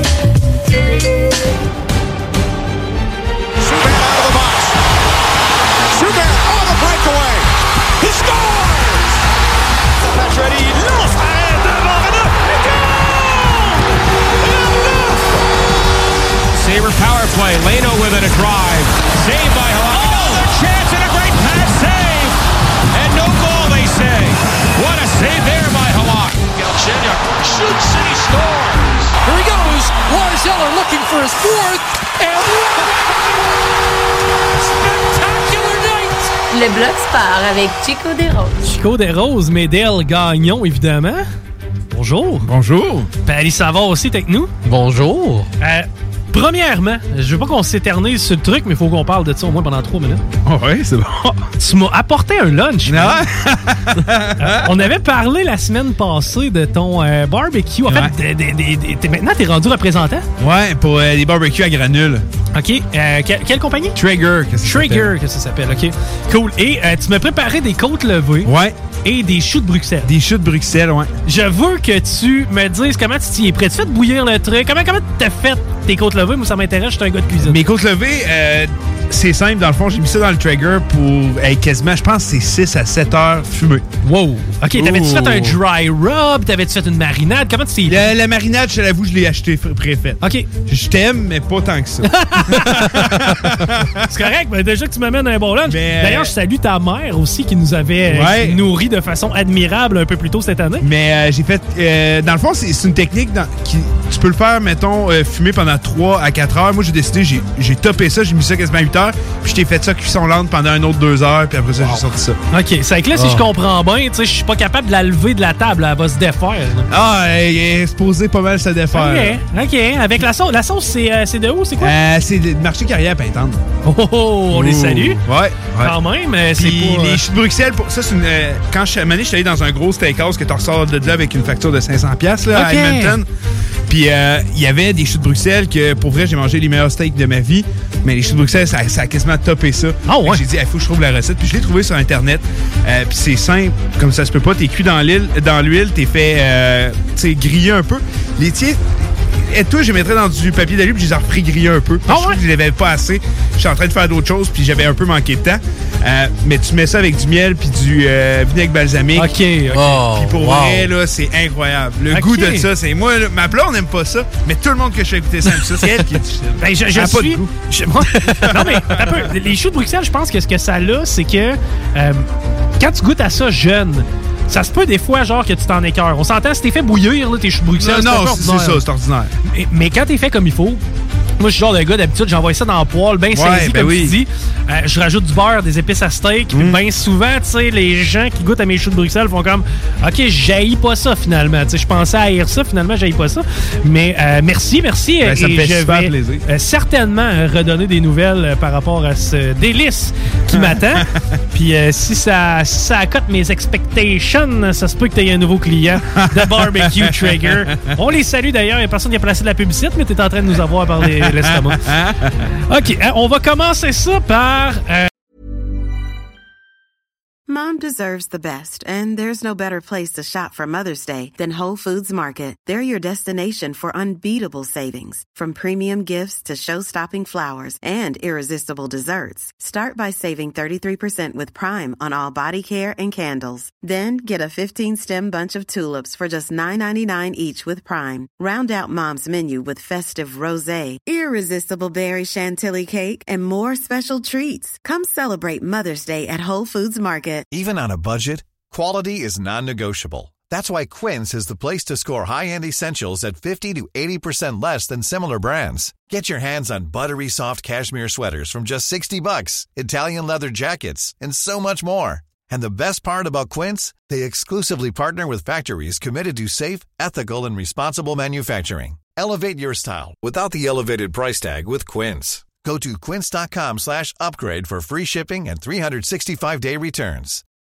Schubert on the breakaway. He scores! Pacioretty lance arrêt devant Renaud. Sabre power play. Leno with it, a drive. Saved by Halak. Another chance and a great pass save. And no goal, they say. What a save there by Halak. Galchenyuk shoots and he scores. Here he goes. Lars Eller looking for his fourth. And spectacular night. Le Bloc Sport avec Chico Desroses. Chico Desroses, Médel Gagnon, évidemment. Bonjour. Bonjour. Paris Savard aussi, avec nous. Bonjour. Premièrement, je veux pas qu'on s'éternise sur le truc, mais il faut qu'on parle de ça au moins pendant 3 minutes. Oh oui, c'est bon. Tu m'as apporté un lunch. On avait parlé la semaine passée de ton barbecue. En fait, maintenant, t'es rendu représentant? Ouais, pour les barbecues à granules. OK. Quelle compagnie? Traeger. Traeger, que ça s'appelle. OK. Cool. Et tu m'as préparé des côtes levées. Ouais. Et des choux de Bruxelles. Des choux de Bruxelles, ouais. Je veux que tu me dises comment tu t'y es prêt. Tu fais bouillir le truc. Comment t'as fait tes côtes levées? Moi, ça m'intéresse. Je suis un gars de cuisine. Mes côtes levées, c'est simple, dans le fond, j'ai mis ça dans le Traeger pour quasiment, je pense, c'est 6 à 7 heures fumées. Wow! OK, t'avais-tu fait un dry rub? T'avais-tu fait une marinade? Comment tu t'es... La marinade, je l'avoue, je l'ai acheté préfaite. OK. Je t'aime, mais pas tant que ça. C'est correct, mais déjà que tu m'amènes un bon lunch. D'ailleurs, je salue ta mère aussi qui nous avait nourri de façon admirable un peu plus tôt cette année. Mais j'ai fait... dans le fond, c'est une technique qui... Tu peux le faire, mettons, fumer pendant 3 à 4 heures. Moi, j'ai décidé, j'ai topé ça, j'ai mis ça quasiment 8 heures, puis je t'ai fait ça cuisson lente pendant un autre 2 heures, puis après ça, j'ai sorti ça. OK, c'est que là, si je comprends bien, tu sais, je suis pas capable de la lever de la table, elle va se défaire. Là. Ah, elle est supposée pas mal se défaire. OK. Avec la sauce, c'est de où, c'est quoi? C'est le marché Carrière à Pintendre. Oh, on les salue. Ouais. Quand même, c'est puis pas... les choux de Bruxelles, ça, c'est une... Quand je suis allé dans un gros steakhouse que tu ressors de là avec une facture de 500$ là, à Edmonton. Puis il y avait des choux de Bruxelles que, pour vrai, j'ai mangé les meilleurs steaks de ma vie. Mais les choux de Bruxelles, ça a quasiment topé ça. Ah ouais? J'ai dit, il faut que je trouve la recette. Puis je l'ai trouvé sur Internet. Puis c'est simple, comme ça se peut pas. T'es cuit dans l'huile, t'es fait griller un peu. Les tiens... Et toi, je les mettrais dans du papier d'alu puis je les ai refait griller un peu. Je trouve que je les avais pas assez. Je suis en train de faire d'autres choses puis j'avais un peu manqué de temps. Mais tu mets ça avec du miel puis du vinaigre balsamique. OK. Puis pour vrai, là, c'est incroyable. Le goût de ça, c'est... Moi, là, ma blonde n'aime pas ça, mais tout le monde que je fais écouter ça aime ça. C'est elle qui est difficile. Ben, je pas suis... de goût. Non, mais un peu, les choux de Bruxelles, je pense que ce que ça a, c'est que quand tu goûtes à ça jeune... Ça se peut des fois, genre, que tu t'en écœures. On s'entend, si t'es fait bouillir, là, tes choux de Bruxelles, c'est ça, c'est ordinaire. Mais quand t'es fait comme il faut, moi, je suis le genre de gars, d'habitude, j'envoie ça dans le poêle, bien saisi, comme tu dis. Je rajoute du beurre, des épices à steak. Puis bien souvent, tu sais, les gens qui goûtent à mes choux de Bruxelles font comme « OK, j'haïs pas ça, finalement. » Tu sais, je pensais haïr ça, finalement, j'haïs pas ça. Mais merci. Ça me fait super plaisir. Certainement redonner des nouvelles par rapport à ce délice qui m'attend. Puis si ça accote mes expectations, ça se peut que tu aies un nouveau client de Barbecue Traeger. On les salue d'ailleurs. Il n'y a personne qui a placé de la publicité, mais tu es en train de nous avoir parlé l'estomac. OK, on va commencer ça par... Mom deserves the best, and there's no better place to shop for Mother's Day than Whole Foods Market. They're your destination for unbeatable savings, from premium gifts to show-stopping flowers and irresistible desserts. Start by saving 33% with Prime on all body care and candles. Then get a 15-stem bunch of tulips for just $9.99 each with Prime. Round out Mom's menu with festive rosé, irresistible berry chantilly cake, and more special treats. Come celebrate Mother's Day at Whole Foods Market. Even on a budget, quality is non-negotiable. That's why Quince is the place to score high-end essentials at 50 to 80% less than similar brands. Get your hands on buttery soft cashmere sweaters from just $60, Italian leather jackets, and so much more. And the best part about Quince, they exclusively partner with factories committed to safe, ethical, and responsible manufacturing. Elevate your style without the elevated price tag with Quince. Go to quince.com/upgrade for free shipping and 365-day returns.